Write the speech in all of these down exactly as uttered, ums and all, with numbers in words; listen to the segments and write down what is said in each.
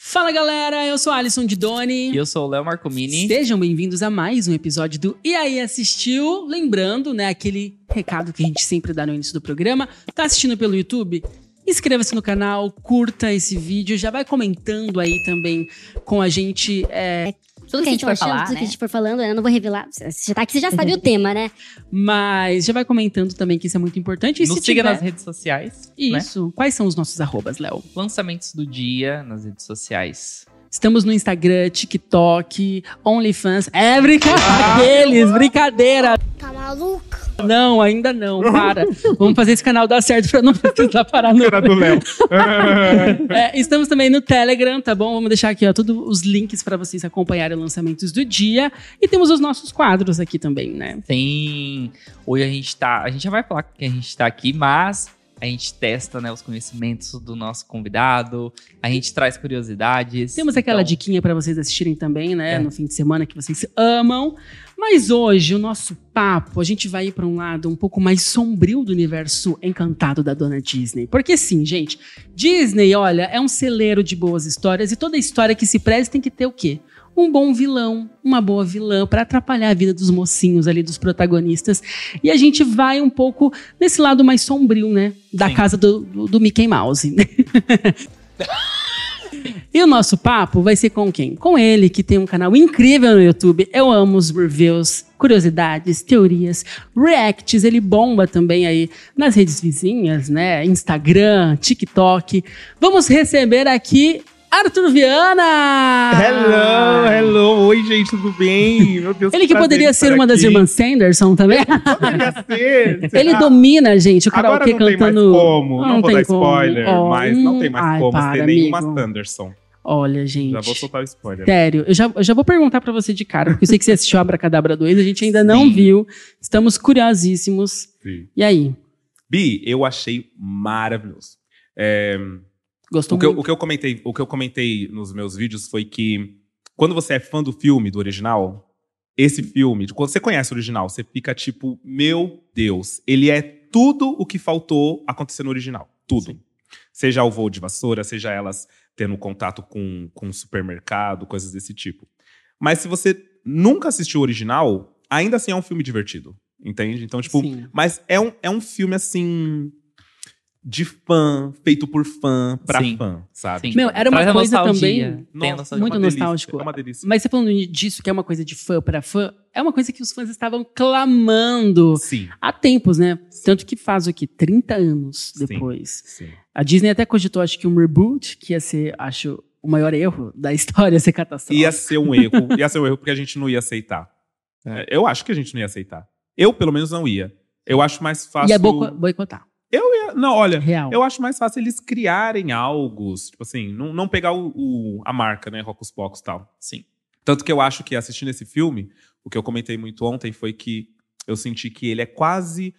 Fala galera, eu sou Alisson Didoni. E eu sou o Léo Marcomini. Sejam bem-vindos a mais um episódio do E aí Assistiu? Lembrando, né, aquele recado que a gente sempre dá no início do programa. Tá assistindo pelo YouTube? Inscreva-se no canal, curta esse vídeo, já vai comentando aí também com a gente. É... Tudo que a gente for falar, tudo né? que a gente for falando, eu não vou revelar. Você já tá aqui, você já sabe o tema, né? Mas já vai comentando também que isso é muito importante. E Nos se siga tiver... nas redes sociais. Isso. Né? Quais são os nossos arrobas, Léo? Lançamentos do dia nas redes sociais. Estamos no Instagram, TikTok, OnlyFans. É brincadeira! Ah. Aqueles, brincadeira! Tá maluco? Não, ainda não, para. Vamos fazer esse canal dar certo pra não precisar parar no... Cara do Léo. É, estamos também no Telegram, tá bom? Vamos deixar aqui, ó, todos os links pra vocês acompanharem lançamentos do dia. E temos os nossos quadros aqui também, né? Tem... Hoje a gente tá... A gente já vai falar que a gente tá aqui, mas... A gente testa, né, os conhecimentos do nosso convidado, a gente traz curiosidades. Temos aquela então... diquinha para vocês assistirem também, né, é. no fim de semana que vocês amam. Mas hoje, o nosso papo, a gente vai ir para um lado um pouco mais sombrio do universo encantado da dona Disney. Porque sim, gente, Disney, olha, é um celeiro de boas histórias e toda história que se preze tem que ter o quê? Um bom vilão, uma boa vilã para atrapalhar a vida dos mocinhos ali, dos protagonistas. E a gente vai um pouco nesse lado mais sombrio, né? Da Sim. casa do, do, do Mickey Mouse. E o nosso papo vai ser com quem? Com ele, que tem um canal incrível no YouTube. Eu amo os reviews, curiosidades, teorias, reacts. Ele bomba também aí nas redes vizinhas, né? Instagram, TikTok. Vamos receber aqui... Arthur Viana! Hello, hello! Oi, gente, tudo bem? Meu Deus, ele que poderia ser uma aqui. das irmãs Sanderson também. Poderia ser. Ele ah, domina, gente, o karaokê cantando... Agora não tem mais como, não, não vou dar spoiler, como. mas oh, não tem mais ai, como para, ser amigo. nenhuma Sanderson. Olha, gente... Já vou soltar o spoiler. Sério, eu já, eu já vou perguntar pra você de cara, porque eu sei que você assistiu Abracadabra dois, a gente ainda Sim. não viu, estamos curiosíssimos. Sim. E aí? Bi, eu achei maravilhoso. É... Gostou o que, muito. Eu, o, que eu comentei, o que eu comentei nos meus vídeos foi que quando você é fã do filme, do original, esse filme, quando você conhece o original, você fica tipo, meu Deus, ele é tudo o que faltou acontecer no original. Tudo. Sim. Seja o voo de vassoura, seja elas tendo contato com, com supermercado, coisas desse tipo. Mas se você nunca assistiu o original, ainda assim é um filme divertido. Entende? Então, tipo, Sim. mas é um, é um filme assim... de fã, feito por fã, pra Sim. fã, sabe? Sim. Meu, era uma Traz coisa nostalgia. também... Nossa, nostalgia. Muito é nostálgico. Delícia, é uma delícia. Mas você falando disso, que é uma coisa de fã pra fã, é uma coisa que os fãs estavam clamando Sim. há tempos, né? Tanto que faz o quê? trinta anos depois. Sim. Sim. A Disney até cogitou, acho que um reboot, que ia ser, acho, o maior erro da história, ser catastrófico. Ia ser um erro. Ia ser um erro porque a gente não ia aceitar. É, eu acho que a gente não ia aceitar. Eu, pelo menos, não ia. Eu acho mais fácil... Ia boico- boicotar. Eu ia... Não, olha, Real. eu acho mais fácil eles criarem algo, tipo assim, não, não pegar o, o, a marca, né, Rocos Pocos e tal. Sim. Tanto que eu acho que assistindo esse filme, o que eu comentei muito ontem foi que eu senti que ele é quase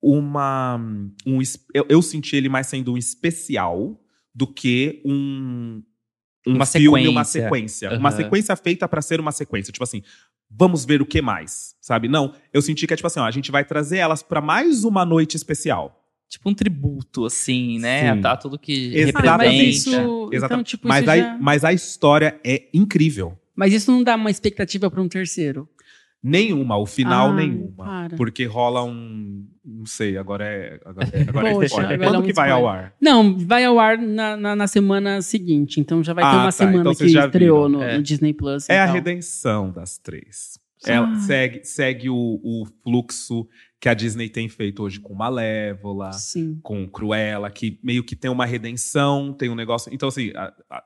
uma... Um, eu, eu senti ele mais sendo um especial do que um... Um uma filme, sequência. uma sequência. Uhum. Uma sequência feita pra ser uma sequência. Tipo assim, vamos ver o que mais, sabe? Não, eu senti que é tipo assim, ó, a gente vai trazer elas pra mais uma noite especial. Tipo um tributo, assim, né? Sim. Tá tudo que Exatamente. representa. Mas isso, Exatamente. então, tipo, mas, isso a, já... mas a história é incrível. Mas isso não dá uma expectativa pra um terceiro? Nenhuma, o final Ah, nenhuma. para. Porque rola um... Não sei, agora é... Agora é, agora Poxa, é spoiler. agora Quando é um que vai ao spoiler. ar? Não, vai ao ar na, na, na semana seguinte. Então já vai ter Ah, uma tá. semana Então que vocês já estreou viram. no, É. no Disney Plus. É e a tal. redenção das três. Ah. Ela segue, segue o, o fluxo que a Disney tem feito hoje com Malévola, Sim. com Cruella, que meio que tem uma redenção, tem um negócio... Então, assim, a, a,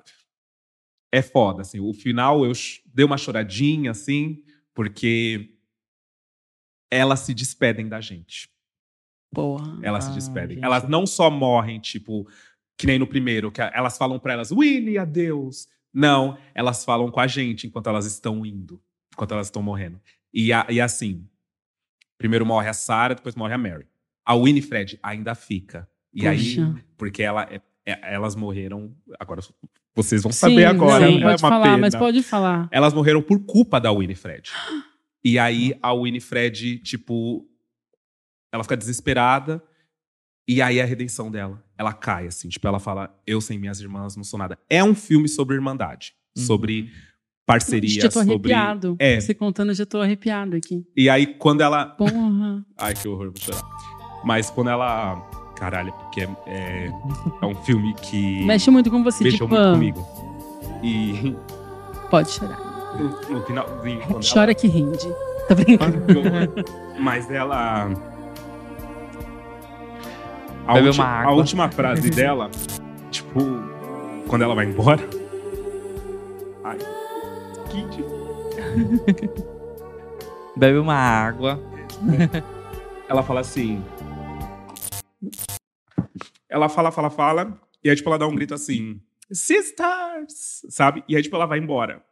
é foda, assim. O final, eu ch- dei uma choradinha, assim, porque elas se despedem da gente. Porra. Elas se Ah, despedem. gente. Elas não só morrem, tipo, que nem no primeiro, que a- elas falam pra elas, Winnie, adeus. Não, elas falam com a gente enquanto elas estão indo, enquanto elas estão morrendo. E, a, e assim, primeiro morre a Sarah, depois morre a Mary. A Winifred ainda fica. E aí, Puxa. porque ela, é- é- elas morreram... Agora, vocês vão Sim, saber agora. Não, é pode uma falar, pena. mas pode falar. Elas morreram por culpa da Winifred. E aí, a Winifred, tipo... Ela fica desesperada E aí a redenção dela, ela cai, assim. Tipo, ela fala, eu sem minhas irmãs não sou nada. É um filme sobre irmandade. Uhum. Sobre parceria, Já tô sobre... arrepiado. É. Você contando, eu já tô arrepiado aqui. E aí, quando ela... Porra. Ai, que horror, vou chorar. Mas quando ela... Caralho, porque é, é, é um filme que... Mexe muito com você, mexeu tipo... muito comigo. E Pode chorar. no, no finalzinho... quando Chora que rende. Tá brincando? ela- Mas ela... A, Bebe ulti- uma a água. última frase dela, tipo... Quando ela vai embora... Ai, que... tipo, Bebe uma água. ela fala assim... Ela fala, fala, fala. E aí, tipo, ela dá um grito assim... Sisters! Sabe? E aí, tipo, ela vai embora.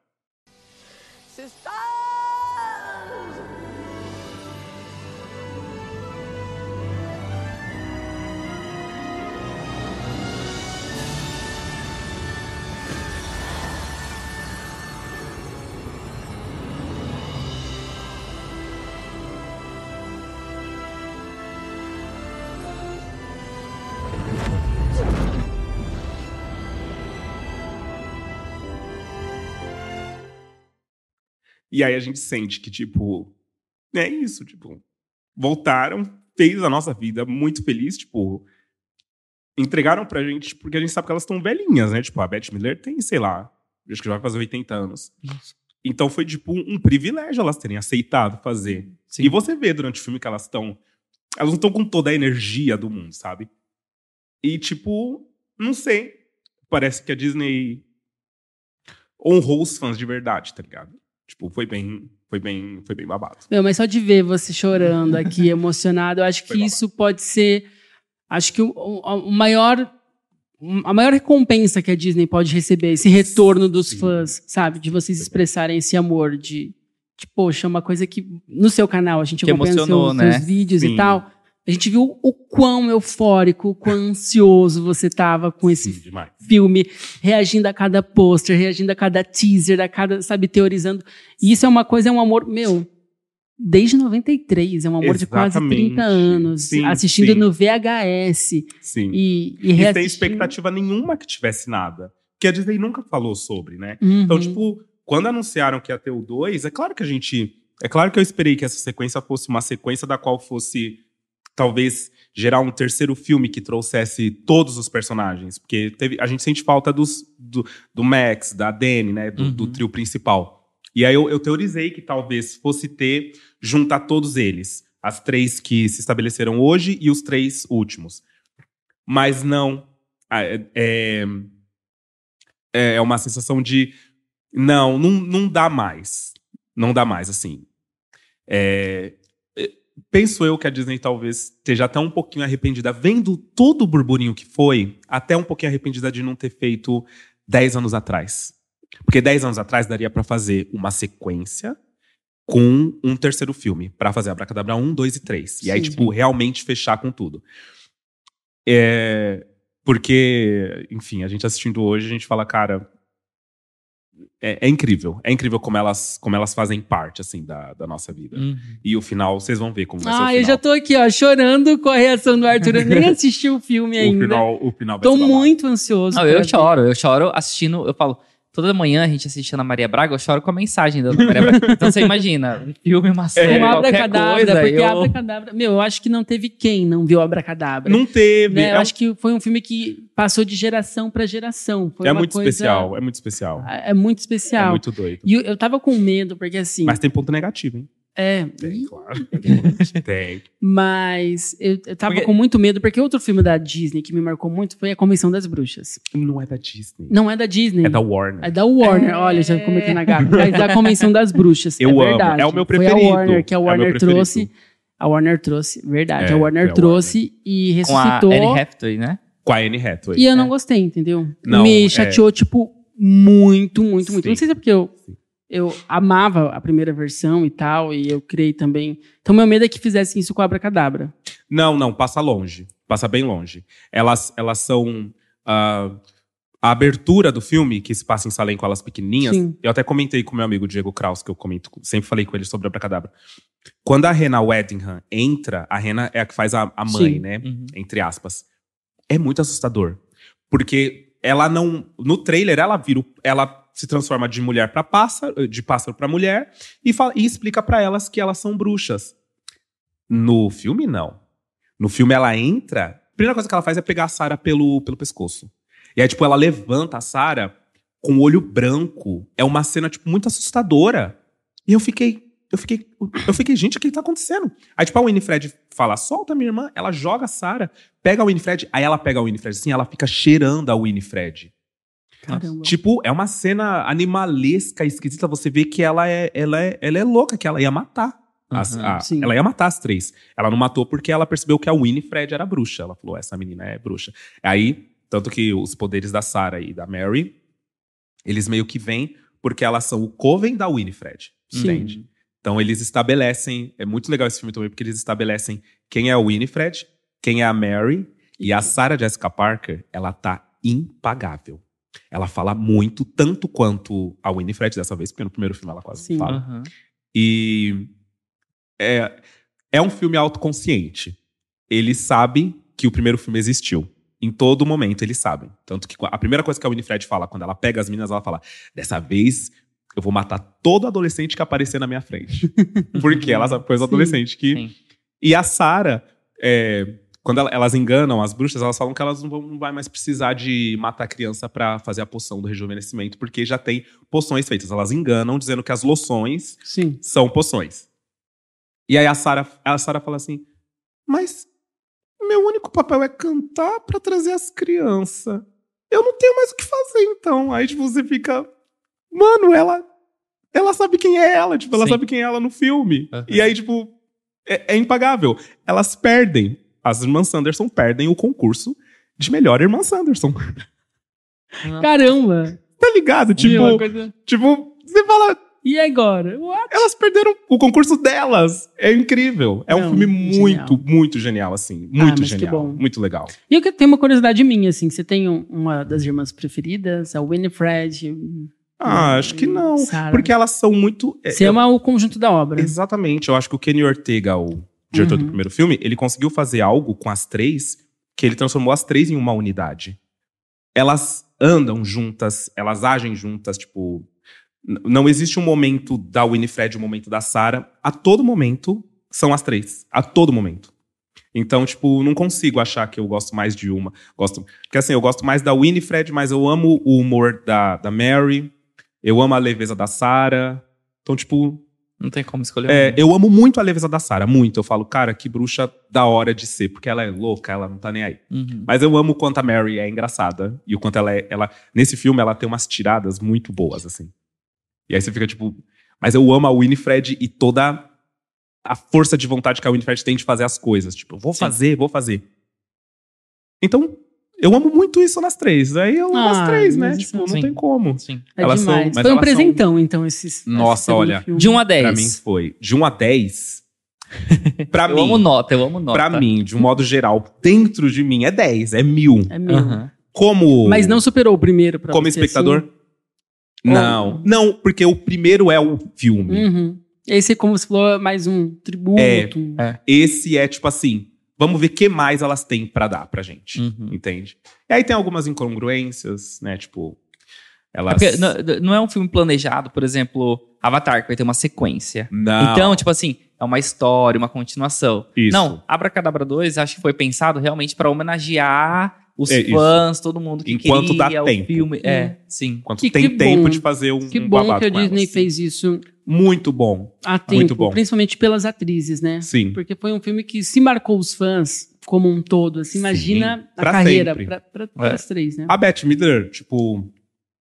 E aí a gente sente que, tipo... É isso, tipo... Voltaram, fez a nossa vida muito feliz, tipo... Entregaram pra gente, porque a gente sabe que elas estão velhinhas, né? Tipo, a Beth Miller tem, sei lá... Acho que já vai fazer oitenta anos. Isso. Então foi, tipo, um, um privilégio elas terem aceitado fazer. Sim. E você vê durante o filme que elas estão... Elas não estão com toda a energia do mundo, sabe? E, tipo... Não sei. Parece que a Disney... honrou os fãs de verdade, tá ligado? Tipo, foi bem, foi bem, foi bem babado. Meu, mas só de ver você chorando aqui, emocionado, eu acho que Foi babado. isso pode ser... Acho que o, o, o maior... A maior recompensa que a Disney pode receber, esse retorno dos Sim. fãs, sabe? De vocês expressarem esse amor, de... de poxa, uma coisa que... No seu canal, a gente Que acompanha os emocionou, seus, né? seus vídeos Sim. e tal. A gente viu o quão eufórico, o quão ansioso você tava com esse Sim, demais. filme, reagindo a cada pôster, reagindo a cada teaser, a cada, sabe, teorizando. E isso é uma coisa, é um amor, meu, desde noventa e três, é um amor de quase Exatamente. trinta anos, Sim, assistindo sim. no V H S Sim. e, e E sem reassistindo. expectativa nenhuma que tivesse nada. Que a Disney nunca falou sobre, né? Uhum. Então, tipo, quando anunciaram que ia ter o dois, é claro que a gente... É claro que eu esperei que essa sequência fosse uma sequência da qual fosse, talvez, gerar um terceiro filme que trouxesse todos os personagens. Porque teve, a gente sente falta dos, do, do Max, da Dani, né? Do, Uhum. do trio principal. E aí eu, eu teorizei que talvez fosse ter, juntar todos eles. As três que se estabeleceram hoje e os três últimos. Mas não. É, é, é uma sensação de... Não, não, não dá mais. Não dá mais, assim. É, penso eu que a Disney talvez esteja até um pouquinho arrependida, vendo todo o burburinho que foi, até um pouquinho arrependida de não ter feito dez anos atrás. Porque dez anos atrás daria pra fazer uma sequência com um terceiro filme, pra fazer Abracadabra um, dois e três. E aí, Sim. tipo, realmente fechar com tudo. É, porque, enfim, a gente assistindo hoje, a gente fala, cara... É, é incrível. É incrível como elas, como elas fazem parte, assim, da, da nossa vida. Uhum. E o final, vocês vão ver como vai ser o Ah, final. eu já tô aqui, ó, chorando com a reação do Arthur. Eu nem assisti o filme O ainda. final, o final vai Tô ser babado. muito ansioso. Não, pra eu ver. choro, eu choro assistindo, eu falo, toda manhã a gente assiste Ana Maria Braga, eu choro com a mensagem da Ana Maria Braga. Então você imagina, um filme, uma série, Um qualquer Abracadabra, coisa. porque eu... Abracadabra... Meu, eu acho que não teve quem não viu Abracadabra. Não teve. Né? É, Eu um- acho que foi um filme que passou de geração pra geração. Foi é uma muito coisa- especial. É muito especial. É muito É especial. muito doido. E eu, eu tava com medo, porque assim... Mas tem ponto negativo, hein? É, Tem, claro. Tem. mas eu, eu tava Porque- com muito medo, porque outro filme da Disney que me marcou muito foi A Convenção das Bruxas. Não é da Disney. Não é da Disney. É da Warner. É da Warner. Olha, já cometendo a gafa. Mas da Convenção das Bruxas. Eu é amo. verdade. É o meu Foi preferido. a Warner, que a É o meu Warner preferido. trouxe. A Warner trouxe, verdade. É, a Warner foi a trouxe e Com a ressuscitou. Anne Hathaway, né? Com a Anne Hathaway. E eu não É. gostei, entendeu? Não, Me é. chateou, tipo, muito, muito, muito. Sim. Não sei se é porque eu, Sim. eu amava a primeira versão e tal, e eu criei também. Então, meu medo é que fizessem isso com a Abracadabra. Não, não, passa longe. Passa bem longe. Elas, elas são... ah, a abertura do filme, que se passa em Salem com elas pequenininhas, Sim. eu até comentei com meu amigo Diego Kraus, que eu comento, sempre falei com ele sobre Abracadabra. Quando a Hannah Waddingham entra, a Hannah é a que faz a, a mãe, Sim. né? Uhum. Entre aspas. É muito assustador. Porque ela não... No trailer, ela vira... o- Ela se transforma de mulher pra pássaro, de pássaro pra mulher, e, fala, e explica pra elas que elas são bruxas. No filme, não. No filme, ela entra... A primeira coisa que ela faz é pegar a Sarah pelo, pelo pescoço. E aí, tipo, ela levanta a Sarah com o olho branco. É uma cena, tipo, muito assustadora. E eu fiquei... Eu fiquei, eu fiquei, gente, o que tá acontecendo? Aí, tipo, a Winifred fala, solta minha irmã. Ela joga a Sarah, pega a Winifred. Aí ela pega a Winifred, assim, ela fica cheirando a Winifred. Caramba. Tipo, é uma cena animalesca, esquisita. Você vê que ela é, ela é, ela é louca, que ela ia matar. As- Uhum, a- sim. ela ia matar as três. Ela não matou porque ela percebeu que a Winifred era bruxa. Ela falou, essa menina é bruxa. Aí, tanto que os poderes da Sarah e da Mary, eles meio que vêm porque elas são o coven da Winifred. Sim. Entende? Então eles estabelecem, é muito legal esse filme também, porque eles estabelecem quem é a Winifred, quem é a Mary, e a Sarah Jessica Parker, ela tá impagável. Ela fala muito, tanto quanto a Winifred dessa vez, porque no primeiro filme ela quase Sim. não fala. Uhum. E é, é um filme autoconsciente. Ele sabe que o primeiro filme existiu. Em todo momento eles sabem. Tanto que a primeira coisa que a Winifred fala, quando ela pega as meninas, ela fala, dessa vez eu vou matar todo adolescente que aparecer na minha frente. Porque ela sabe coisa Sim. adolescente que... Sim. E a Sarah, é, quando ela- elas enganam as bruxas, elas falam que elas não vão não vai mais precisar de matar a criança pra fazer a poção do rejuvenescimento, porque já tem poções feitas. Elas enganam, dizendo que as loções Sim. são poções. E aí a Sarah, a Sarah fala assim, mas meu único papel é cantar pra trazer as crianças. Eu não tenho mais o que fazer, então. Aí, tipo, você fica... Mano, ela... Ela sabe quem é ela, tipo, ela Sim. sabe quem é ela no filme. Uhum. E aí, tipo, é, é impagável. Elas perdem, as irmãs Sanderson perdem o concurso de melhor irmã Sanderson. Caramba! Tá ligado? Viu, Tipo, uma coisa- tipo, você fala, E agora? What? elas perderam o concurso delas. É incrível. É um Não, filme muito, genial. muito genial, assim. Ah, Muito mas que genial. bom. Muito legal. E eu que- tenho uma curiosidade minha, assim, que você tem um- uma das irmãs preferidas, a Winifred. Ah, acho que não. Sarah. Porque elas são muito... é, Você ama o conjunto da obra. Exatamente. Eu acho que o Kenny Ortega, o diretor Uhum. do primeiro filme, ele conseguiu fazer algo com as três que ele transformou as três em uma unidade. Elas andam juntas, elas agem juntas, tipo... n- Não existe um momento da Winifred e um momento da Sarah. A todo momento, são as três. A todo momento. Então, tipo, não consigo achar que eu gosto mais de uma. Gosto, porque assim, eu gosto mais da Winifred, mas eu amo o humor da, da Mary. Eu amo a leveza da Sarah. Então, tipo, Não tem como escolher é, um. eu amo muito a leveza da Sarah, muito. Eu falo, cara, que bruxa da hora de ser, porque ela é louca, ela não tá nem aí. Uhum. Mas eu amo o quanto a Mary é engraçada. E o quanto ela é. Ela, nesse filme, ela tem umas tiradas muito boas, assim. E aí você fica, tipo. Mas eu amo a Winifred e toda a força de vontade que a Winifred tem de fazer as coisas. Tipo, vou Sim. fazer, vou fazer. Então, eu amo muito isso nas três. Aí eu amo Ah, as três, né? mas Tipo, isso- não sim. tem como. Sim. É elas são- demais. mas Foi um elas são- presentão, então, esses. Nossa, esse segundo olha, filme. De um a dez. Pra mim foi. De um a dez. Pra Eu mim. amo nota, eu amo nota. Pra mim, de um modo geral, dentro de mim é dez, é mil. É meu. Aham. Como. Mas não superou o primeiro pra Como você, espectador? assim? Não. Não, porque o primeiro é o filme. Uhum. Esse, como você falou, é mais um tributo. É, um- é. Esse é tipo assim. Vamos ver o que mais elas têm pra dar pra gente. Uhum. Entende? E aí tem algumas incongruências, né? Tipo. Elas. Porque não, não é um filme planejado, por exemplo, Avatar, que vai ter uma sequência. Não. Então, tipo assim, é uma história, uma continuação. Isso. Não, Abracadabra dois, acho que foi pensado realmente pra homenagear os É, isso. fãs, todo mundo que Enquanto dá queria o tempo. filme. É, sim. Enquanto Que- tem que tempo bom. de fazer um, Que um bom babado que a com Disney elas. fez isso Muito bom. a tempo, Muito bom. principalmente pelas atrizes, né? Sim. Porque foi um filme que se marcou os fãs como um todo. Assim, imagina a pra carreira sempre. pra, pra, É. as três, né? A Beth Midler, tipo.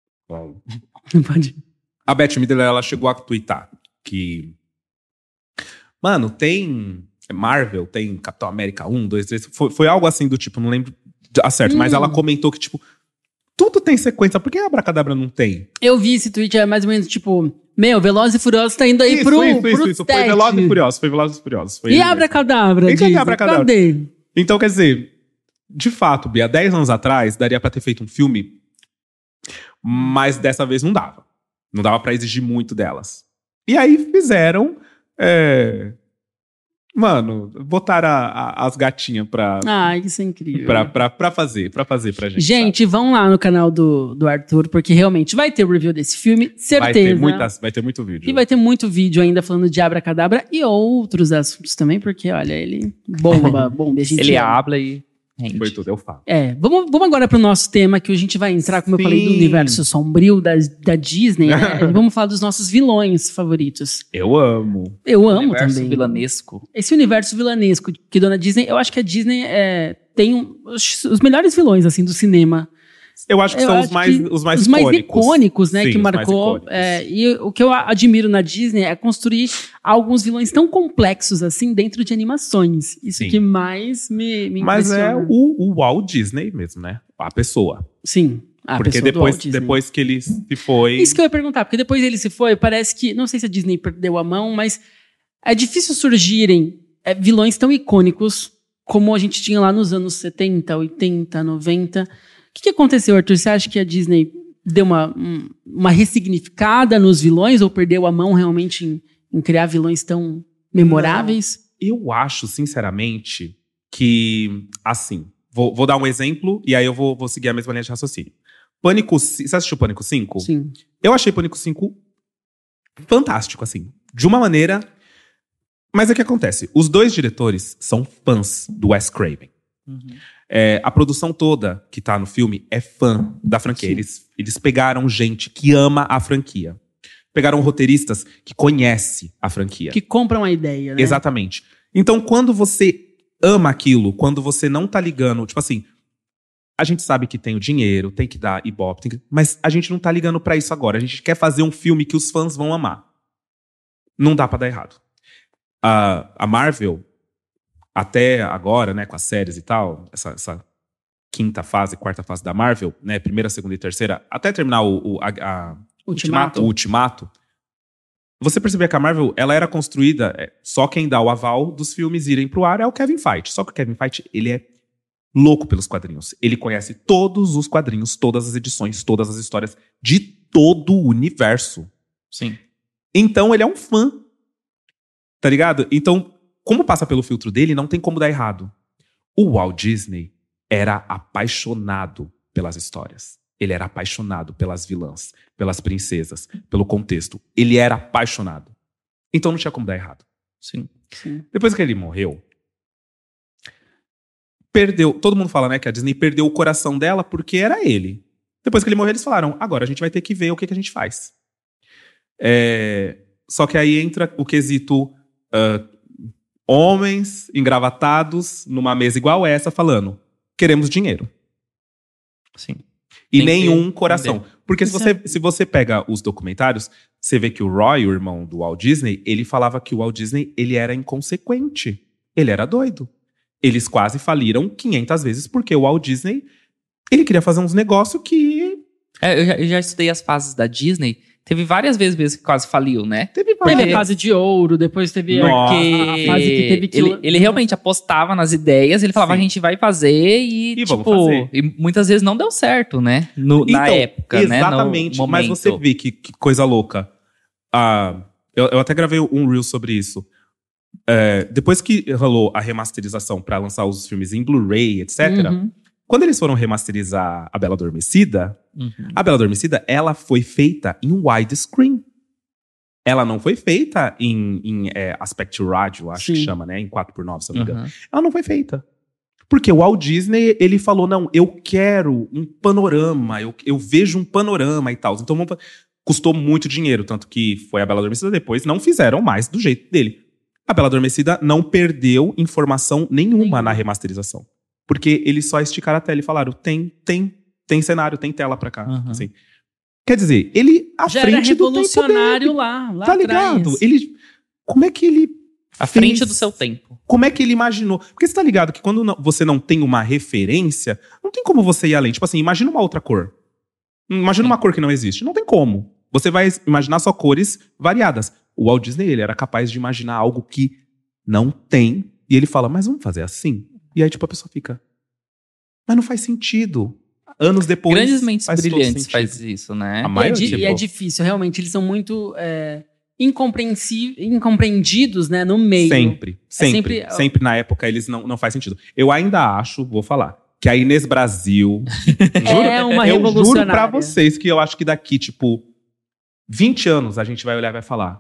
Pode. A Beth Midler, ela chegou a twittar que... Mano, tem Marvel, tem Capitão América um, dois, três... Foi, foi algo assim do tipo, não lembro a certo, mas Hum. ela comentou que, tipo, tudo tem sequência, por que a Abracadabra não tem? Eu vi esse tweet, é mais ou menos tipo: Meu, Velozes e Furiosos tá indo aí isso, pro. isso, pro isso, isso. Foi set. Velozes e Furiosos, foi Velozes e Furiosos. Foi E ele a mesmo. Abracadabra? E quem é Disney? Abracadabra? Cadê? Então, quer dizer, de fato, Bia, dez anos atrás, daria pra ter feito um filme, mas dessa vez não dava. Não dava pra exigir muito delas. E aí fizeram... é, Mano, botaram a- a- as gatinhas pra, Ai, isso é incrível. pra, pra, pra fazer, pra fazer pra gente. Gente, vão lá no canal do, do Arthur, porque realmente vai ter o review desse filme, sabe? Vai certeza. ter, muitas, vai ter muito vídeo. E vai ter muito vídeo ainda falando de Abracadabra e outros assuntos também, porque, olha, ele bomba, bomba. A gente Ele ama. habla e rende. Foi tudo, eu falo. É, vamos, vamos agora pro nosso tema, que hoje a gente vai entrar, como eu falei, do Sim. universo sombrio da, da Disney, né? E vamos falar dos nossos vilões favoritos. Eu amo. Eu amo Universo também. vilanesco. Esse universo vilanesco que Dona Disney, eu acho que a Disney é, tem um- os, os melhores vilões, assim, do cinema. Eu acho que Eu são acho os mais, que os mais os mais icônicos. icônicos, né, Sim, que os mais marcou. icônicos. É, e o que eu a- admiro na Disney é construir alguns vilões tão complexos assim dentro de animações. Isso Sim. que mais me, me Mas é impressiona. o, o Walt Disney mesmo, né? A pessoa. Sim. A Porque pessoa do depois, Walt Disney. depois que ele se foi... Isso que eu ia perguntar, porque depois ele se foi, parece que. Não sei se a Disney perdeu a mão, mas é difícil surgirem é, vilões tão icônicos como a gente tinha lá nos anos setenta, oitenta, noventa. O que, que aconteceu, Arthur? Você acha que a Disney deu uma, um- uma ressignificada nos vilões ou perdeu a mão realmente em, em criar vilões tão memoráveis? Eu acho, sinceramente, que... Assim, vou, vou dar um exemplo e aí eu vou, vou seguir a mesma linha de raciocínio. Pânico... ci- Você assistiu Pânico cinco? Sim. Eu achei Pânico cinco fantástico, assim. De uma maneira... Mas o que acontece? Os dois diretores são fãs do Wes Craven. É, a produção toda que tá no filme é fã da franquia. Sim. Eles, eles pegaram gente que ama a franquia. Pegaram roteiristas que conhecem a franquia. Que compram a ideia, né? Exatamente. Então, quando você ama aquilo, quando você não tá ligando, tipo assim, a gente sabe que tem o dinheiro, tem que dar ibope, tem que- mas a gente não tá ligando pra isso agora. A gente quer fazer um filme que os fãs vão amar. Não dá pra dar errado. A, a Marvel, até agora, né, com as séries e tal, essa, essa quinta fase, quarta fase da Marvel, né, primeira, segunda e terceira, até terminar o, o, a, a- Ultimato. o Ultimato, você percebeu que a Marvel, ela era construída, é, só quem dá o aval dos filmes irem pro ar é o Kevin Feige. Só que o Kevin Feige, ele é louco pelos quadrinhos. Ele conhece todos os quadrinhos, todas as edições, todas as histórias de todo o universo. Sim. Então, ele é um fã. Tá ligado? Então, como passa pelo filtro dele, não tem como dar errado. O Walt Disney era apaixonado pelas histórias. Ele era apaixonado pelas vilãs, pelas princesas, pelo contexto. Ele era apaixonado. Então não tinha como dar errado. Sim. Sim. Depois que ele morreu, perdeu. Todo mundo fala, né, que a Disney perdeu o coração dela porque era ele. Depois que ele morreu, eles falaram: agora a gente vai ter que ver o que, que a gente faz. É, Só que aí entra o quesito ah, homens engravatados numa mesa igual essa falando: queremos dinheiro. Sim. E Tem que nenhum coração. entender. Porque se Isso você, é- se você pega os documentários, você vê que o Roy, o irmão do Walt Disney, ele falava que o Walt Disney ele era inconsequente. Ele era doido. Eles quase faliram quinhentas vezes porque o Walt Disney ele queria fazer uns negócios que É, eu, já, eu já estudei as fases da Disney. Teve várias vezes mesmo que quase faliu, né? teve Teve várias. a fase de ouro, depois teve a- Nossa. a fase que teve que... ele, ele realmente apostava nas ideias, ele falava, Sim. a gente vai fazer e, E tipo, vamos fazer. e muitas vezes não deu certo, né? No- na Então, época, né? Exatamente. No Mas momento. você vê que, que coisa louca. Ah, eu, eu até gravei um reel sobre isso. É, depois que rolou a remasterização pra lançar os filmes em Blu-ray, etcétera. Uhum. Quando eles foram remasterizar A Bela Adormecida, Uhum. A Bela Adormecida, ela foi feita em widescreen. Ela não foi feita em, em é, aspect ratio, acho que Sim. chama, né? Em quatro por nove, se eu não me engano. Uhum. Ela não foi feita. Porque o Walt Disney, ele falou, não, eu quero um panorama, eu, eu vejo um panorama e tal. Então, vamos fa- custou muito dinheiro, tanto que foi A Bela Adormecida, depois não fizeram mais do jeito dele. A Bela Adormecida não perdeu informação nenhuma Nenhuma. na remasterização. Porque eles só esticaram a tela e falaram, tem, tem, tem cenário, tem tela pra cá. Uhum. Assim. Quer dizer, ele à Já era frente do tempo revolucionário dele, lá, lá tá atrás. ligado? Ele, como é que ele À fez- frente do seu tempo. Como é que ele imaginou? Porque você tá ligado que quando não- você não tem uma referência, não tem como você ir além. Tipo assim, imagina uma outra cor. Imagina Sim. uma cor que não existe. Não tem como. Você vai imaginar só cores variadas. O Walt Disney, ele era capaz de imaginar algo que não tem. E ele fala, mas vamos fazer assim? E aí, tipo, a pessoa fica, mas não faz sentido. Anos depois. Grandes mentes faz todo brilhantes sentido. faz isso, né? A E é, maioria, di- e é tipo- difícil, realmente. Eles são muito é, incompreensi- incompreendidos, né, no meio. Sempre, sempre, sempre- sempre na época eles não, não faz sentido. Eu ainda acho, vou falar, que a Inês Brasil, juro, É uma eu juro revolucionária. pra vocês que eu acho que daqui, tipo, vinte anos a gente vai olhar e vai falar,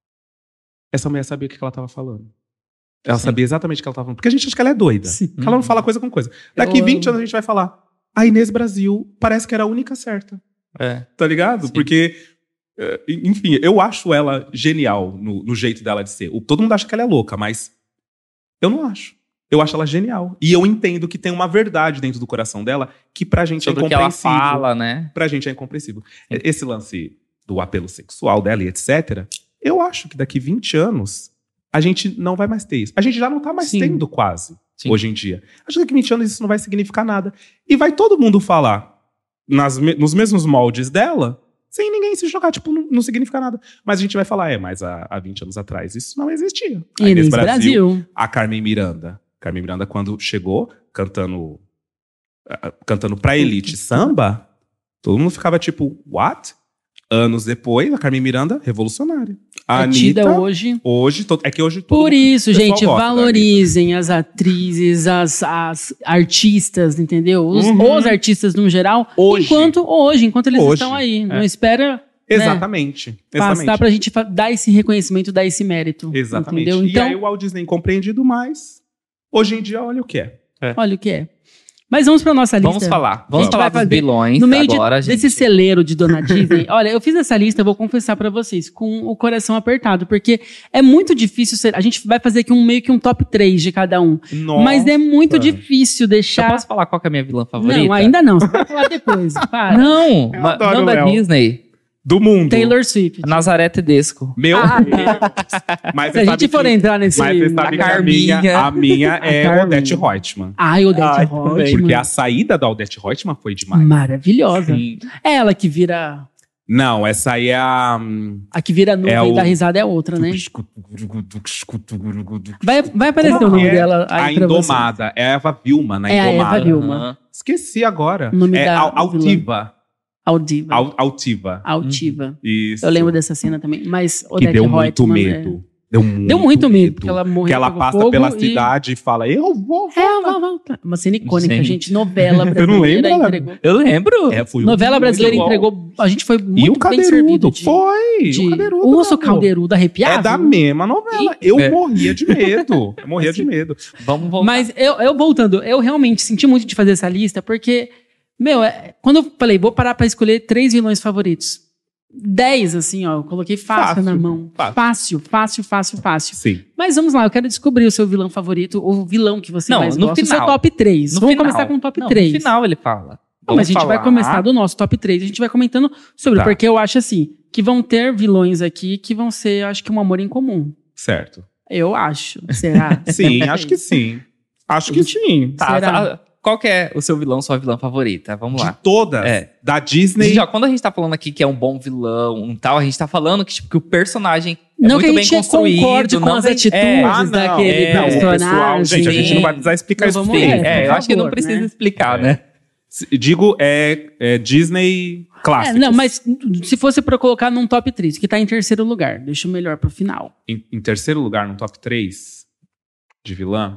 essa mulher sabia o que ela tava falando. Ela Sim. sabia exatamente o que ela tava falando. Porque a gente acha que ela é doida. Sim. Que ela não fala coisa com coisa. Daqui Eu vinte amo. anos a gente vai falar, a Inês Brasil parece que era a única certa. É. Tá ligado? Sim. Porque, eh, enfim, eu acho ela genial no, no jeito dela de ser. O- todo mundo acha que ela é louca, mas eu não acho. Eu acho ela genial. E eu entendo que tem uma verdade dentro do coração dela que pra gente Sobre é o que ela incompreensível. fala, né? Pra gente é incompreensível. Esse lance do apelo sexual dela e etcétera, eu acho que daqui vinte anos a gente não vai mais ter isso. A gente já não tá mais Sim. tendo quase, Sim. hoje em dia. Acho que daqui vinte anos isso não vai significar nada. E vai todo mundo falar nas me- nos mesmos moldes dela, sem ninguém se jogar, tipo, não, não significa nada. Mas a gente vai falar, é, mas há, há vinte anos atrás isso não existia. A Inês Brasil. a Carmen Miranda. Carmen Miranda, quando chegou cantando, ah, cantando pra elite samba, todo mundo ficava tipo, what? Anos depois, a Carmen Miranda, revolucionária. A É tida Anitta, hoje. hoje, to- é que hoje todo Por isso, o pessoal gente, gosta da valorizem as atrizes, as, as artistas, entendeu? Os, Uhum. os artistas no geral. Hoje. Enquanto hoje, enquanto eles Hoje. estão aí. Não É. espera Exatamente. passar exatamente. pra gente fa- dar esse reconhecimento, dar esse mérito. Exatamente. Entendeu? E Então, aí o Walt Disney incompreendido, mas hoje em dia, olha o que é. olha o que é. Mas vamos pra nossa lista. Vamos falar. Vamos A gente falar vai dos fazer vilões No meio de- agora, gente. desse celeiro de Dona Disney, olha, eu fiz essa lista, eu vou confessar pra vocês, com o coração apertado, porque é muito difícil ser. A gente vai fazer aqui um meio que um top três de cada um. Nossa. Mas é muito difícil Eu deixar. posso falar qual que é a minha vilã favorita? Não, ainda não. Você vai falar depois. Para. Não, Eu ma- adoro não o da Léo. Disney. Do mundo. Taylor Swift. Nazaré Tedesco. Meu Ah. Deus. Mas Se você a sabe gente for que- entrar nesse. Mas você sabe A que a minha, Carminha. a minha é Carminha. Odete Reutemann. Ai, Odete Ai, Reutemann. também. Porque a saída da Odete Reutemann foi demais. Maravilhosa. Sim. É ela que vira. Não, essa aí é a... hum, A que vira nuvem É o- da risada é outra, né? Vai, vai aparecer Como o nome que é? dela A aí pra você. Indomada. É a Eva Vilma na É a Eva Indomada. Vilma. Aham. Esqueci agora. O nome é da Al- Altiva. Aldiva. Al- Altiva. Altiva. Isso. Eu lembro dessa cena também. Mas Que Odete deu muito Reutemann, medo. Deu muito, Deu muito medo, porque ela morreu. Que ela pegou passa fogo pela e- cidade e fala, eu vou... É, ela vai voltar. Uma cena icônica, Gente. gente. Novela Eu não brasileira lembro, ela- entregou. Eu lembro. É, foi Novela muito brasileira bom. entregou. A gente foi E muito o bem Cadeirudo. servido. De, Foi. de, o Cadeirudo. o Osso meu. Calderudo arrepiava. É da mesma novela. Eu É. morria de medo. Eu morria de medo. Vamos voltar. Mas eu, eu voltando, eu realmente senti muito de fazer essa lista, porque, meu, é- quando eu falei, vou parar pra escolher três vilões favoritos. Dez, assim, ó, eu coloquei fácil, Fácil, na mão. fácil. Fácil, fácil, fácil, fácil. Sim. Mas vamos lá, eu quero descobrir o seu vilão favorito, o vilão que você Não, mais no gosta, o final. seu top três. No Vamos final. começar com o top Não, três. No final ele fala. Não, mas a gente Vamos vai falar. começar do nosso top três. A gente vai comentando sobre, Tá. porque eu acho assim, que vão ter vilões aqui que vão ser, acho que um amor em comum. Certo. Eu acho. Será? Sim, acho que sim. Acho que sim. Tá, Será? tá. Qual que é o seu vilão, sua vilã favorita? Vamos lá. De todas. É. Da Disney. Gente, ó, quando a gente tá falando aqui que é um bom vilão e tal, a gente tá falando que, tipo, que o personagem é Não muito que a bem gente construído. concorde com não as tem- atitudes é, Ah, não. daquele é, não, o pessoal, personagem. gente, a gente não vai precisar explicar Não, isso vamos Sim, tudo. ver. é, por eu acho que não favor, precisa né? explicar, É. né? Digo, é, é Disney É, clássico. não, mas se fosse pra colocar num top três, que tá em terceiro lugar, deixa o melhor pro final. Em, em terceiro lugar, no top três de vilã,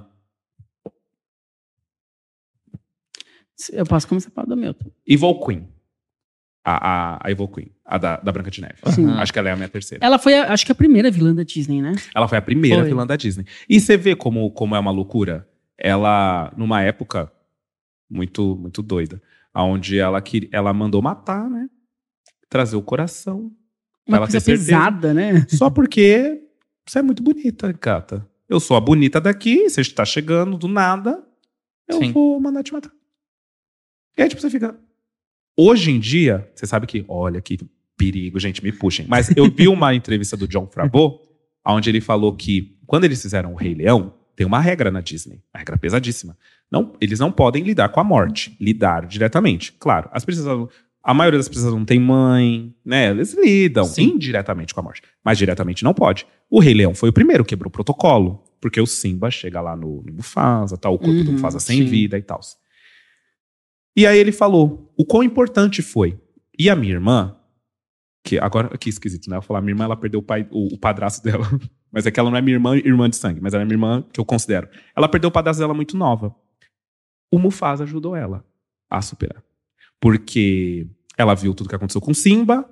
Eu posso começar a falar do meu. Evil Queen. A, a, a Evil Queen. A da, da Branca de Neve. Sim. Aham. Acho que ela é a minha terceira. Ela foi, a- acho que a primeira vilã da Disney, né? Ela foi a primeira Foi. vilã da Disney. E você vê como, como é uma loucura. Ela, numa época muito, muito doida, onde ela, queria, ela mandou matar, né? Trazer o coração. Uma ela coisa ter certeza. pesada, né? Só porque você é muito bonita, gata. Eu sou a bonita daqui, você está chegando do nada, eu Sim. vou mandar te matar. E aí, tipo, você fica... Hoje em dia, você sabe que... Olha que perigo, gente, me puxem. Mas eu vi uma entrevista do Jon Favreau, onde ele falou que quando eles fizeram o Rei Leão, tem uma regra na Disney, uma regra pesadíssima. Não, eles não podem lidar com a morte, lidar diretamente. Claro, as princesas, a maioria das princesas não tem mãe, né? Eles lidam Sim. indiretamente com a morte, mas diretamente não pode. O Rei Leão foi o primeiro, quebrou o protocolo, porque o Simba chega lá no, no Mufasa, tá, o corpo do Uhum, Mufasa sem sim. vida e tal. E aí ele falou o quão importante foi. E a minha irmã, Que agora, que esquisito, né? Eu falar, minha irmã, ela perdeu o, pai, o, o padrasto dela. Mas é que ela não é minha irmã, irmã de sangue, mas ela é minha irmã que eu considero. Ela perdeu o padrasto dela muito nova. O Mufasa ajudou ela a superar. Porque ela viu tudo que aconteceu com Simba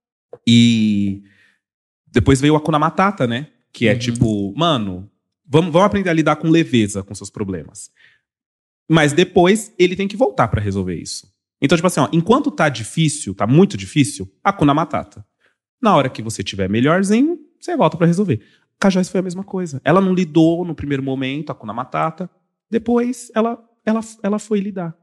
e depois veio a Hakuna Matata, né? Que é Uhum. tipo, mano, vamos, vamos aprender a lidar com leveza com seus problemas. Mas depois ele tem que voltar pra resolver isso. Então, tipo assim, ó, enquanto tá difícil, tá muito difícil, Hakuna Matata. Na hora que você tiver melhorzinho, você volta pra resolver. Com a Joyce foi a mesma coisa. Ela não lidou no primeiro momento, Hakuna Matata. Depois, ela, ela, ela foi lidar.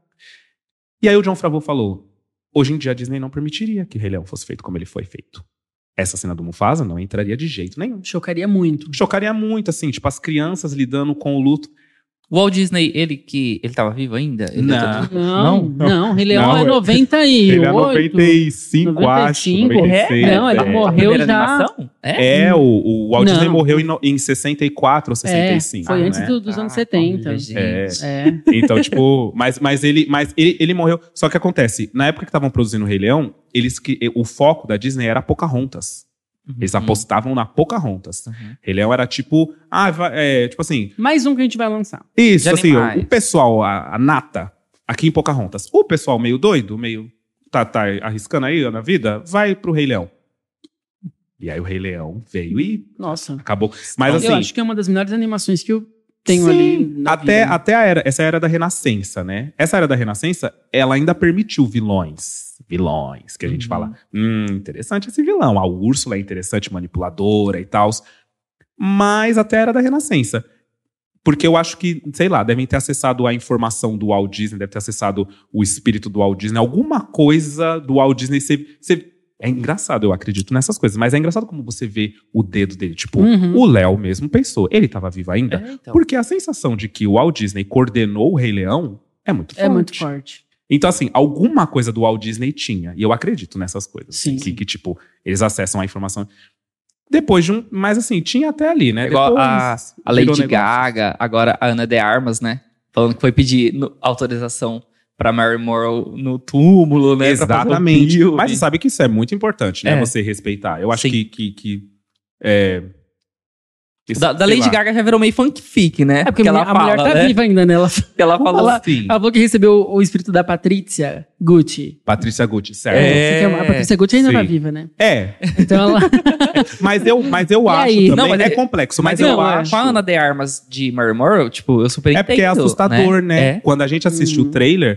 E aí o Jon Favreau falou, hoje em dia a Disney não permitiria que Rei Leão fosse feito como ele foi feito. Essa cena do Mufasa não entraria de jeito nenhum. Chocaria muito. Chocaria muito, assim, tipo, as crianças lidando com o luto. O Walt Disney, ele que ele tava vivo ainda? Ele Não. tá todo- Não, não, Rei Leão Não, é é- noventa e oito. Ele é noventa e cinco, acho. noventa e cinco, noventa e seis, é? Não, ele é. morreu Primeira já. animação? É? É, o, o Walt Não. Disney morreu em, no- em sessenta e quatro ou sessenta e cinco. foi né? antes do- dos anos Ah, setenta. olha, gente. É. É. Então, tipo, mas, mas, ele, mas ele, ele morreu. Só que acontece, na época que estavam produzindo o Rei Leão, eles, que- o foco da Disney era Pocahontas. Eles Uhum. apostavam na Pocahontas. Uhum. Rei Leão era tipo, ah, vai- é, tipo assim, Mais um que a gente vai lançar. isso, De assim, o, animais. o pessoal, a, a nata, aqui em Pocahontas, o pessoal meio doido, meio tá, tá arriscando aí na vida, vai pro Rei Leão. E aí o Rei Leão veio e Nossa. acabou. Mas assim, eu acho que é uma das melhores animações que eu tenho sim, ali. Na até, vida. até a era, essa era da Renascença, né? Essa era da Renascença, ela ainda permitiu vilões. Vilões, que a gente Uhum. fala, hum, interessante esse vilão. A Úrsula é interessante, manipuladora e tal. Mas até era da Renascença. Porque eu acho que, sei lá, devem ter acessado a informação do Walt Disney, deve ter acessado o espírito do Walt Disney, alguma coisa do Walt Disney. Você, você- é engraçado, eu acredito nessas coisas, mas é engraçado como você vê o dedo dele. Tipo, Uhum. o Léo mesmo pensou, ele estava vivo ainda. É, então. Porque a sensação de que o Walt Disney coordenou o Rei Leão é muito forte. É muito forte. Então, assim, alguma coisa do Walt Disney tinha. E eu acredito nessas coisas. Sim, que, sim. que, tipo, eles acessam a informação. Depois de um. Mas, assim, tinha até ali, né? É igual Depois, a, a virou Lady negócio. Gaga, agora a Ana de Armas, né? Falando que foi pedir no- autorização pra Mary Morrow no túmulo, né? pra fazer um Exatamente. filme. Mas você sabe que isso é muito importante, né? É. Você respeitar. Eu acho Sim. que. que, que é, isso, Da, da sei Lady lá. Gaga já virou meio fanfic, né? É porque a, mulher- a mulher tá né? viva ainda, né? Ela, Que ela falou Ela- assim. ela falou que recebeu o, o espírito da Patrícia Gucci. Patrícia Gucci, certo? É. Você quer- A Patrícia Gucci ainda Sim. tá viva, né? É, Então ela. mas eu, mas eu E acho aí? também. Não, mas é, é- complexo, mas, Mas eu eu acho. com a Ana de Armas de Mary Morrow, tipo, eu super É porque é entendo, assustador, né? É. Quando a gente assiste Uhum. o trailer,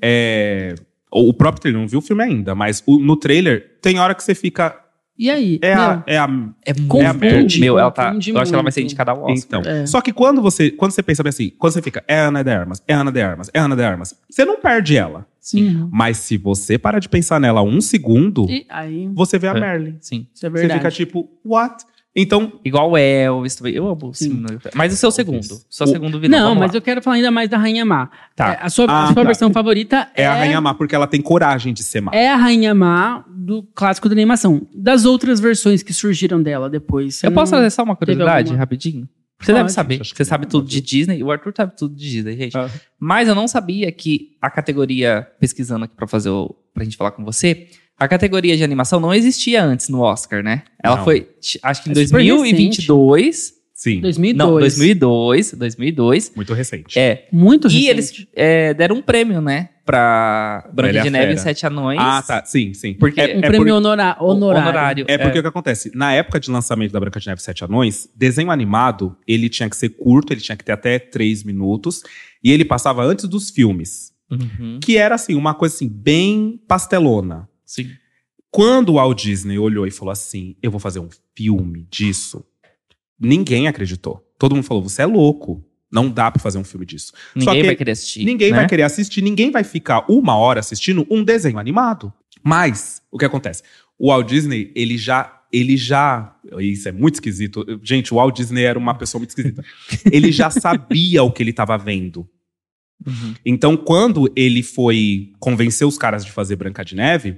é, o o próprio trailer, não viu o filme ainda, mas o- no trailer tem hora que você fica. E aí? É a, Não. é a É Confunde, muito. Meu, ela tá. confunde Eu acho que ela vai ser muito. indicada ao Oscar. Então. É. Só que quando você, quando você pensa bem assim, quando você fica, é a Ana de Armas, é a Ana de Armas, é a Ana de Armas, você não perde ela. Sim. Mas se você parar de pensar nela um segundo, E aí. você vê a É. Merlin. Sim. Isso é Você verdade. fica tipo, what? Então, Igual o Elvis também. Eu amo o Sim. Simon. Mas o seu segundo. Elvis. Seu O- segundo vilão. Não, vamos mas lá. eu quero falar ainda mais da Rainha Má. Tá. É, a sua, Ah, a sua tá. versão favorita é, a Rainha Má, porque ela tem coragem de ser má. É a Rainha Má do clássico da animação. Das outras versões que surgiram dela depois. você Eu posso não- trazer só uma teve curiosidade, alguma? rapidinho? Você Pode. deve saber. Acho que Você sabe não, tudo mas de eu- Disney. O Arthur sabe tudo de Disney, gente. Ah. Mas eu não sabia que a categoria, pesquisando aqui pra fazer o, pra gente falar com você, a categoria de animação não existia antes no Oscar, né? Ela Não. foi, acho que em É super dois mil e vinte e dois. Sim, dois mil e dois. Não, dois mil e dois. dois mil e dois. muito recente. É. Muito E recente. eles é, deram um prêmio, né? Pra Branca Bela e a de Neve e Fera. os Sete Anões. Ah, tá. Sim, sim. Porque é, Um é prêmio por- honora- honorário. honorário. É porque o que acontece? Na época de lançamento da Branca de Neve e Sete Anões, desenho animado, ele tinha que ser curto, ele tinha que ter até três minutos. E ele passava antes dos filmes. Uhum, Que era, assim, uma coisa assim, bem pastelona. sim. Quando o Walt Disney olhou e falou assim, eu vou fazer um filme disso, ninguém acreditou. Todo mundo falou, você é louco. Não dá pra fazer um filme disso. Ninguém que vai querer assistir. Ninguém né? vai querer assistir, ninguém vai ficar uma hora assistindo um desenho animado. Mas, o que acontece? O Walt Disney, ele já... Ele já... Isso é muito esquisito. Gente, o Walt Disney era uma pessoa muito esquisita. Ele já sabia o que ele estava vendo. Uhum. Então, quando ele foi convencer os caras de fazer Branca de Neve,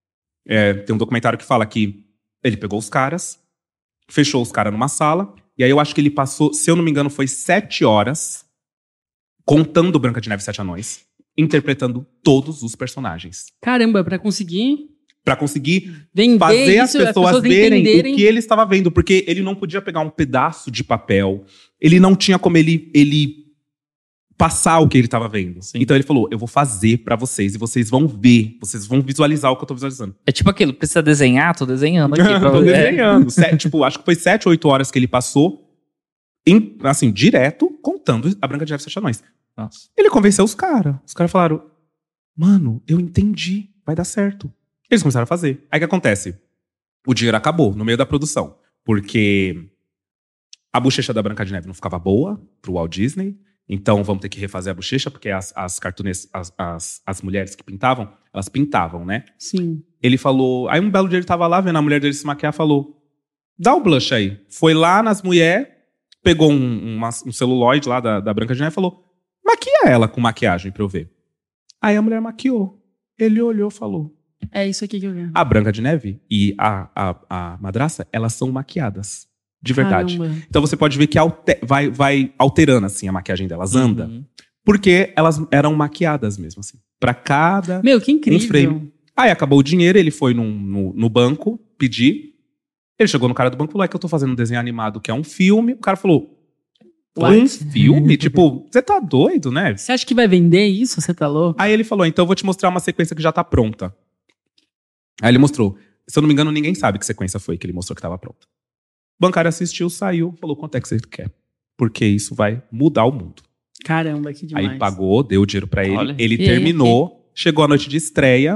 é, tem um documentário que fala que ele pegou os caras, fechou os caras numa sala, e aí eu acho que ele passou, se eu não me engano, foi sete horas contando Branca de Neve e Sete Anões, interpretando todos os personagens. Caramba, pra conseguir. Pra conseguir Vender fazer isso, as pessoas, verem entenderem. o que ele estava vendo. Porque ele não podia pegar um pedaço de papel. Ele não tinha como ele, ele passar o que ele estava vendo. Sim. Então ele falou, eu vou fazer pra vocês. E vocês vão ver. Vocês vão visualizar o que eu tô visualizando. É tipo aquilo, precisa desenhar? Tô desenhando aqui. pra tô você. desenhando. Sete, tipo, acho que foi sete, oito horas que ele passou. Em, assim, direto, contando a Branca de Neve e Sete Anões. Nossa. Ele convenceu os caras. Os caras falaram, mano, eu entendi. Vai dar certo. Eles começaram a fazer. Aí o que acontece? O dinheiro acabou no meio da produção. Porque a bochecha da Branca de Neve não ficava boa pro Walt Disney. Então vamos ter que refazer a bochecha, porque as, as cartunes, as, as, as mulheres que pintavam, elas pintavam, né? Sim. Ele falou... Aí um belo dia ele tava lá, vendo a mulher dele se maquiar, falou, dá o blush aí. Foi lá nas mulheres, pegou um, uma, um celuloide lá da, da Branca de Neve e falou, maquia ela com maquiagem pra eu ver. Aí a mulher maquiou. Ele olhou e falou... É isso aqui que eu quero. A Branca de Neve e a, a, a madraça, elas são maquiadas. De verdade. Caramba. Então você pode ver que alte- vai, vai alterando assim a maquiagem delas, anda. Uhum. Porque elas eram maquiadas mesmo, assim. Pra cada Meu, que incrível. um frame. Aí acabou o dinheiro, ele foi num- no, no banco pedir. Ele chegou no cara do banco e falou, é que eu tô fazendo um desenho animado que é um filme. O cara falou, What? um filme? Tipo, você tá doido, né? Você acha que vai vender isso? Você tá louco? Aí ele falou, então eu vou te mostrar uma sequência que já tá pronta. Aí ele mostrou. Se eu não me engano, ninguém sabe que sequência foi que ele mostrou que tava pronta. O bancário assistiu, saiu, falou quanto é que você quer. Porque isso vai mudar o mundo. Caramba, que demais. Aí pagou, deu o dinheiro pra ele. Olha. Ele E- terminou, chegou a noite de estreia.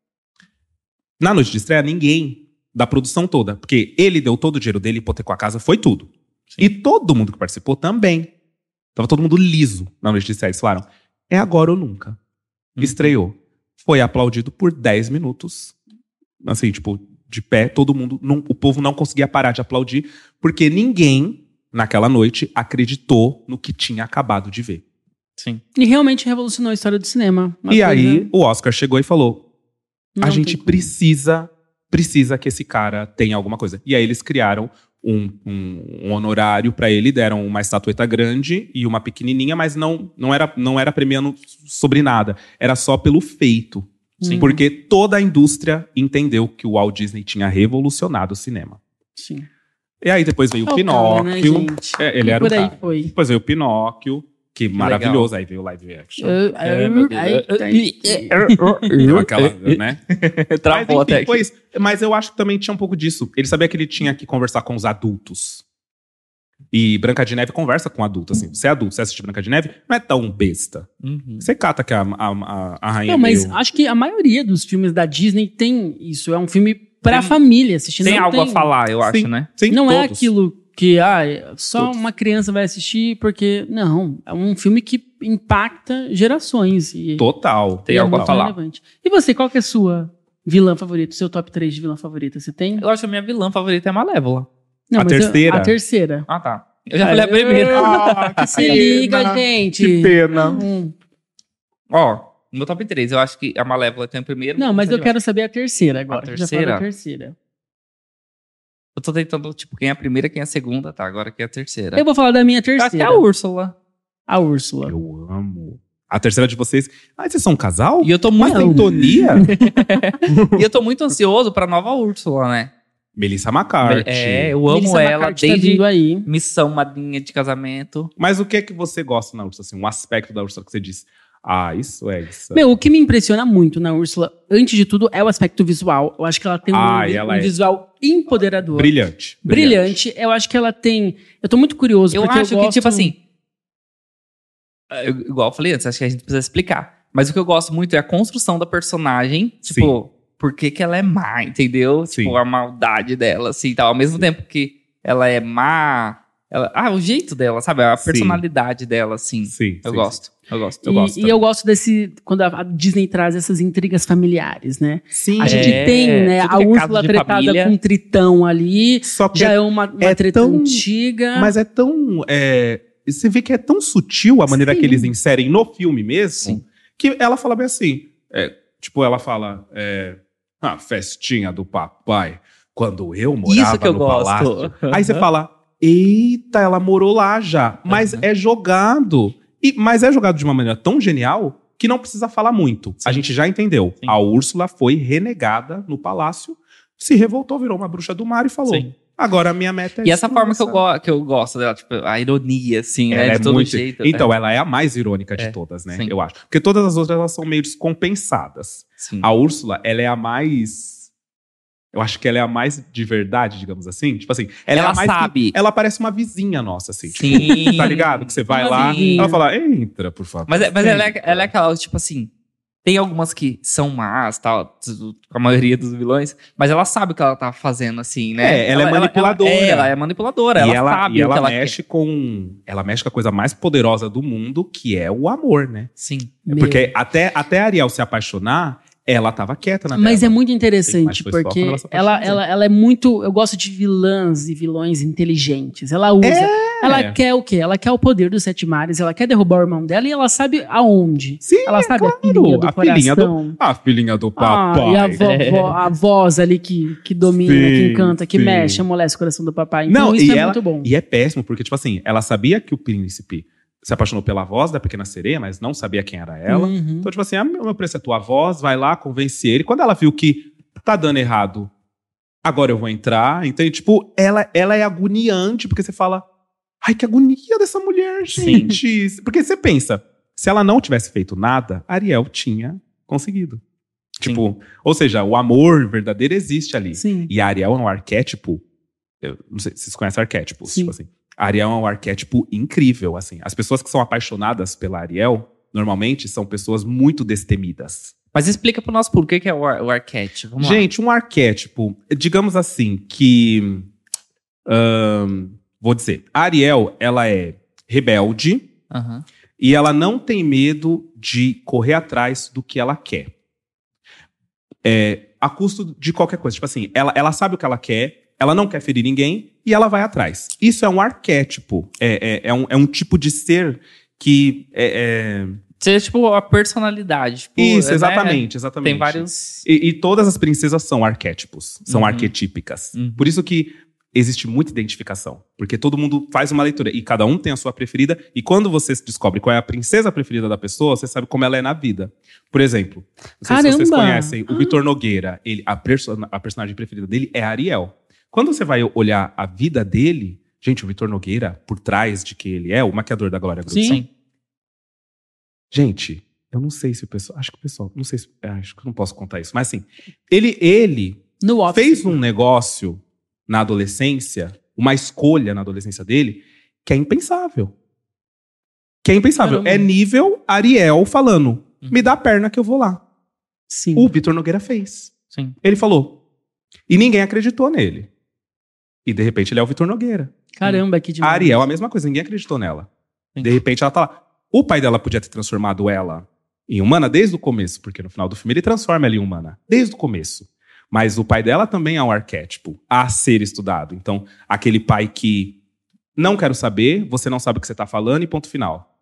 Na noite de estreia, ninguém da produção toda. Porque ele deu todo o dinheiro dele, hipotecou a casa, foi tudo. E todo mundo que participou também. Tava todo mundo liso na noite de estreia. Eles falaram, é agora ou nunca. Uhum. Estreou. Foi aplaudido por dez minutos. Assim, tipo, de pé, todo mundo. Não, o povo não conseguia parar de aplaudir, porque ninguém, naquela noite, acreditou no que tinha acabado de ver. Sim. E realmente revolucionou a história do cinema. Uma e coisa- aí, o Oscar chegou e falou: Não a tem gente como. precisa, precisa que esse cara tenha alguma coisa. E aí eles criaram um, um, um honorário pra ele, deram uma estatueta grande e uma pequenininha, mas não, não, era, não era premiando sobre nada. Era só pelo feito. Sim. Porque toda a indústria entendeu que o Walt Disney tinha revolucionado o cinema. Sim. E aí depois veio É o o Pinóquio. cara, né, gente? É, ele E era por o aí cara. foi. Depois veio o Pinóquio, que, maravilhoso. Aí veio o live action. É, meu Deus. Aí, Deu aquela, né? Travou Mas, até enfim, aqui. foi isso. Mas eu acho que também tinha um pouco disso. Ele sabia que ele tinha que conversar com os adultos. E Branca de Neve conversa com adulto, assim. Você é adulto, você assiste Branca de Neve, não é tão besta. Uhum. Você cata que a, a, a, a rainha Não, mas meio- acho que a maioria dos filmes da Disney tem isso. É um filme pra Tem- família assistir. Tem Não algo a falar, eu acho, Sim. né? Sim, Não é todos. aquilo que ah, só Todos. uma criança vai assistir porque... Não, é um filme que impacta gerações. E, Total. Tem e é algo a muito falar. relevante. E você, qual que é a sua vilã favorita? Seu top três de vilã favorita? Você tem? Eu acho que a minha vilã favorita é a Malévola. Não, A mas eu- terceira? a terceira. Ah, tá. Eu já falei a primeira. Ah, que Se liga, pena. gente. Que pena. Hum. Ó, no meu top três, eu acho que a Malévola tem o primeiro. Não, mas eu Já- quero saber a terceira agora. A Já falei terceira? a terceira. Eu tô tentando, tipo, quem é a primeira, quem é a segunda, tá? Agora quem é a terceira. Eu vou falar da minha Eu acho que é terceira. a Úrsula. A Úrsula. Eu amo. A terceira de vocês. Ah, vocês são um casal? E eu tô Uma muito, sintonia? e eu tô muito ansioso pra nova Úrsula, né? Melissa McCarthy. É, eu amo Melissa ela McCarthy tá desde vindo aí. Missão Madrinha de Casamento. Mas o que é que você gosta na Úrsula? Assim, um aspecto da Úrsula que você diz. Ah, isso é isso. Meu, o que me impressiona muito na Úrsula, antes de tudo, é o aspecto visual. Eu acho que ela tem um, Ah, e ela um é- visual empoderador. Brilhante. Brilhante. Eu acho que ela tem... Eu tô muito curioso, Eu porque acho eu que, gosto... tipo assim. eu- igual eu falei antes, acho que a gente precisa explicar. Mas o que eu gosto muito é a construção da personagem. Tipo, por que que ela é má, entendeu? Sim. Tipo, a maldade dela, assim, tal. Ao mesmo tempo que ela é má. Ela, ah, o jeito dela, sabe? A Sim. personalidade dela, assim. Sim. Eu sim, gosto. Eu gosto. Eu e, gosto e eu gosto desse... Quando a a Disney traz essas intrigas familiares, né? Sim. A Sim. gente É, tem, né? tudo A que é Úrsula caso de tretada família. com um Tritão ali. Só que Já é- é uma, uma é treta tão- antiga. Mas é tão... é, você vê que é tão sutil a maneira Sim. que eles inserem no filme mesmo, Sim. que ela fala bem assim. é, tipo, ela fala... É, a festinha do papai, quando eu morava Isso que eu no gosto. palácio. Aí você fala... Eita, ela morou lá já. Mas Uhum. é jogado. E, mas é jogado de uma maneira tão genial que não precisa falar muito. Sim. A gente já entendeu. Sim. A Úrsula foi renegada no palácio, se revoltou, virou uma bruxa do mar e falou: Sim. agora a minha meta é E essa forma que eu, essa. go- que eu gosto dela, tipo, a ironia, assim, Ela né? é De todo muito- jeito. Então, né? ela é a mais irônica de É, todas, né? sim. Eu acho. Porque todas as outras elas são meio descompensadas. Sim. A Úrsula, ela é a mais. Eu acho que ela é a mais de verdade, digamos assim. Tipo assim, ela, Ela é a mais. sabe. Que, ela parece uma vizinha nossa, assim. Sim. Tipo, tá ligado? Que você vai Uma lá, vizinha. ela fala: entra, por favor. Mas, é- mas ela, é, entra. ela é aquela, tipo assim, tem algumas que são más, tal, com a maioria dos vilões, mas ela sabe o que ela tá fazendo, assim, né? É, ela é manipuladora. Ela, é, ela é manipuladora, E ela, ela, sabe e o ela que ela mexe com. Ela mexe com a coisa mais poderosa do mundo, que é o amor, né? quer. Sim. Meu. Porque até, até a Ariel se apaixonar, ela tava quieta na Mas dela. é muito Sim, interessante, mas foi só porque quando ela se ela, apaixonou. ela, ela é muito. Eu gosto de vilãs e vilões inteligentes. Ela usa. Ela quer o quê? Ela quer o poder dos sete mares, ela quer derrubar o irmão dela e ela sabe aonde. Sim, Ela sabe claro, a filhinha do a coração. filhinha do- A filhinha do Ah, papai. e a, vovó, a voz ali que, que domina, Sim, que encanta, que sim. mexe, amolece o coração do papai. Então Não, isso e é ela- muito bom. E é péssimo, porque, tipo assim, ela sabia que o príncipe se apaixonou pela voz da pequena sereia, mas não sabia quem era ela. Uhum. Então, tipo assim, ah, meu meu preço é tua voz, vai lá, convence ele. Quando ela viu que tá dando errado, agora eu vou entrar. Então, tipo, ela, ela é agoniante, porque você fala, ai, que agonia dessa mulher, Sim. gente. Porque você pensa, se ela não tivesse feito nada, Ariel tinha conseguido. Sim. Tipo, ou seja, o amor verdadeiro existe ali. Sim. E a Ariel é um arquétipo. Eu não sei se vocês conhecem arquétipos. Sim. Tipo assim. A Ariel é um arquétipo incrível. Assim. As pessoas que são apaixonadas pela Ariel, normalmente, são pessoas muito destemidas. Mas explica pro nosso público o que é o, ar, o arquétipo. Vamos lá. Gente, um arquétipo, digamos assim, que. ahn, vou dizer, a Ariel, ela é rebelde Aham. e ela não tem medo de correr atrás do que ela quer. É, a custo de qualquer coisa. Tipo assim, ela, ela sabe o que ela quer, ela não quer ferir ninguém e ela vai atrás. Isso é um arquétipo. É, é, é, um, é um tipo de ser que. É, é... Seria tipo a personalidade. Tipo, Isso, né? exatamente, exatamente. Tem vários. E, e todas as princesas são arquétipos, são Uhum. arquetípicas. Uhum. Por isso que existe muita identificação. Porque todo mundo faz uma leitura e cada um tem a sua preferida. E quando você descobre qual é a princesa preferida da pessoa, você sabe como ela é na vida. Por exemplo, não sei se vocês Caramba! conhecem o Vitor Nogueira. Ele, a, perso a personagem preferida dele é a Ariel. Quando você vai olhar a vida dele, gente, o Vitor Nogueira, por trás de que ele é, o maquiador da Glória Groove. Sim. Gente, eu não sei se o pessoal. Acho que o pessoal. Não sei se. Acho que eu não posso contar isso. Mas assim, ele, ele No Office. fez um negócio na adolescência, uma escolha na adolescência dele, que é impensável. Que é impensável. Caramba. É nível Ariel falando: me dá a perna que eu vou lá. Sim. O Vitor Nogueira fez. Sim. Ele falou. E ninguém acreditou nele. E de repente ele é o Vitor Nogueira. Caramba, que A demais. Ariel, a mesma coisa, ninguém acreditou nela. Sim. De repente ela tá lá. O pai dela podia ter transformado ela em humana desde o começo, porque no final do filme ele transforma ela em humana, desde o começo. Mas o pai dela também é um arquétipo a ser estudado. Então, aquele pai que não quero saber, você não sabe o que você tá falando e ponto final.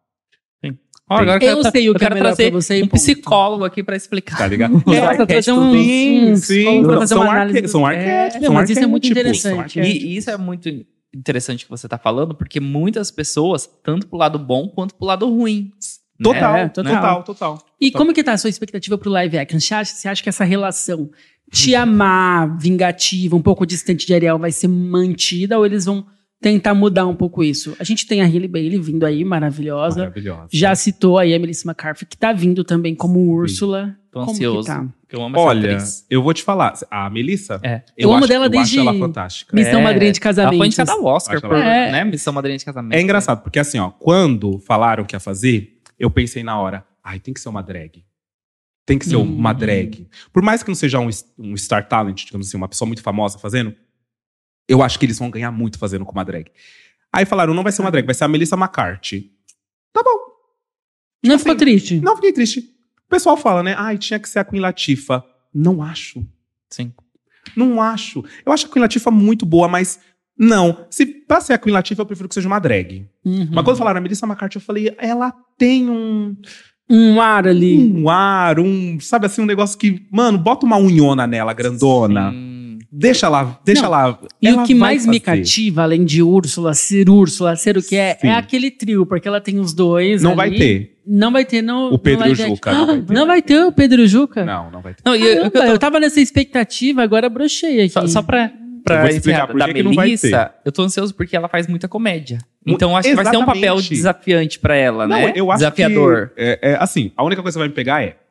Ó, agora Eu quero, sei o eu que é quero melhor trazer pra você e um ponto. psicólogo aqui pra explicar. Tá ligado? É, É, pra trazer arquétipos um- do- Sim, sim, pra fazer uma são análise. arque- são É, arquétipos, não, são mas isso é muito arquétipos, são interessante. arquétipos. E isso é muito interessante que você tá falando, porque muitas pessoas, tanto pro lado bom quanto pro lado ruim. Total, É, total. total, total. E como que tá a sua expectativa pro live action? Você acha, você acha que essa relação te amar, vingativa, um pouco distante de Ariel vai ser mantida ou eles vão tentar mudar um pouco isso? A gente tem a Hailey Bailey vindo aí, maravilhosa. Maravilhosa. Já citou aí a Melissa McCarthy, que tá vindo também como Úrsula. Tô Como ansioso. que tá? Eu amo essa Olha, atriz. eu vou te falar. A Melissa, É. eu, Eu amo acho, dela eu desde acho ela fantástica. Missão É, Madrinha de Casamento. Ela foi indicada ao Oscar Acho por, ela- É. né, Missão Madrinha de Casamento. É engraçado, porque assim, ó, quando falaram que ia fazer, eu pensei na hora, ai, tem que ser uma drag. Tem que ser Hum. uma drag. Por mais que não seja um, um star talent, digamos assim, uma pessoa muito famosa fazendo, eu acho que eles vão ganhar muito fazendo com uma drag. Aí falaram, não vai ser uma drag, vai ser a Melissa McCarthy. Tá bom. Não assim, ficou triste? Não, fiquei triste. O pessoal fala, né, ai, tinha que ser a Queen Latifah. Não acho. Sim. Não acho. Eu acho a Queen Latifah muito boa, mas não. Se pra ser a Queen Latifah, eu prefiro que seja uma drag. Uhum. Mas quando falaram a Melissa McCarthy, eu falei, ela tem um, Um ar ali. um ar, um, sabe assim, um negócio que, mano, bota uma unhona nela, grandona. Sim. Deixa lá, deixa Não, lá. E Ela o que vai mais me fazer. cativa, além de Úrsula, ser Úrsula, ser o que é, Sim. é aquele trio, porque ela tem os dois Não ali. vai ter. Não vai ter, não. O Pedro não e o Juca, não vai ter. Não vai ter o Pedro e o Juca? Não, não vai ter. Não, e eu, Caramba, eu tô- eu tava nessa expectativa, agora brochei aqui. só, só pra, Eu pra vou te explicar encerrar por da que que não vai Melissa, eu tô ansioso porque ela faz muita comédia. Mu- Então acho que vai ser um papel Exatamente. desafiante pra ela, Não, né? eu acho Desafiador. que... É, é, assim, a única coisa que vai me pegar é...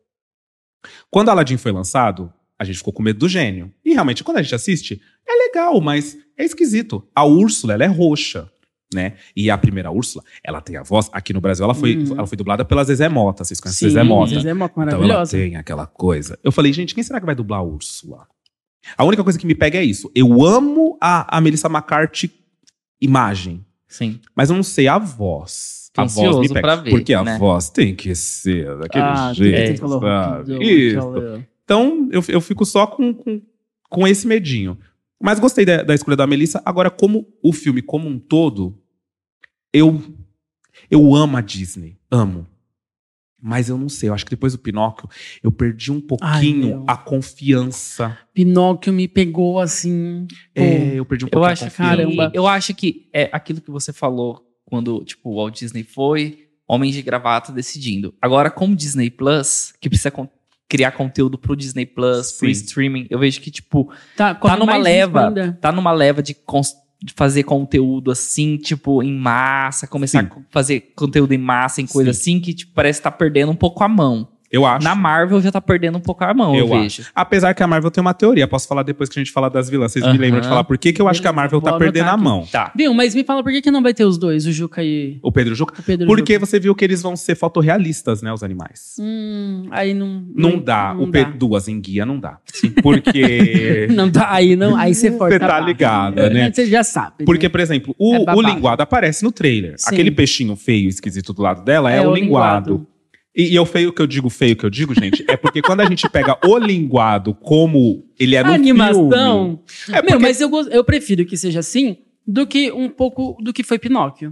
Quando Aladdin foi lançado, a gente ficou com medo do gênio. E realmente, quando a gente assiste, é legal, mas é esquisito. A Úrsula, ela é roxa, né? E a primeira Úrsula, ela tem a voz... Aqui no Brasil, ela foi, Uhum. ela foi dublada pela Zezé Mota. Vocês conhecem Sim, Zezé Mota? Zezé Mota, Então ela maravilhosa. tem aquela coisa. Eu falei, gente, quem será que vai dublar a Úrsula? A única coisa que me pega é isso. Eu amo a, a Melissa McCarthy imagem, Sim. mas eu não sei a voz. Tô a voz me ansioso pega. pra ver, porque a né? voz tem que ser daquele Ah, jeito, tem que falar sabe? rápido, Isso. aquela- Então, eu, eu fico só com, com, com esse medinho. Mas gostei da, da escolha da Melissa. Agora, como o filme como um todo, eu, eu amo a Disney. Amo. Mas eu não sei, eu acho que depois do Pinóquio, eu perdi um pouquinho meu. a confiança. Pinóquio me pegou assim. pô. É, eu perdi um Eu pouquinho acho, a que, confiança. caramba. eu acho que é aquilo que você falou quando, tipo, o Walt Disney foi, Homens de Gravata decidindo. Agora, com o Disney Plus, que precisa con- criar conteúdo pro Disney Plus, pro Sim. streaming, eu vejo que, tipo, Tá, tá corre numa mais leva, risco ainda. tá numa leva de, cons- de fazer conteúdo assim, tipo, em massa, começar Sim. a co- fazer conteúdo em massa, em coisa Sim. assim, que, tipo, parece que tá perdendo um pouco a mão. Eu acho. Na Marvel já tá perdendo um pouco a mão, eu, Eu vejo. Apesar que a Marvel tem uma teoria, posso falar depois que a gente falar das vilãs. Vocês me Aham. lembram de falar por que, que eu acho que a Marvel Vou tá perdendo anotar a aqui. mão. Tá. Viu, mas me fala por que, que não vai ter os dois, o Juca e O Pedro Juca. o Pedro Porque Juca? você viu que eles vão ser fotorrealistas, né, os animais. Hum, aí não... Não, dá. Não o dá. Pedro, duas em guia não dá. Porque... Não dá, aí não, aí você força Você tá a barra. ligada, né? Você já sabe. Porque, né? por exemplo, É o, o babado. linguado aparece no trailer. Sim. Aquele peixinho feio, esquisito do lado dela é, o linguado. E, e eu feio que eu digo, feio que eu digo, gente, é porque quando a gente pega o linguado como ele é no a animação. filme... É Meu, porque, mas eu, gosto- eu prefiro que seja assim do que um pouco do que foi Pinóquio.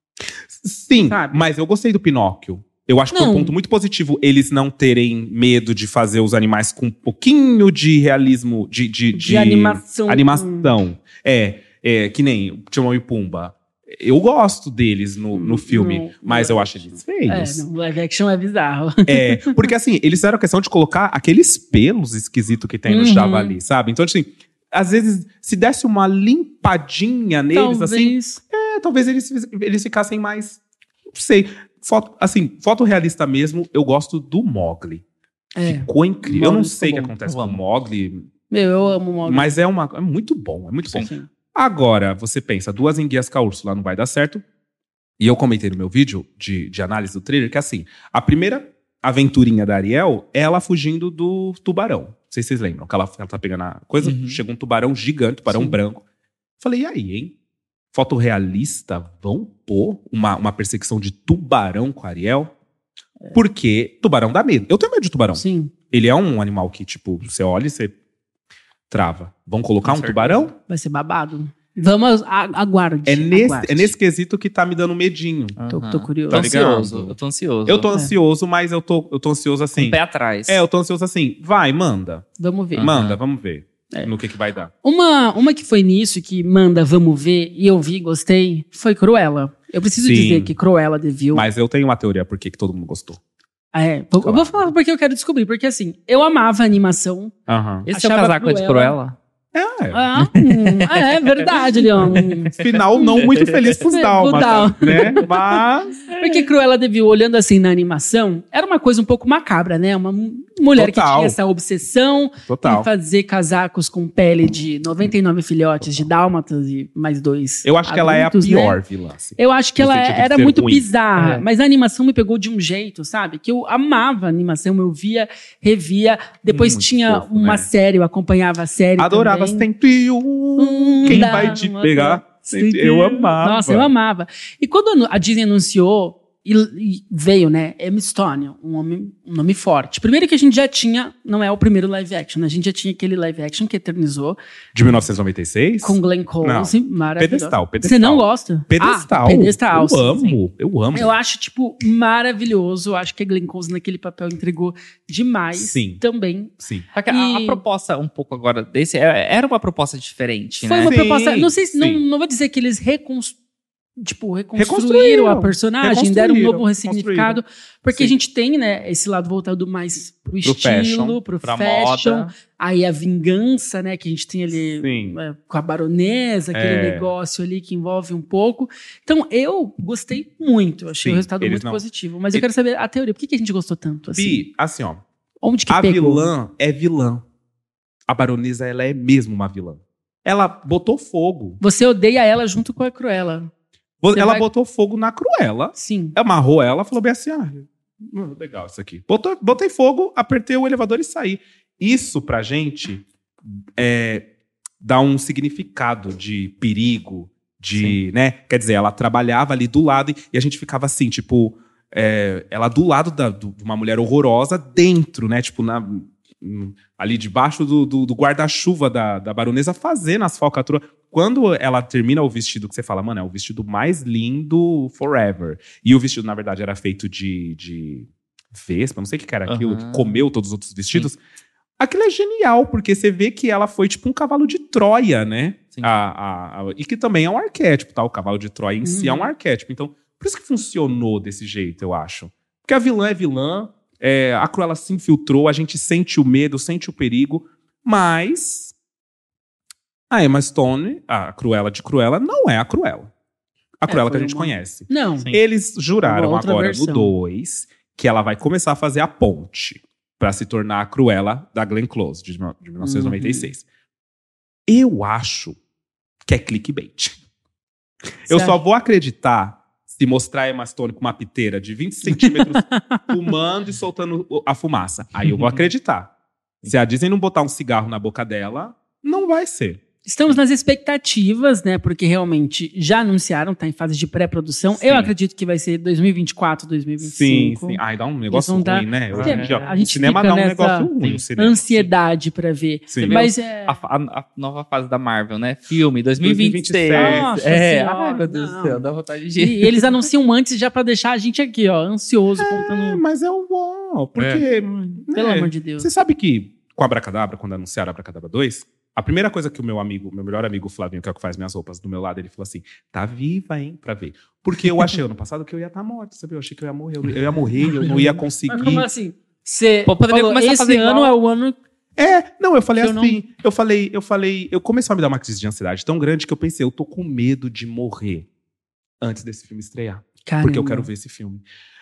sim, sabe? mas eu gostei do Pinóquio. Eu acho que foi um Não. ponto muito positivo eles não terem medo de fazer os animais com um pouquinho de realismo, de, de, De, de animação. animação. É, é, que nem Timão e Pumba. Eu gosto deles no, no filme, Não, mas não. eu acho eles É, feios. não, live action é bizarro. É, porque assim, eles fizeram a questão de colocar aqueles pelos esquisitos que tem no Uhum. javali, sabe? Então, assim, às vezes, se desse uma limpadinha neles, assim, Talvez. é, talvez eles, eles ficassem mais. Não sei. Foto, assim, foto realista mesmo, eu gosto do Mowgli. É. Ficou incrível. Eu Mowgli não ficou sei o que bom. acontece Eu com o amo. Mowgli, Meu, eu amo o Mowgli. mas é, uma, é muito bom, é muito bom. Sim. Agora, você pensa, duas enguias com a Úrsula não vai dar certo. E eu comentei no meu vídeo de, de análise do trailer que, assim, a primeira aventurinha da Ariel é ela fugindo do tubarão. Não sei se vocês lembram, que ela, ela tá pegando a coisa, Uhum. chega um tubarão gigante, tubarão Sim. branco. Falei, e aí, hein? Fotorrealista, vão pôr uma, uma perseguição de tubarão com a Ariel? Porque tubarão dá medo. Eu tenho medo de tubarão. Sim. Ele é um animal que, tipo, você olha e você trava. Vão colocar Com um certeza. tubarão? Vai ser babado. Vamos, a- aguarde. É nesse, aguarde. é nesse quesito que tá me dando medinho. Tô, Aham. tô curioso. Tô Tá ligado? ansioso, eu tô ansioso. Eu tô É. ansioso, mas eu tô, eu tô ansioso com assim. o pé atrás. É, eu tô ansioso assim. Vai, manda. Vamos ver. Aham. Manda, vamos ver É. no que, que vai dar. Uma, uma que foi nisso, que manda, vamos ver, e eu vi, gostei, foi Cruella. Eu preciso Sim. dizer que Cruella deviu. Mas eu tenho uma teoria por que que todo mundo gostou. Ah, é, eu Claro. vou falar porque eu quero descobrir. Porque assim, eu amava a animação. Aham. Esse é o Achava casaco de Cruella. Cruella? É, Ah, hum, ah, é verdade, Leon. final não muito feliz pros Pro Dálmatas, Dál- né? Mas... Porque Cruella de Vil, olhando assim na animação, era uma coisa um pouco macabra, né? Uma m- mulher que Total. tinha essa obsessão Total. em fazer casacos com pele de noventa e nove filhotes de dálmatas e mais dois Eu acho que ela é a adultos, né? pior vilã. assim. Eu acho que No ela sentido de era ser muito ruim. bizarra, É. mas a animação me pegou de um jeito, sabe? Que eu amava a animação, eu via, revia. Depois Muito tinha fofo, uma né? série, eu acompanhava a série. Adorava também. sempre um. Quem Dá vai te uma pegar? Sempre- Eu amava. Nossa, eu amava. E quando a Disney anunciou, e, e veio, né, Emma Stone, um nome, um nome forte. Primeiro que a gente já tinha, não é o primeiro live action, né? A gente já tinha aquele live action que eternizou, De mil novecentos e noventa e seis? com Glenn Close, maravilhoso. Pedestal, pedestal. Você não gosta? Pedestal. Ah, pedestal, Eu sim, amo, sim. eu amo. Eu acho, tipo, maravilhoso. Eu acho que a Glenn Close naquele papel entregou demais. Sim. Também. Sim. Só que a, a E- proposta um pouco agora desse é- era uma proposta diferente, Foi né? uma Sim, proposta. Não sei se. Não, sim. não vou dizer que eles reconstruíram. tipo, reconstruíram, Reconstruíram. a personagem, deram um novo Reconstruíram, ressignificado. Porque Sim. a gente tem, né, esse lado voltado mais pro estilo, fashion, pro pra fashion. moda. Aí a vingança, né, que a gente tem ali Sim. é, com a baronesa, aquele É. negócio ali que envolve um pouco. Então, eu gostei muito. Eu achei Sim, o resultado eles muito não- positivo. Mas eu E- quero saber a teoria. Por que, que a gente gostou tanto assim? Bi, assim, ó. Onde que A pegou? vilã é vilã. A baronesa, ela é mesmo uma vilã. Ela botou fogo. Você odeia ela junto com a Cruella. Você ela vai- botou fogo na Cruella. Sim. Amarrou ela, falou bem assim, ah, hum, legal isso aqui. Botou, botei fogo, apertei o elevador e saí. Isso pra gente é, dá um significado de perigo, de, né? Quer dizer, ela trabalhava ali do lado e, e a gente ficava assim, tipo, é, ela do lado da, do- de uma mulher horrorosa dentro, né? Tipo, na, hum, ali debaixo do, do- do guarda-chuva da, da baronesa fazendo as falcatruas. Quando ela termina o vestido, que você fala, mano, é o vestido mais lindo forever. E o vestido, na verdade, era feito de, de vespa, não sei o que que era aquilo, Aham. que comeu todos os outros vestidos. Aquilo é genial, porque você vê que ela foi tipo um cavalo de Troia, né? Sim. A, a- a- e que também é um arquétipo, tá? O cavalo de Troia em si é um Uhum. arquétipo. Então, por isso que funcionou desse jeito, eu acho. Porque a vilã é vilã, é, a Cruella se infiltrou, a gente sente o medo, sente o perigo, mas a Emma Stone, a Cruella de Cruella, não é a Cruella. A É, Cruella que foi a gente uma- conhece. Não. Sim. Eles juraram Uma outra agora versão. no dois que ela vai começar a fazer a ponte pra se tornar a Cruella da Glenn Close, de mil novecentos e noventa e seis. Uhum. Eu acho que é clickbait. Eu Você só acha? vou acreditar se mostrar a Emma Stone com uma piteira de vinte centímetros fumando e soltando o- a fumaça. Aí eu vou acreditar. Se a Disney não botar um cigarro na boca dela, não vai ser. Estamos nas expectativas, né? Porque realmente já anunciaram, tá em fase de pré-produção. Sim. Eu acredito que vai ser dois mil e vinte e quatro, dois mil e vinte e Sim, cinco. sim. Ai, dá um negócio vão dar- ruim, né? Hoje Porque em dia, a o gente cinema fica dá um nessa negócio ruim. o cinema. Ansiedade pra ver. Sim. Você vê Mas os- é... A, fa- a- a nova fase da Marvel, né? Filme, dois mil e vinte e seis. Nossa é, Senhora, ai meu Deus não. do céu, dá vontade de... E eles anunciam antes já pra deixar a gente aqui, ó, ansioso, É, contando. mas é o bom, porque... Pelo né, amor de Deus. Você sabe que com a Abracadabra, quando anunciaram a Abracadabra dois, a primeira coisa que o meu amigo, meu melhor amigo Flavinho, que é o que faz minhas roupas do meu lado, ele falou assim, tá viva, hein, pra ver. Porque eu achei ano passado que eu ia estar morto, sabe? Eu achei que eu ia morrer, eu ia morrer, eu não ia conseguir. Mas como assim? Você Pô, poderia falou, começar a esse fazer ano igual- é o ano... É, não, eu falei Que eu assim, eu falei, eu falei, eu comecei a me dar uma crise de ansiedade tão grande que eu pensei, eu tô com medo de morrer antes desse filme estrear. Caramba. Porque eu quero ver esse filme.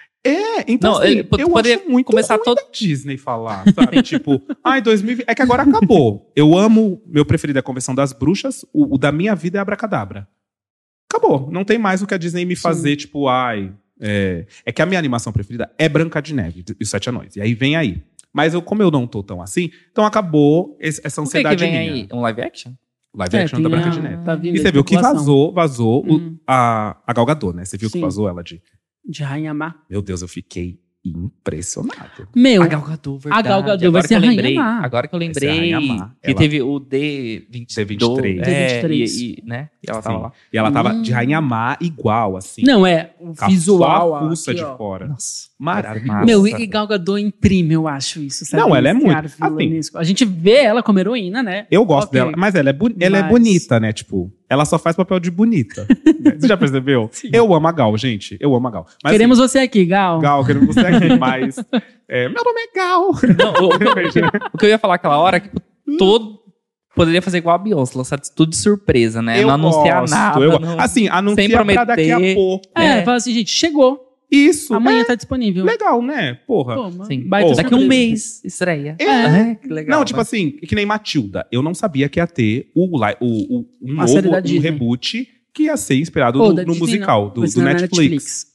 É, então Não, assim, ele po- eu poderia acho muito começar ruim todo- da Disney falar, sabe? Tipo, ai, dois mil e vinte... É que agora acabou. Eu amo, meu preferido é a Convenção das Bruxas, o, o da minha vida é Abracadabra. Acabou. Não tem mais o que a Disney me fazer, tipo, ai... É... é que a minha animação preferida é Branca de Neve e os Sete Anões. E aí vem aí. Mas eu, como eu não tô tão assim, então acabou esse- essa O que que ansiedade vem minha. aí? Um live action? Live É, action tem da Branca a- de Neve. Tá vindo E a você viu que especulação. vazou, vazou o- Uhum. a, a Gal Gadot, né? Você viu Sim. que vazou ela de... De Rainha Má. Meu Deus, eu fiquei impressionado. Meu, A Gal Gadot, verdade. A Gal Gadot Agora vai ser que eu a Rainha lembrei, Má. Agora que eu Vai ser a lembrei Rainha Má. que Ela- teve o D vinte e dois. D vinte e três. É, D vinte e três. E, e, né? E ela tava Sim. lá. E ela tava de Hum. Rainha Má igual, assim. não, é o Com a visual. só a fuça aqui, de ó. fora. Nossa. Maravilhoso. Meu, e Gal Gadot imprime, eu acho isso, sabe? Não, ela é Esse muito- ar vilanesco. A gente vê ela como heroína, né? Eu gosto Ok. dela, mas ela é, bu- ela é Mas- bonita, né? Tipo, ela só faz papel de bonita. Você já percebeu? Sim. Eu amo a Gal, gente. Eu amo a Gal. Mas, Queremos você aqui, Gal. assim, Gal, queremos você aqui, mas... é, meu nome é Gal. Não, o, o- o que eu ia falar aquela hora é que tipo, todo... Poderia fazer igual a Beyoncé, lançar tudo de surpresa, né? Eu não anunciar gosto, nada. eu- não- Assim, anuncia prometer. pra daqui a pouco. É, É. fala assim, gente, chegou. Isso, Amanhã é tá disponível. legal, né? Porra. Pô, mano, Sim. baita Pô, Daqui surpresa. um mês estreia. É. É, que legal. Não, tipo né? assim, que nem Matilda. Eu não sabia que ia ter o, li- o, o, um Uma série novo da um Disney. reboot que ia ser inspirado Pô, no, da no Disney musical não, do, vai do ser na Netflix.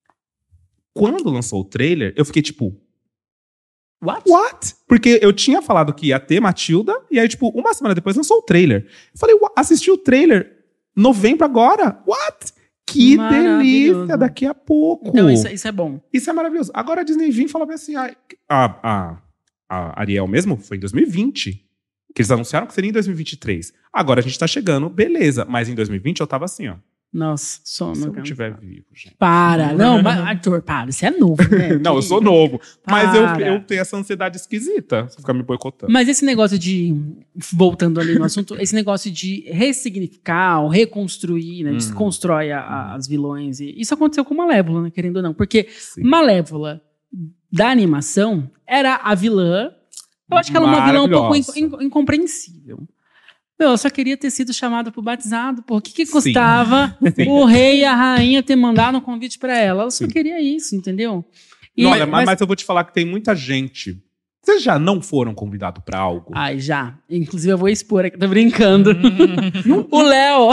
Quando lançou o trailer, eu fiquei tipo, What? what? Porque eu tinha falado que ia ter Matilda, e aí, tipo, uma semana depois lançou o trailer. Eu falei, "Uá, assisti o trailer novembro agora? What? Que Maravilhoso. delícia, daqui a pouco. Então, isso, isso é bom. Isso é maravilhoso. Agora a Disney vinha e falou bem assim, ah, a, a, a Ariel mesmo foi em dois mil e vinte. Que eles anunciaram que seria em dois mil e vinte e três. Agora a gente tá chegando, beleza. Mas em dois mil e vinte eu tava assim, ó. Nossa, sono. Se eu não cara. estiver vivo, gente. Para, não, mas, Arthur, para, você é novo, né? Não, eu sou novo. Mas eu, Para. eu tenho essa ansiedade esquisita. Você ficar me boicotando. Mas esse negócio de, voltando ali no assunto, esse negócio de ressignificar, ou reconstruir, né? Hum. Desconstrói a- a- as vilões. E isso aconteceu com Malévola, né? Querendo ou não. Porque Sim. Malévola, da animação, era a vilã. Eu acho que ela é uma vilã um pouco Maravilhosa. in- in- incompreensível. Meu, eu só queria ter sido chamada pro batizado. Por que que Sim. custava Sim. o rei e a rainha ter mandado um convite pra ela? Ela só Sim. queria isso, entendeu? E- Olha, mas, mas eu vou te falar que tem muita gente. Vocês já não foram convidados pra algo? Ai, já. Inclusive, eu vou expor aqui, tô brincando. o Léo,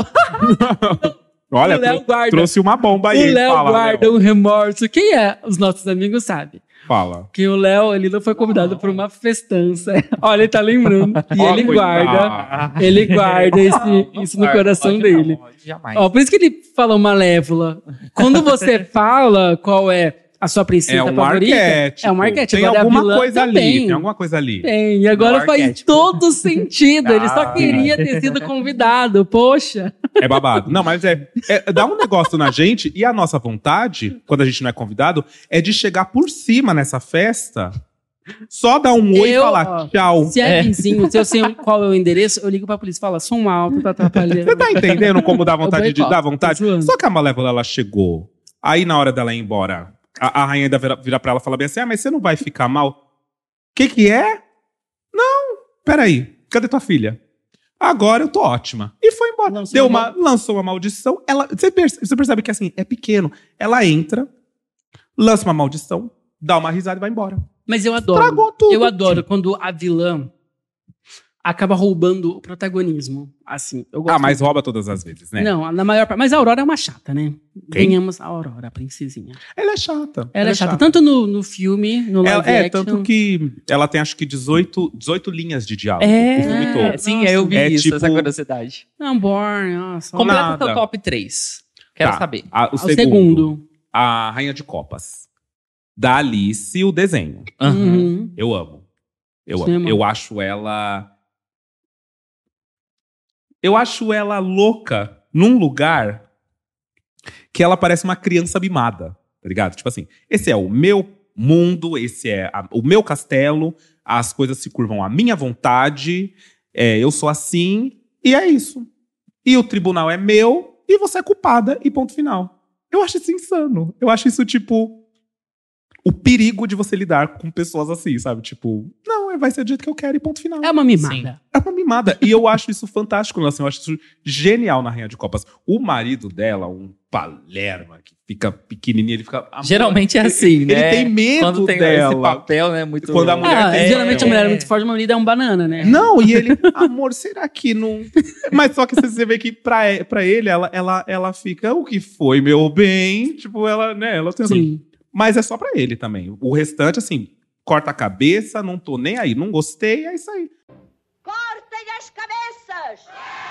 Olha, o Léo tro- guarda. trouxe uma bomba aí. o Léo Fala, guarda Léo. um remorso. Quem é? Os nossos amigos sabem. Fala. Que o Léo, ele não foi convidado pra uma festança. Olha, ele tá lembrando. E Ó, ele coitado. guarda. Ele guarda esse- isso no coração Pode dele. Não, jamais. Ó, por isso que ele falou Malévola. Quando você fala qual é a sua princesa É um favorita, arquétipo. é um arquétipo. Tem Agora, a alguma vilã coisa também. ali. Tem alguma coisa ali. Tem, e agora No faz arquétipo. todo sentido. Ele só Ah. queria ter sido convidado. Poxa. É babado. Não, mas é, é. Dá um negócio na gente e a nossa vontade, quando a gente não é convidado, é de chegar por cima nessa festa, só dar um oi e Eu, falar ó, tchau. Se é, vizinho, se eu sei qual é o endereço, eu ligo pra polícia e falo, som alto, tá atrapalhando. Você tá entendendo como dá vontade Eu de boicoto, dar vontade? tô zoando. Só que a Malévola, ela chegou. Aí, na hora dela ir embora, a, a rainha ainda vira, vira pra ela e fala bem assim: ah, mas você não vai ficar mal? O que que é? Não, peraí. Cadê tua filha? Agora eu tô ótima. E foi embora. Lançou Deu uma- uma, lançou uma maldição. Ela, você, perce- você percebe que assim, é pequeno. Ela entra, lança uma maldição, dá uma risada e vai embora. Mas eu adoro. Tragou tudo. Eu adoro quando a vilã acaba roubando o protagonismo. Assim, eu gosto Ah, mas rouba todas as vezes, né? Não, na maior parte. Mas a Aurora é uma chata, né? Quem? Ganhamos a Aurora, a princesinha. Ela é chata. Ela é chata, tanto no, no filme, no Ela- live é, action. tanto que ela tem acho que dezoito, dezoito linhas de diálogo. É. o filme todo. É, Sim, eu vi É isso, tipo- essa curiosidade. Não, boring, nossa. Completa Nada. seu top três. Quero Tá. saber. A- o, O segundo, segundo. A Rainha de Copas. Da Alice, o desenho. Aham. Uhum. Eu amo. Eu Você amo. ama? Eu acho ela... Eu acho ela louca num lugar que ela parece uma criança mimada, tá ligado? Tipo assim, esse é o meu mundo, esse é a- o meu castelo, as coisas se curvam à minha vontade, é, eu sou assim, e é isso. E o tribunal é meu, e você é culpada, e ponto final. Eu acho isso insano. Eu acho isso, tipo, o perigo de você lidar com pessoas assim, sabe? Tipo, não, vai ser do jeito que eu quero, e ponto final. É uma mimada. É uma mimada. E eu acho isso fantástico, assim, eu acho isso genial na Rainha de Copas. O marido dela, um Palerma, que fica pequenininho, ele fica... amor, Geralmente é assim, ele, né? Ele tem medo Quando tem esse dela. papel, né? Muito... Quando a mulher Ah, tem- geralmente a mulher é É. muito forte, mas a mulher é um banana, né? Não, e ele, amor, será que não... Mas só que você vê que pra, e- pra ele, ela, ela, ela fica, o que foi, meu bem? Tipo, ela, né, ela tem... Sim. Mas é só pra ele também. O restante, assim, corta a cabeça, não tô nem aí, não gostei, é isso aí. Cortem as cabeças!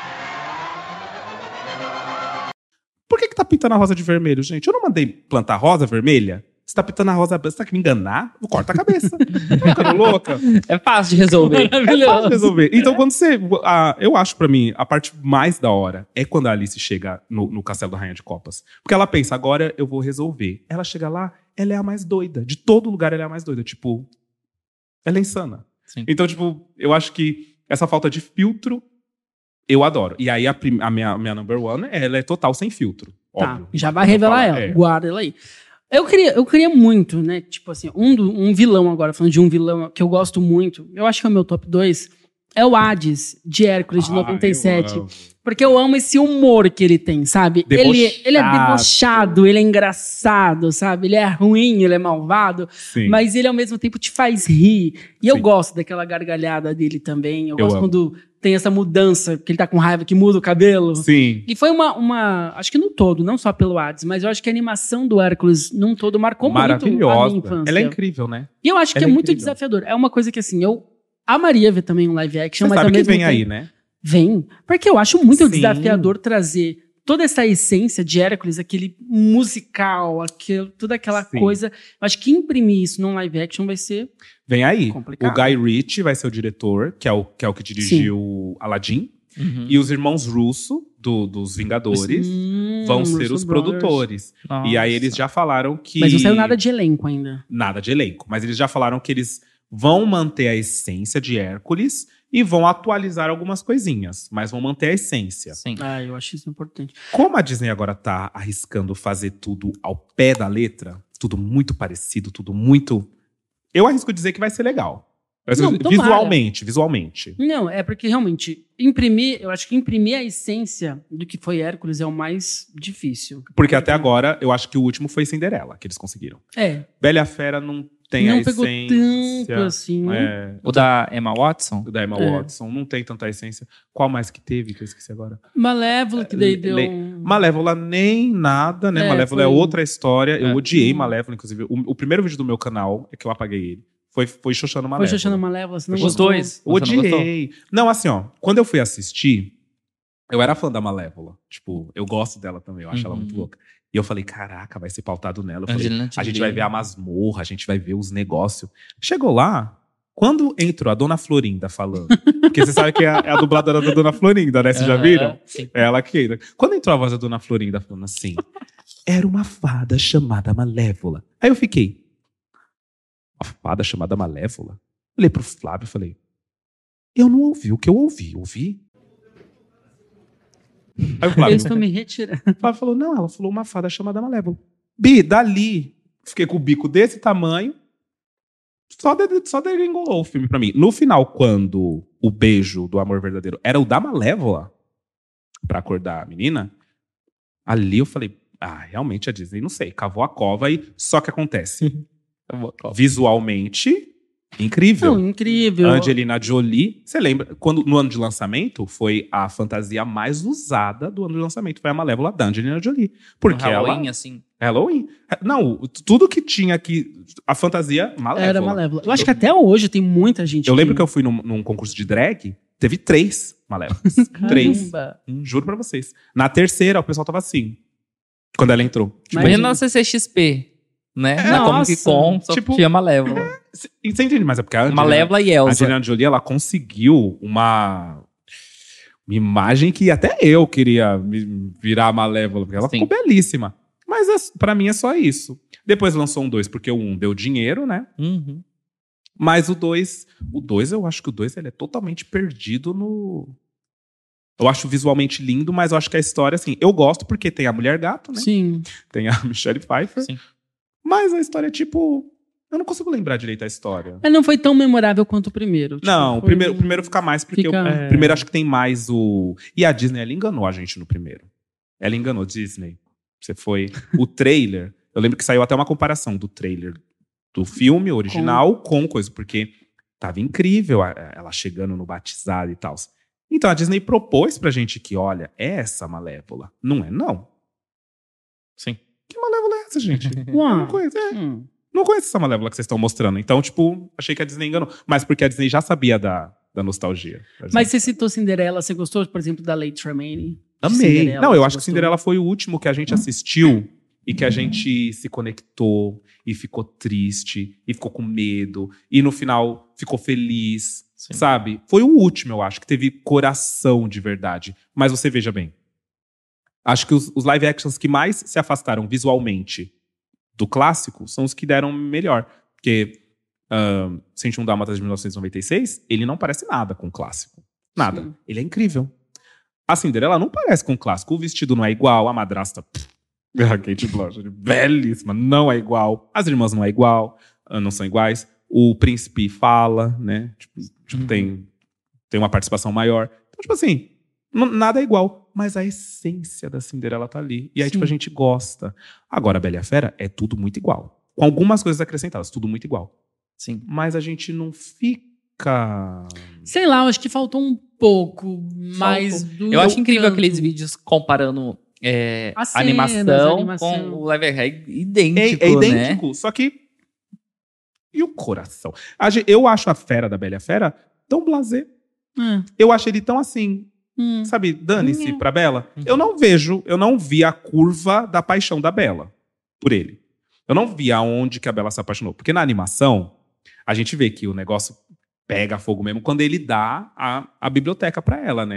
Por que que tá pintando a rosa de vermelho, gente? Eu não mandei plantar rosa vermelha? Você tá pintando a rosa... Você tá querendo me enganar? Corta a cabeça. Tá ficando louca? É fácil de resolver. É fácil Maravilhoso. resolver. Então, quando você... a- eu acho, pra mim, a parte mais da hora é quando a Alice chega no, no Castelo da Rainha de Copas. Porque ela pensa, agora eu vou resolver. Ela chega lá, ela é a mais doida. De todo lugar, ela é a mais doida. Tipo, ela é insana. Sim. Então, tipo, eu acho que essa falta de filtro, eu adoro. E aí, a, prim- a minha, minha number one, ela é total sem filtro. Tá, Óbvio. já vai Eu revelar falo, ela. é. Guarda ela aí. Eu queria, eu queria muito, né? Tipo assim, um, do- um vilão agora, falando de um vilão que eu gosto muito, eu acho que é o meu top dois, é o Hades, de Hércules, de Ah, noventa e sete. eu amo. Porque eu amo esse humor que ele tem, sabe? Ele, ele é Debochado. debochado, ele é engraçado, sabe? Ele é ruim, ele é malvado, Sim. mas ele ao mesmo tempo te faz rir. E eu Sim. gosto daquela gargalhada dele também. Eu, Eu gosto amo. quando tem essa mudança, que ele tá com raiva, que muda o cabelo. Sim. E foi uma, uma. Acho que no todo, não só pelo Hades, mas eu acho que a animação do Hércules num todo marcou muito a minha Maravilhosa. infância. Ela é incrível, né? E eu acho que Ela é é muito incrível. desafiador. É uma coisa que, assim, eu amaria ver também um live action, Você mas ao sabe que mesmo vem tempo. aí, né? Vem. Porque eu acho muito Sim. desafiador trazer toda essa essência de Hércules, aquele musical, aquele, toda aquela Sim. coisa. Eu acho que imprimir isso num live action vai ser. Vem aí. Complicado. O Guy Ritchie vai ser o diretor, que é o que, é o que dirigiu Aladdin. Uhum. E os irmãos Russo, do- dos Vingadores, Hum, vão ser Russo os Brothers. produtores. E aí eles já falaram que... Mas não saiu nada de elenco ainda. Nada de elenco. Mas eles já falaram que eles vão manter a essência de Hércules e vão atualizar algumas coisinhas. Mas vão manter a essência. Sim. Ah, eu acho isso importante. Como a Disney agora tá arriscando fazer tudo ao pé da letra, tudo muito parecido, tudo muito... Eu arrisco dizer que vai ser legal. Vai ser Não, tomara. visualmente, visualmente. Não, é porque realmente imprimir, eu acho que imprimir a essência do que foi Hércules é o mais difícil. Porque até agora, eu acho que o último foi Cinderela, que eles conseguiram. É, Bela e a Fera não tem não a pegou essência. tanto assim. É, O da Emma Watson? o da Emma É. Watson não tem tanta essência. Qual mais que teve, que eu esqueci agora? Malévola, que daí deu... Le- um- Malévola nem nada, né? É, Malévola é foi- outra história. Eu É. odiei Hum. Malévola, inclusive. O, o primeiro vídeo do meu canal, é que eu apaguei ele, foi, foi Xoxana Foi Malévola. Xoxana Malévola, você não Os gostou? dois. Eu Você não gostou? odiei. Não, assim, ó. Quando eu fui assistir, eu era fã da Malévola. Tipo, eu gosto dela também. Eu acho ela Uhum. muito louca. E eu falei, caraca, vai ser pautado nela. Eu falei, Angelina a gente Jolie. vai ver a masmorra, a gente vai ver os negócios. Chegou lá, quando entrou a Dona Florinda falando, porque você sabe que é a, é a dubladora da Dona Florinda, né? Vocês já Aham, viram? sim. É ela que entra. Quando entrou a voz da Dona Florinda falando assim, era uma fada chamada Malévola. Aí eu fiquei, uma fada chamada Malévola? Olhei pro Flávio e falei, eu não ouvi o que eu ouvi. Ouvi? Aí o Flávio, Eu estou me retirando. o Flávio falou, não, ela falou uma fada chamada Malévola. Bi, dali, fiquei com o bico desse tamanho, só, de, só degringolou o filme pra mim. No final, quando o beijo do amor verdadeiro era o da Malévola, pra acordar a menina, ali eu falei, ah, realmente a Disney, não sei, cavou a cova e só que acontece. Visualmente, incrível. Não, incrível. Angelina Jolie, você lembra, quando no ano de lançamento, foi a fantasia mais usada do ano de lançamento, foi a Malévola da Angelina Jolie. Porque No Halloween, ela... assim. Halloween. Não, tudo que tinha aqui, a fantasia Malévola. Era Malévola. Eu acho que até hoje tem muita gente Eu lembro que eu fui num, num concurso de drag, teve três Malévolas. Três. Caramba. Hum, Juro pra vocês. Na terceira, o pessoal tava assim, quando ela entrou. Tipo, Mas- Imagina na C C X P, né? Na Nossa. Comic Con, só Tipo- tinha Malévola. Você entende? Mas é porque a Angelina, Malévola e a Elsa. Angelina Jolie, ela conseguiu uma, uma imagem que até eu queria me virar a Malévola, porque ela Sim. ficou belíssima. Mas é, pra mim é só isso. Depois lançou um dois, porque o um deu dinheiro, né? Uhum. Mas o dois, o dois eu acho que o dois ele é totalmente perdido no... Eu acho visualmente lindo, mas eu acho que a história, assim, eu gosto porque tem a Mulher Gato, né? Sim. Tem a Michelle Pfeiffer. Sim. Mas a história é tipo... Eu não consigo lembrar direito a história. Mas não foi tão memorável quanto o primeiro. Tipo, Não, o foi- primeiro, o primeiro fica mais porque Fica- o é. primeiro acho que tem mais o... E a Disney, ela enganou a gente no primeiro. Ela enganou, Disney. Você foi... O trailer... Eu lembro que saiu até uma comparação do trailer do filme original com, coisa, porque tava incrível a- ela chegando no batizado e tal. Então a Disney propôs pra gente que, olha, é essa Malévola. Não é, não. Sim. Que Malévola é essa, gente? Eu Uau. não conheço. É, Hum. não conheço essa Malévola que vocês estão mostrando. Então, tipo, achei que a Disney enganou. Mas porque a Disney já sabia da, da nostalgia. Mas você citou Cinderela, você gostou, por exemplo, da Lady Tremaine? De Amei. Cinderela, Não, eu você acho que gostou? Cinderela foi o último que a gente assistiu e que a gente se conectou e ficou triste e ficou com medo e no final ficou feliz, Sim. sabe? Foi o último, eu acho, que teve coração de verdade. Mas você veja bem, acho que os, os live actions que mais se afastaram visualmente do clássico são os que deram melhor. Porque uh, cento e um Dálmatas de mil novecentos e noventa e seis, ele não parece nada com o clássico. Nada. Sim. Ele é incrível. A Cinderela não parece com o clássico. O vestido não é igual, a madrasta... pff, a Kate Blanchett, belíssima, não é igual. As irmãs não é igual, ah, não são iguais. O príncipe fala, né? Tipo, tipo, Uhum. tem, tem uma participação maior. Então, tipo assim, n- nada é igual. Mas a essência da Cinderela tá ali. E aí, Sim. tipo, a gente gosta. Agora, a Bela e a Fera é tudo muito igual. Com algumas coisas acrescentadas, tudo muito igual. Sim. Mas a gente não fica... Sei lá, eu acho que faltou um pouco mais do. Eu acho incrível canto. aqueles vídeos comparando é, As a animação, cenas, a animação. com o live action. É É, idêntico, é né? idêntico, só que... E o coração? A gen- Eu acho a Fera da Bela e a Fera tão blasé. É. Eu acho ele tão assim, Hum. sabe, dane-se Hum. pra Bela. Eu não vejo, eu não vi a curva da paixão da Bela por ele. Eu não vi aonde que a Bela se apaixonou. Porque na animação, a gente vê que o negócio pega fogo mesmo quando ele dá a, a biblioteca pra ela, né?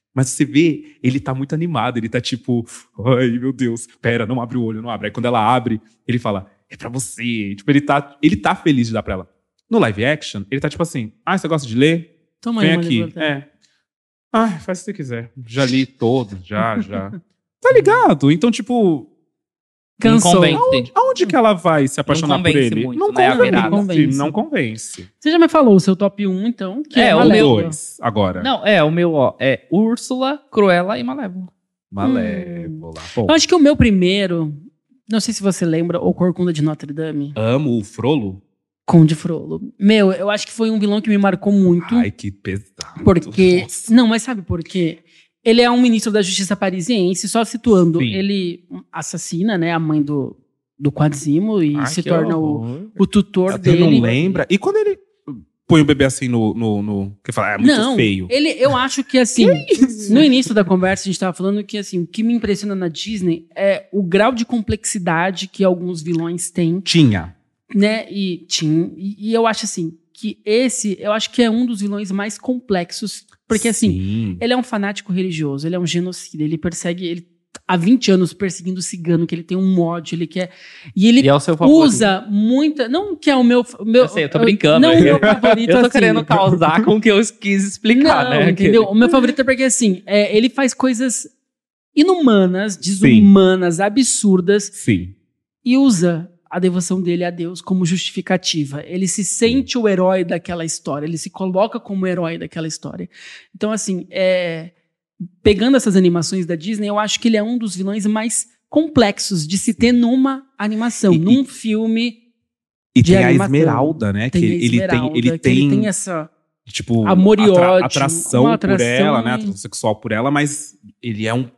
Mas você vê, ele tá muito animado, ele tá tipo, ai meu Deus, pera, não abre o olho, não abre. Aí quando ela abre, ele fala, é pra você. Tipo, ele tá, ele tá feliz de dar pra ela. No live action, ele tá tipo assim, ah, você gosta de ler? Toma Vem aí, aqui. Maria, É. Ah, faz o que você quiser. Já li todos, já, já. Tá ligado? Então, tipo, Cansou. Não convence. aonde que ela vai se apaixonar por convence ele? muito, não, né, a convence, virada. Convence. não convence. Você já me falou o seu top um, então, que é, É, o O Malévola. meu- dois, agora. Não, é, o meu, ó, é Úrsula, Cruella e Malévola. Malévola. Bom, Eu acho que o meu primeiro, não sei se você lembra, o Corcunda de Notre Dame, amo o Frollo. Conde Frollo. Meu, eu acho que foi um vilão que me marcou muito. Ai, que pesado. Porque. Nossa. Não, mas sabe por quê? Ele é um ministro da Justiça parisiense, só situando. Sim. Ele assassina, né, a mãe do, do Quadzimo e Ai, se que torna o, horror. o tutor Você dele. não lembra? E quando ele põe o bebê assim no... no, no que fala, é muito Não, feio. Ele, eu acho que assim, no início da conversa a gente tava falando que assim, o que me impressiona na Disney é o grau de complexidade que alguns vilões têm, Tinha. né? E, tinha, e, e eu acho assim, que esse, eu acho que é um dos vilões mais complexos, porque assim, Sim. ele é um fanático religioso, ele é um genocida, ele persegue, ele há vinte anos perseguindo o cigano, que ele tem um ódio, ele quer. E ele E é o seu favorito. usa muita. Não que é o meu. o meu Eu sei, eu tô brincando. Não o meu favorito. Eu tô assim. querendo causar com o que eu quis explicar, Não, né? entendeu? O meu favorito é porque, assim, é, ele faz coisas inumanas, desumanas, absurdas, Sim. e usa a devoção dele a Deus como justificativa. Ele se sente o herói daquela história, ele se coloca como herói daquela história. Então, assim, é, pegando essas animações da Disney, eu acho que ele é um dos vilões mais complexos de se ter numa animação, E- num filme. E De tem a animação. Esmeralda, né? Tem que a ele Esmeralda, tem, ele que tem, ele tem essa. tipo, amor e atra- ódio, atração, uma por atração ela, né? e- Atração sexual por ela, mas ele é um,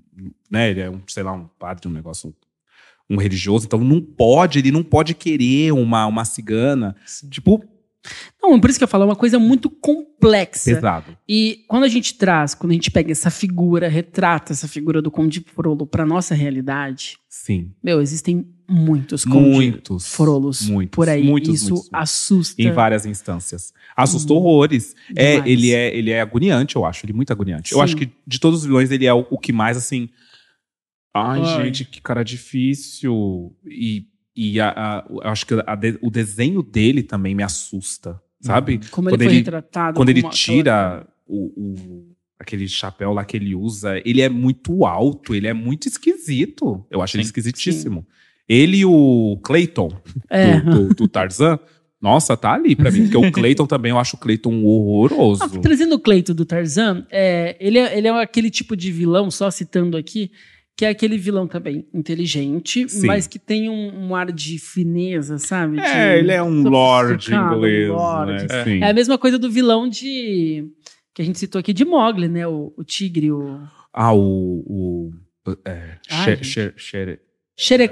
né? Ele é um, sei lá, um padre, um negócio, um, um religioso. Então não pode, ele não pode querer uma, uma cigana. Tipo, Não, por isso que eu falo, é uma coisa muito complexa. pesado. E quando a gente traz, quando a gente pega essa figura, retrata essa figura do Conde Frollo pra nossa realidade, Sim. meu, existem muitos Conde Muitos. Frollos muitos, por aí. muitos, Isso muitos, muitos. assusta. Em várias instâncias. Assustou horrores. É, Demais. ele é, ele é agoniante, eu acho. Ele é muito agoniante. Eu Sim. acho que de todos os vilões, ele é o, o que mais, assim... Ai, Ai. gente, que cara difícil. E, e a, a- eu acho que a de- o desenho dele também me assusta, sabe? Como ele quando foi ele- retratado. Quando ele como aquela- tira o, o- aquele chapéu lá que ele usa, ele é muito alto, ele é muito esquisito. Eu acho ele Sim. esquisitíssimo. Ele e o Clayton, É. do, do- do Tarzan, nossa, tá ali pra mim. Porque o Clayton também, eu acho o Clayton horroroso. Ah, trazendo o Cleito do Tarzan, é, ele, é, ele é aquele tipo de vilão, só citando aqui, que é aquele vilão também inteligente, Sim. mas que tem um, um ar de fineza, sabe? É, De- ele é um lord sofisticado, inglês, lorde. né? Sim. É a mesma coisa do vilão de... que a gente citou aqui de Mowgli, né? O, o tigre, o... Ah, o... o é, Ai, Sher- gente. Sher- Sher- Shere...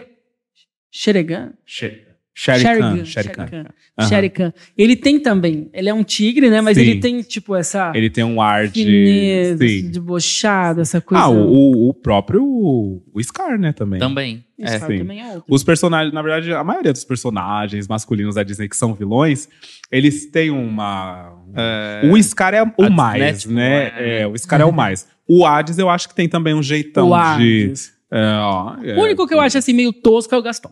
Sheregan? Sher- Shere Khan. Shere Khan. Aham. Shere Khan. Ele tem também, ele é um tigre, né? Mas Sim. ele tem, tipo, essa Ele tem um ar de... fineza, Sim. debochada, essa coisa... Ah, o, o próprio... O Scar, né, também. Também. Esse É. cara sim. também é outro. Os personagens, na verdade, a maioria dos personagens masculinos da Disney que são vilões, eles têm uma... O Scar é o mais, Aritmético, né? é. É, o Scar é o mais. O Hades, eu acho que tem também um jeitão O de... Hades. É, ó, é, O único que eu acho assim meio tosco é o Gaston.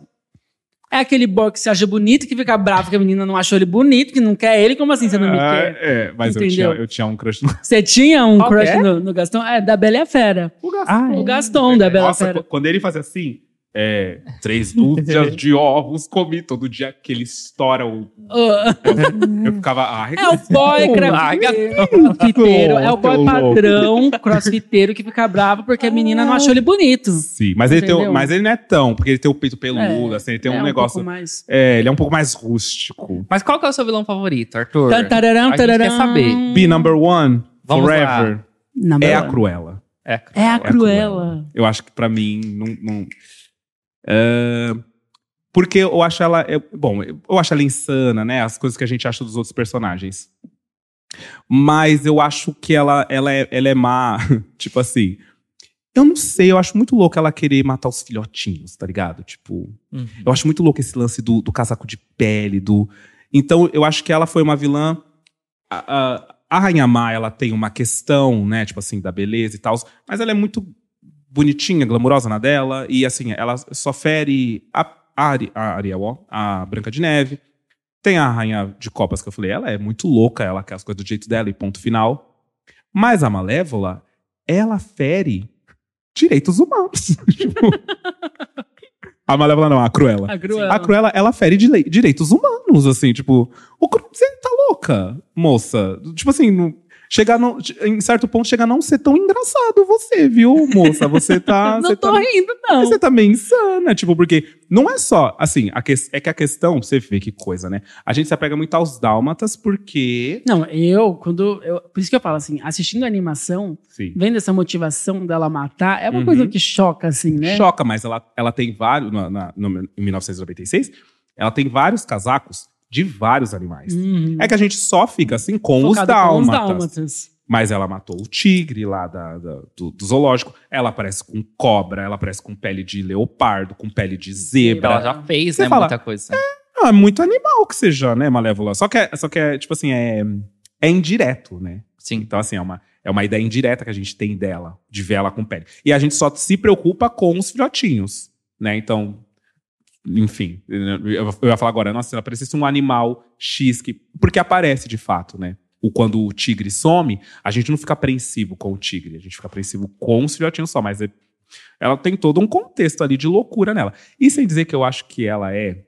É aquele boy que se acha bonito, que fica bravo que a menina não achou ele bonito, que não quer ele. Como assim você não me Ah, quer? é, mas eu Entendeu? tinha, eu tinha um crush no... Você tinha um Qual que crush é? no, no Gaston? É, da Bela e a Fera. O Gaston. Ah, O Gaston, da Bela Nossa, Fera. qu- quando ele fazia assim, é, três dúzias de ovos comi todo dia que ele estoura o... Ah, Eu ficava... Ai, é o boy Ai, crossfiteiro, é o boy Tô louco. padrão crossfiteiro que fica bravo porque a menina não achou ele bonito. Sim, mas ele, tem, Entendeu? um- mas ele não é tão, porque ele tem o peito peludo, É, assim, ele tem é um negócio... pouco mais... É, ele é um pouco mais rústico. Mas qual que é o seu vilão favorito, Arthur? Tan, tararam, A gente tararam. quer saber. Be number one, Vamos forever, Number é a one. Cruella. É. É a a Cruella. Eu acho que pra mim, não... não- é, porque eu acho ela... é- bom, eu acho ela insana, né? As coisas que a gente acha dos outros personagens. Mas eu acho que ela, ela, é, ela é má. Tipo assim... Eu não sei, eu acho muito louco ela querer matar os filhotinhos, tá ligado? Tipo... Uhum. Eu acho muito louco esse lance do, do casaco de pele, do... Então, eu acho que ela foi uma vilã... a- a- a Rainha Má, ela tem uma questão, né? Tipo assim, da beleza e tal. Mas ela é muito bonitinha, glamurosa na dela. E assim, ela só fere a, a, Ari- a Ariel, ó, a Branca de Neve. Tem a Rainha de Copas que eu falei. Ela é muito louca, ela quer as coisas do jeito dela e ponto final. Mas a Malévola, ela fere direitos humanos. Tipo, a Malévola não, a Cruella. A Cruella. A Cruella, ela fere dile- direitos humanos, assim, tipo... O Cru- você tá louca, moça? Tipo assim, no, chegar no, em certo ponto, chega a não ser tão engraçado você, viu, moça? Você tá... Não você tô tá, rindo, não. Você tá meio insana, tipo, porque não é só, assim, a que, é que a questão, pra você ver que coisa, né? A gente se apega muito aos dálmatas porque... Não, eu, quando. Eu, por isso que eu falo assim, assistindo a animação, Sim. vendo essa motivação dela matar, é uma Uhum. coisa que choca, assim, né? Choca, mas ela, ela tem vários, na, na- no, em mil novecentos e noventa e seis, ela tem vários casacos de vários animais. Uhum. É que a gente só fica assim com os Focado com os dálmatas. dálmatas. Mas ela matou o tigre lá da, da- do, do zoológico. Ela aparece com cobra, ela aparece com pele de leopardo, com pele de zebra. Ela já fez, Você né, fala, muita coisa. Não, é muito animal que seja, né, Malévola? Só que, é, só que é, tipo assim, é, é indireto, né? Sim. Então, assim, é uma, é uma ideia indireta que a gente tem dela, de ver ela com pele. E a gente só se preocupa com os filhotinhos, né? Então, enfim, eu, eu ia falar agora, nossa, se ela parecesse um animal X, que, porque aparece de fato, né? O, quando o tigre some, a gente não fica apreensivo com o tigre, a gente fica apreensivo com os filhotinhos só, mas é- ela tem todo um contexto ali de loucura nela. E sem dizer que eu acho que ela é...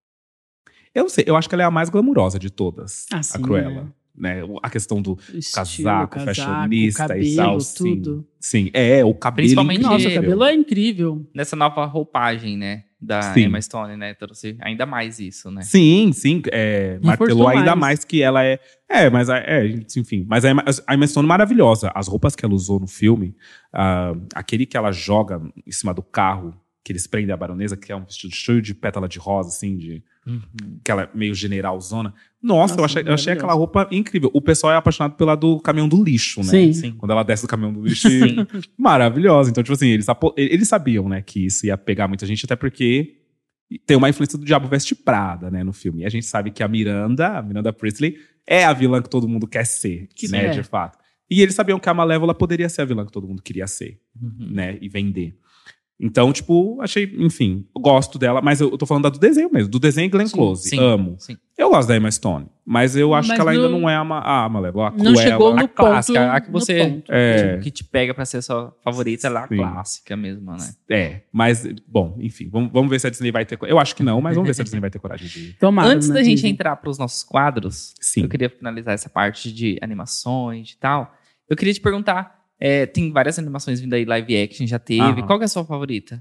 Eu não sei, eu acho que ela é a mais glamurosa de todas, Ah, a sim, Cruella. Né? O- A questão do O estilo, casaco, fashionista cabelo, e tal, sim. tudo. Sim, é, o cabelo Principalmente- Nossa, o incrível. cabelo é incrível. Nessa nova roupagem, né, da Sim. Emma Stone, né, trouxe ainda mais isso, né? Sim, sim, é, Reforçou martelou ainda mais. mais que ela é... É, mas, a- é, enfim, mas a Emma, a Emma Stone é maravilhosa. As roupas que ela usou no filme, ah, aquele que ela joga em cima do carro, que eles prendem a baronesa, que é um vestido cheio de pétala de rosa, assim, de... que ela é meio generalzona. Nossa, Nossa, eu, achei, eu achei maravilhosa. aquela roupa incrível. O pessoal é apaixonado pela do caminhão do lixo, né? Sim. Sim. Quando ela desce do caminhão do lixo, e- maravilhosa. Então, tipo assim, eles, apo- eles sabiam, né, que isso ia pegar muita gente, até porque tem uma influência do Diabo Veste Prada, né, no filme. E a gente sabe que a Miranda, a Miranda Priestley, é a vilã que todo mundo quer ser, Que né, é. de fato. E eles sabiam que a Malévola poderia ser a vilã que todo mundo queria ser, Uhum. né, e vender. Então, tipo, achei, enfim, eu gosto dela, mas eu, eu tô falando da do desenho mesmo, do desenho Glenn Sim, Close, sim. ela. Sim. Eu gosto da Emma Stone, mas eu acho Mas que ela ainda não- não é a, Ma- a Malévola, a Não Cruella. chegou no A clássica, ponto, a que no você- ponto. É. Tipo, que te pega pra ser sua favorita, ela é a Sim. clássica mesmo, né? É, mas, bom, enfim, vamos, vamos ver se a Disney vai ter... co- Eu acho que não, mas vamos ver se a Disney vai ter coragem de... Tomara, Antes né, da gente Disney? entrar pros nossos quadros, Sim. eu queria finalizar essa parte de animações e tal. Eu queria te perguntar, é, tem várias animações vindo aí, live action, já teve. Aham. Qual que é a sua favorita?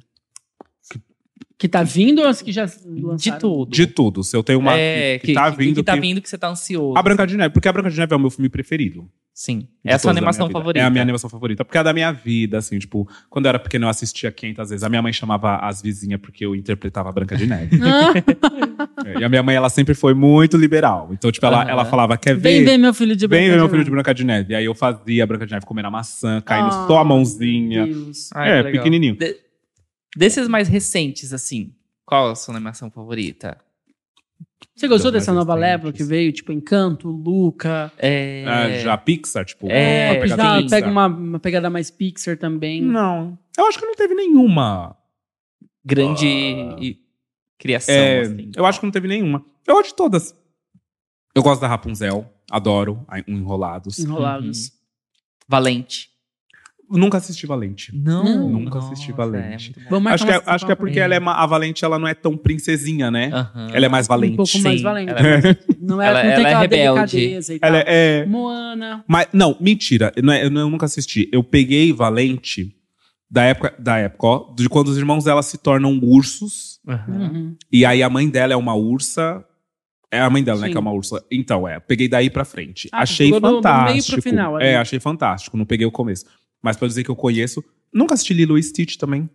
Que tá vindo ou as que já lançaram? De tudo. De tudo. Se eu tenho uma é, que, que tá vindo... Que tá que- vindo que você tá ansioso. A Branca de Neve, porque a Branca de Neve é o meu filme preferido. Sim. de É a sua todos da animação minha vida. favorita. É a minha animação favorita, porque é da minha vida, assim, tipo... Quando eu era pequeno, eu assistia quinhentas vezes. A minha mãe chamava as vizinhas porque eu interpretava a Branca de Neve. Ah, É, e a minha mãe, ela sempre foi muito liberal. Então, tipo, ela, Aham. ela falava, quer ver... vem ver meu filho de Vem Branca ver meu de filho de Neve. Branca de Neve. E aí eu fazia a Branca de Neve comendo a maçã, caindo Ah, só a mãozinha. Deus. Ai, é, que legal. pequenininho. De- desses mais recentes, assim, qual a sua animação favorita? Você gostou Das dessa mais nova recentes. leva que veio? Tipo, Encanto, Luca. É... Ah, já Pixar, tipo... É, uma pegada já Pixar. pega uma, uma pegada mais Pixar também. Não. Eu acho que não teve nenhuma. Grande Ah. e- criação, É, assim. eu acho que não teve nenhuma. Eu gosto de todas. Eu gosto da Rapunzel. Adoro a- o Enrolados. Enrolados. Valente. Nunca assisti Valente. Não. Nunca assisti Valente. É muito bom. Vamos Acho que, é, marcar uma acho que é porque É. ela é ma- a Valente ela não é tão princesinha, né? Aham. Ela é mais valente. Um pouco mais Sim, valente. ela é Não, é, Ela- não tem ela é aquela rebelde. delicadeza e tal. Ela é. é- Moana. Mas, não, mentira. Não é- eu, não- eu nunca assisti. Eu peguei Valente da época, da época, ó, de quando os irmãos dela se tornam ursos. Aham. Uhum. E aí a mãe dela é uma ursa. É a mãe dela, né, Sim. que é uma ursa. Então, é. Peguei daí pra frente. Ah, achei ficou do- do meio pro fantástico. final ali. É, achei fantástico. Não peguei o começo. Mas pra dizer que eu conheço, nunca assisti Lilo e Stitch também.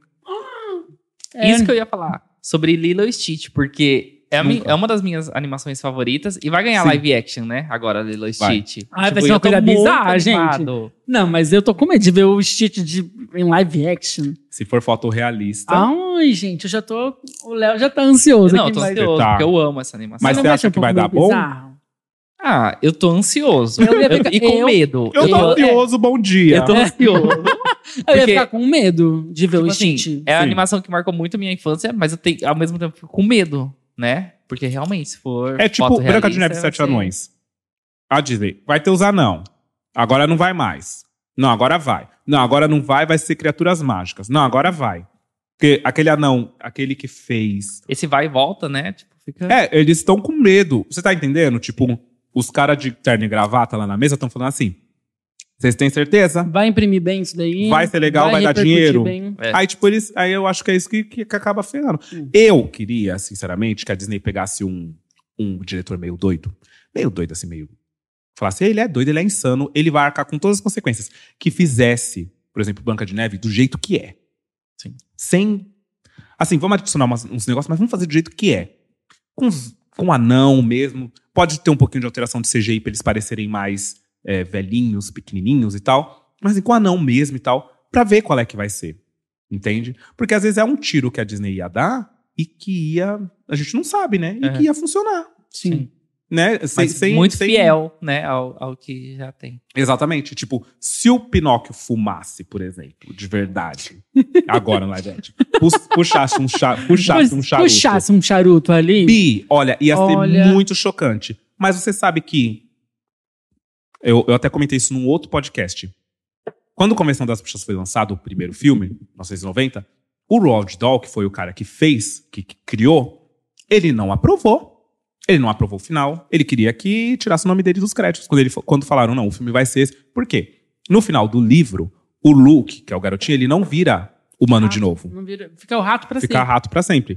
É. Isso que eu ia falar. Sobre Lilo e Stitch, porque é, a mi- Nunca. é uma das minhas animações favoritas. E vai ganhar Sim. live action, né? Agora, Lilo e Vai. Stitch. Ah, vai Tipo, ser uma eu tô coisa muito bizarra, gente. animado. Não, mas eu tô com medo de ver o Stitch de, em live action. Se for fotorrealista. Ai, gente, eu já tô. O Léo já tá ansioso. Não, eu aqui, tô mas- ansioso, Tá. porque eu amo essa animação. Mas não você vai acha ser um que vai pouco dar meio bom? bizarro? Ah, eu tô ansioso. Eu ia ficar- e com eu- medo. Eu tô Eu- ansioso, bom dia. Eu tô ansioso. Eu ia Porque- ficar com medo de ver Tipo o assim, Stitch. é a Sim. animação que marcou muito a minha infância, mas eu tenho, ao mesmo tempo fico com medo, né? Porque realmente, se for. É tipo foto Branca de Neve e realista, Sete vai ser- Anões. A Disney, vai ter os anão. Agora não vai mais. Não, agora vai. Não, agora não vai, vai ser criaturas mágicas. Não, agora vai. Porque aquele anão, aquele que fez... Esse vai e volta, né? Tipo, fica. É, eles estão com medo. Você tá entendendo? Tipo, os caras de terno e gravata lá na mesa estão falando assim, vocês têm certeza? Vai imprimir bem isso daí. Vai ser legal, vai dar repercutir dinheiro. bem. É. Aí, tipo, eles. Aí eu acho que é isso que, que, que acaba ferrando. Hum. Eu queria, sinceramente, que a Disney pegasse um, um diretor meio doido. Meio doido, assim, meio. Falasse, ele é doido, ele é insano, ele vai arcar com todas as consequências. Que fizesse, por exemplo, Branca de Neve do jeito que é. Sim. Sem. Assim, vamos adicionar umas- uns negócios, mas vamos fazer do jeito que é. Com, os- com anão mesmo. Pode ter um pouquinho de alteração de C G I pra eles parecerem mais é, velhinhos, pequenininhos e tal. Mas assim, com anão mesmo e tal. Pra ver qual é que vai ser. Entende? Porque às vezes é um tiro que a Disney ia dar e que ia. A gente não sabe, né? E É. que ia funcionar. Sim. Né? Sem, Mas sem- muito sem- fiel, né? Ao, ao que já tem. Exatamente. Tipo, se o Pinóquio fumasse, por exemplo, de verdade, agora no live action, pus- puxasse um, cha, puxasse um charuto. Puxasse um charuto ali. Bi, olha, ia Olha. ser muito chocante. Mas você sabe que. Eu, eu até comentei isso num outro podcast. Quando o Convenção das Bruxas foi lançado, o primeiro filme, mil novecentos e noventa, o Roald Dahl, que foi o cara que fez, que, que criou, ele não aprovou. Ele não aprovou o final. Ele queria que tirasse o nome dele dos créditos. Quando, ele, fa- quando falaram, não, o filme vai ser esse. Por quê? No final do livro, o Luke, que é o garotinho, ele não vira humano de novo. Não vira- Fica o rato pra Fica sempre. rato pra sempre.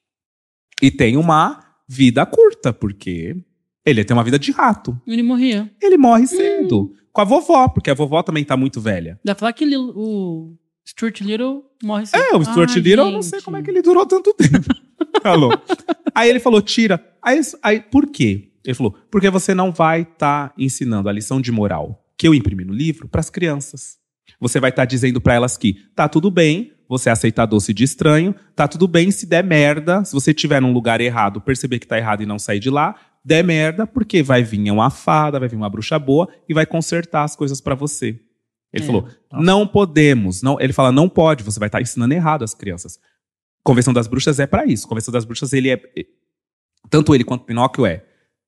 E tem uma vida curta, porque ele tem uma vida de rato. Ele morria. Ele morre cedo. Com a vovó, porque a vovó também tá muito velha. Dá pra falar que ele- o Stuart Little morre cedo. É, o Stuart Ai, Little, eu não gente. sei como é que ele durou tanto tempo. Falou. Aí ele falou, tira. Aí, aí, por quê? Ele falou, porque você não vai estar ensinando a lição de moral que eu imprimi no livro pras crianças. Você vai estar dizendo pra elas que tá tudo bem você aceitar doce de estranho, tá tudo bem se der merda, se você estiver num lugar errado, perceber que tá errado e não sair de lá, der merda, porque vai vir uma fada, vai vir uma bruxa boa e vai consertar as coisas pra você. Ele É. falou, não podemos. Não, ele fala, não pode, você vai estar ensinando errado as crianças. Convenção das Bruxas é pra isso. Convenção das Bruxas, ele é... Tanto ele quanto Pinóquio é...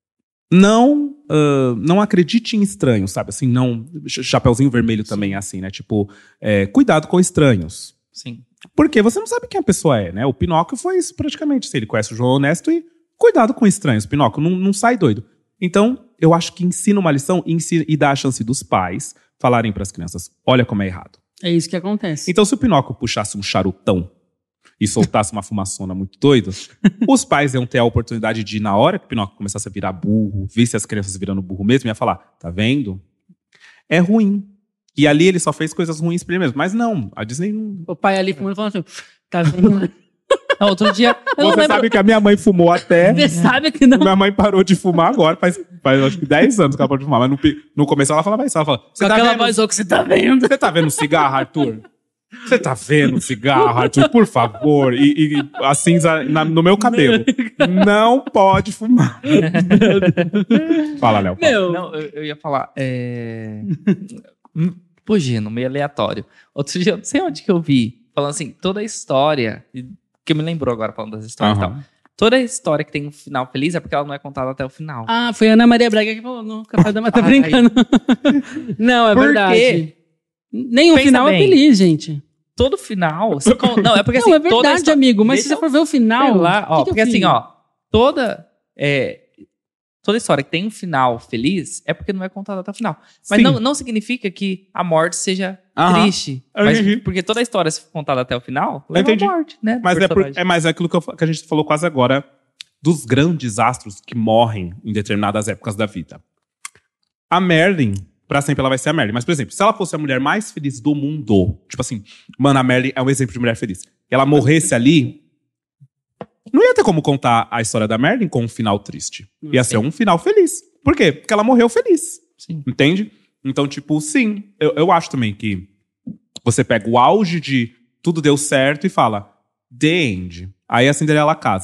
Não, ah, não acredite em estranhos, sabe? Assim, não... Ch- Chapeuzinho Vermelho também é assim, né? Tipo, é, cuidado com estranhos. Sim. Porque você não sabe quem a pessoa é, né? O Pinóquio foi isso praticamente. Assim, ele conhece o João Honesto e cuidado com estranhos. Pinóquio não, não sai doido. Então, eu acho que ensina uma lição e, ensina, e dá a chance dos pais falarem pras crianças, olha como é errado. É isso que acontece. Então, se o Pinóquio puxasse um charutão e soltasse uma fumaçona muito doida, os pais iam ter a oportunidade de, na hora que o Pinóquio começasse a virar burro, visse as crianças virando burro mesmo, ia falar, tá vendo? É ruim. E ali ele só fez coisas ruins pra ele mesmo. Mas não, a Disney não... O pai ali fumando falando assim, tá vendo? Não, outro dia. Eu não Você lembro. sabe que a minha mãe fumou até... Você sabe que não. Minha mãe parou de fumar agora, faz, faz acho que dez anos que ela parou de fumar. Mas no, pi- no começo ela falava isso. Ela fala, você Com tá aquela vendo... voz, ô, que você tá vendo? Você tá vendo cigarro, Arthur? Você tá vendo cigarro, Arthur? Por favor. E, e a cinza na- no meu cabelo. Não pode fumar. Fala, Léo. fala. Meu, Não, eu, eu ia falar. É... hum, Pô, Gino, meio aleatório. Outro dia, eu não sei onde que eu vi, falando assim, toda a história, que me lembrou agora falando das histórias e Aham. tal. Toda a história que tem um final feliz é porque ela não é contada até o final. ah, foi a Ana Maria Braga que falou no Café da Manhã, tá Ai. brincando. Não, é Por verdade. quê? Nem o Pensa final é bem. feliz, gente. Todo final. se con- Não, é porque assim. Não, é toda a verdade, histó- amigo, mas se Deixa você for ver o final... Sei lá, ó, que que porque eu assim, fiz? ó, toda. é, toda história que tem um final feliz é porque não é contada até o final. Mas Sim. não, não significa que a morte seja Aham. triste. Eu Mas entendi. porque toda a história, se for contada até o final, leva entendi. à morte, né? do Mas é, por- personagem. é mais aquilo que, eu fa- que a gente falou quase agora dos grandes astros que morrem em determinadas épocas da vida. A Merlin, pra sempre ela vai ser a Merlin. Mas, por exemplo, se ela fosse a mulher mais feliz do mundo, tipo assim, mano, a Merlin é um exemplo de mulher feliz. E ela morresse ali, não ia ter como contar a história da Merlin com um final triste. Ia ser um final feliz. Por quê? Porque ela morreu feliz. Sim. Entende? Então, tipo, sim, eu, eu acho também que você pega o auge de tudo deu certo e fala, The End. Aí a Cinderela casa. E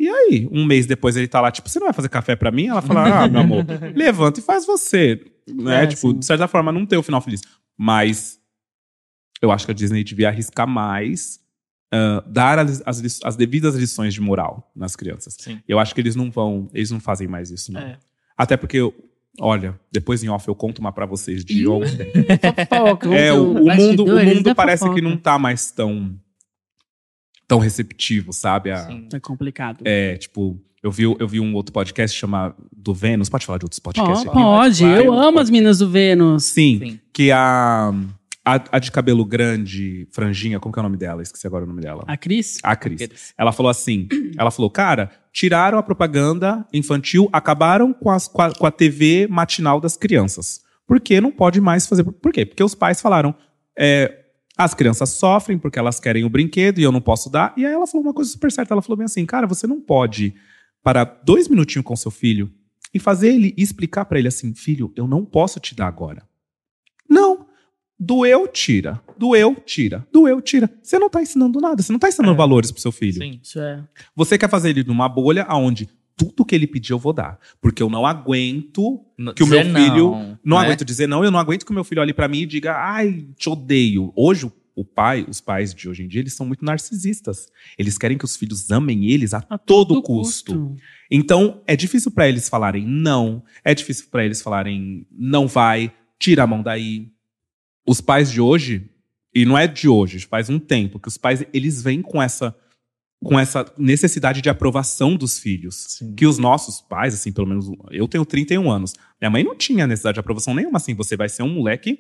E aí, um mês depois ele tá lá, tipo, você não vai fazer café pra mim? Ela fala, ah, meu amor, levanta e faz você. Né? É, tipo, sim. de certa forma, não ter o final feliz. Mas eu acho que a Disney devia arriscar mais, uh, dar as, as, as devidas lições de moral nas crianças. Sim. Eu acho que eles não vão, eles não fazem mais isso, não. É. Até porque, eu, olha, depois em off eu conto uma pra vocês de Ih, ontem. Fofoca, É, o, vamos o ver mundo, o bastidores mundo da parece fofoca. que não tá mais tão, tão receptivo, sabe? A- Sim. É complicado. é, tipo, eu vi, eu vi um outro podcast chamado do Vênus. Pode falar de outros Ó, podcasts aqui? pode, Claro, eu amo as minas do Vênus. Sim, Sim. que a, a, a de cabelo grande, franjinha, como que é o nome dela? Esqueci agora o nome dela. A Cris? A Cris. Ela falou assim, ela falou, cara, tiraram a propaganda infantil, acabaram com, as, com, a, com a T V matinal das crianças. Por que não pode mais fazer? Por quê? Porque os pais falaram, é, as crianças sofrem porque elas querem o brinquedo e eu não posso dar. E aí ela falou uma coisa super certa, ela falou bem assim, cara, você não pode parar dois minutinhos com seu filho e fazer ele e explicar pra ele assim, filho, eu não posso te dar agora. Não. Doeu, tira. Doeu, tira. Doeu, tira. Você não tá ensinando nada. Você não tá ensinando É. valores pro seu filho. Sim. Isso é. Você quer fazer ele numa bolha onde tudo que ele pedir eu vou dar. Porque eu não aguento N- que o meu dizer filho... Não, Não né? aguento dizer não. Eu não aguento que o meu filho olhe pra mim e diga, ai, te odeio. Hoje, o pai, os pais de hoje em dia, eles são muito narcisistas. Eles querem que os filhos amem eles a, A todo todo custo. Então, é difícil pra eles falarem não. É difícil pra eles falarem não vai, tira a mão daí. Os pais de hoje, e não é de hoje, faz um tempo, que os pais, eles vêm com essa, com essa necessidade de aprovação dos filhos. Sim. Que os nossos pais, assim, pelo menos, eu tenho trinta e um anos. Minha mãe não tinha necessidade de aprovação nenhuma, assim, você vai ser um moleque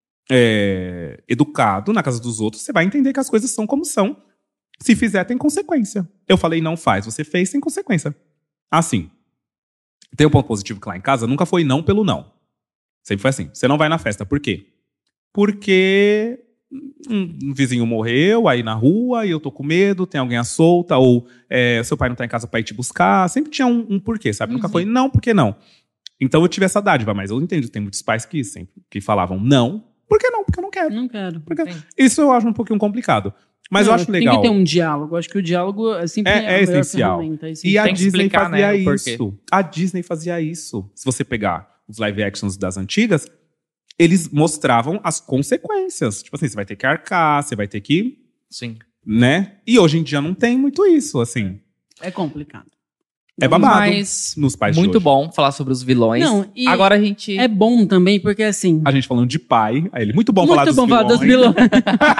é, educado na casa dos outros, você vai entender que as coisas são como são. Se fizer, tem consequência. Eu falei, não faz. Você fez, tem consequência. Assim, tem um ponto positivo que lá em casa nunca foi não pelo não. Sempre foi assim. Você não vai na festa. Por quê? Porque um, um vizinho morreu aí na rua e eu tô com medo, tem alguém à solta, ou é, seu pai não tá em casa pra ir te buscar. Sempre tinha um, um porquê, sabe? Nunca Uhum. foi não, por que não? Então eu tive essa dádiva, mas eu entendo, tem muitos pais que sempre que falavam não, por que não? Porque eu não quero. Não quero. Porque- Sim. Isso eu acho um pouquinho complicado. Mas Não, eu acho legal. Tem que ter um diálogo. Eu acho que o diálogo é sempre É- a é melhor essencial. ferramenta, é E essencial. a Tem que Disney explicar, fazia né, o porquê. isso. A Disney fazia isso. Se você pegar os live actions das antigas, eles mostravam as consequências. Tipo assim, você vai ter que arcar, você vai ter que, Sim. né? E hoje em dia não tem muito isso, assim. É complicado. É babado Mas nos pais de muito hoje. bom falar sobre os vilões. Não, e Agora a gente... é bom também, porque assim. A gente falando de pai, aí ele, muito bom muito falar dos bom falar dos vilões. vilões.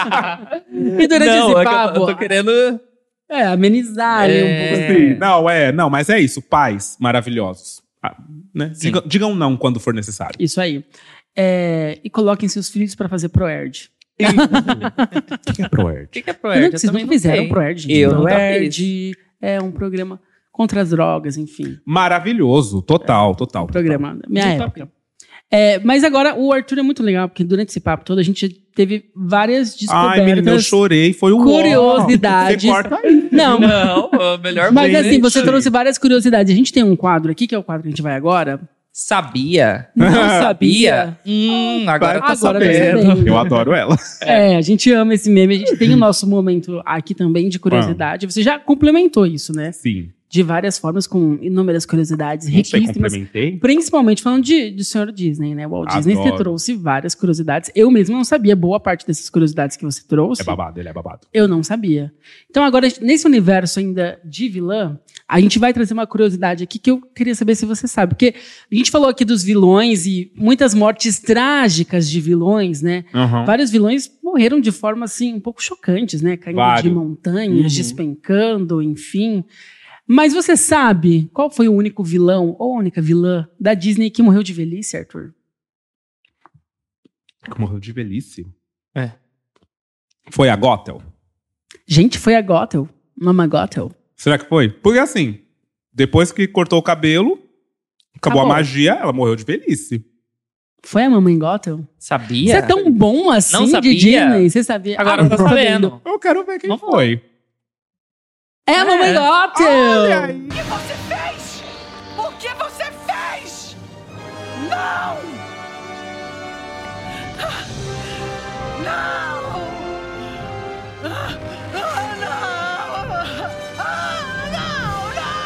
E durante Não, esse é que eu tô- papo. eu tô querendo... É, amenizar ali É. um pouco. Sim, não, é, não, mas é isso, pais maravilhosos. Ah, né? Sim. Digam, digam não quando for necessário. Isso aí. É, e coloquem seus filhos pra fazer ProErd. O que é O ProErd? que, que é Não, ProErd? que vocês nunca fizeram ProErd, gente. Eu nunca ProErd é um programa contra as drogas, enfim. Maravilhoso, total, total. Um programa da minha Muito época. É, mas agora o Arthur é muito legal, porque durante esse papo todo a gente teve várias descobertas. Ai, menina, eu chorei, foi o curiosidades. Você corta aí. Não, Não, o melhor mas bem, assim, você gente. trouxe várias curiosidades. A gente tem um quadro aqui, que é o quadro que a gente vai agora. Sabia? Não sabia. Hum, agora Vai tá Agora tá sabendo. sabendo. Eu adoro ela. É, a gente ama esse meme. A gente tem o nosso momento aqui também de curiosidade. Você já complementou isso, né? Sim. De várias formas, com inúmeras curiosidades Não sei, riquíssimas. complementei. Principalmente falando de, de senhor Disney, né? O Walt Disney Adoro. você trouxe várias curiosidades. Eu mesmo não sabia boa parte dessas curiosidades que você trouxe. É babado, ele é babado. Eu não sabia. Então agora, nesse universo ainda de vilã, a gente vai trazer uma curiosidade aqui que eu queria saber se você sabe. Porque a gente falou aqui dos vilões e muitas mortes trágicas de vilões, né? Uhum. Vários vilões morreram de forma, assim, um pouco chocantes, né? Caindo Vários. de montanhas, Uhum. despencando, enfim. Mas você sabe qual foi o único vilão ou a única vilã da Disney que morreu de velhice, Arthur? Morreu de velhice. É. Foi a Gothel? Gente, foi a Gothel. Mama Gothel. Será que foi? Porque assim, depois que cortou o cabelo, acabou, Acabou. a magia, ela morreu de velhice. Foi a Mamãe Gothel? Sabia? Você é tão bom assim Não de sabia? Disney? Você sabia? Agora Ah, eu tô tá sabendo. Eu quero ver quem Vamos lá. foi. É a Mamãe É. Gothel! Olha aí. O que você fez? O que você fez? Não! Ah, Não! Ah, ah, não! Ah, não, não!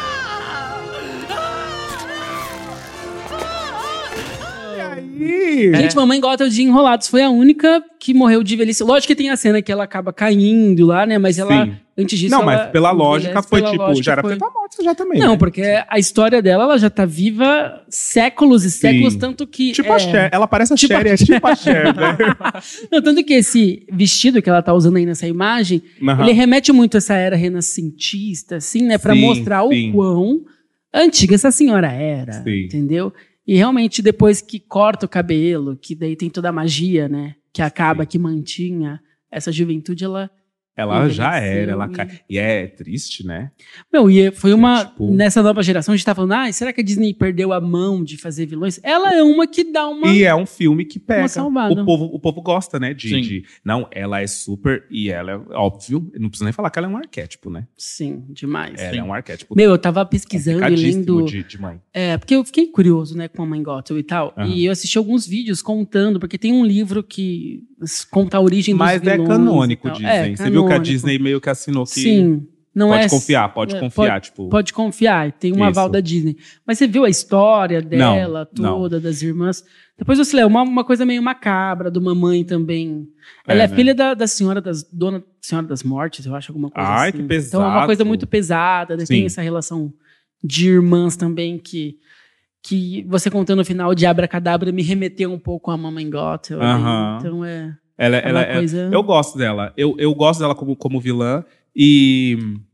aí. Gente, Mamãe Gothel de Enrolados foi a única que morreu de velhice. Lógico que tem a cena que ela acaba caindo lá, né? Mas ela, Sim. antes disso, Não, ela mas pela lógica envelhece, foi pela tipo, lógica já era foi- feita a morte já também. Não, né? porque a história dela, ela já tá viva séculos e séculos, Sim. tanto que... Tipo é, a Cher. Ela parece a Tipo Cher a e é tipo a Cher, né? Não, tanto que esse vestido que ela tá usando aí nessa imagem, Aham. ele remete muito a essa era renascentista, assim, né? Pra Sim, mostrar sim. o quão antiga essa senhora era, Sim. entendeu? E realmente depois que corta o cabelo, que daí tem toda a magia, né? Que acaba, que mantinha essa juventude, ela... Ela já Envelheceu era. Ela e- ca... E é triste, né? Meu, e foi uma... Tipo- Nessa nova geração, a gente tá falando, ah, será que a Disney perdeu a mão de fazer vilões? Ela é uma que dá uma... E é um filme que pega. Uma salvada. O povo, o povo gosta, né? De, Sim. de- Não, ela é super. E ela é óbvio. Não preciso nem falar que ela é um arquétipo, né? Sim, demais. Ela Sim. é um arquétipo. Meu, eu tava pesquisando e complicadíssimo lendo... de, de mãe. É, porque eu fiquei curioso, né, com a Mãe Gothel e tal. Aham. E eu assisti alguns vídeos contando, porque tem um livro que conta a origem Mas dos é vilões canônico, e tal. dizem. É, Você viu que a canônico. Disney meio que assinou que. Sim. Não pode é, confiar, pode é, confiar. tipo. Pode confiar, tem um aval Isso. da Disney. Mas você viu a história dela Não, toda, das irmãs. Depois você leu uma, uma coisa meio macabra do Mamãe também. Ela É, é, né? filha da, da senhora das dona Senhora das Mortes, eu acho, alguma coisa Ai, assim. que Então é uma coisa pesado. muito pesada, né? Sim. Tem essa relação de irmãs também que que você contando no final de Abracadabra me remeteu um pouco à Mamãe Gothel. ali. Aham. Então é, Ela, é ela, uma é- coisa... Eu gosto dela. Eu, eu gosto dela como, como vilã. E.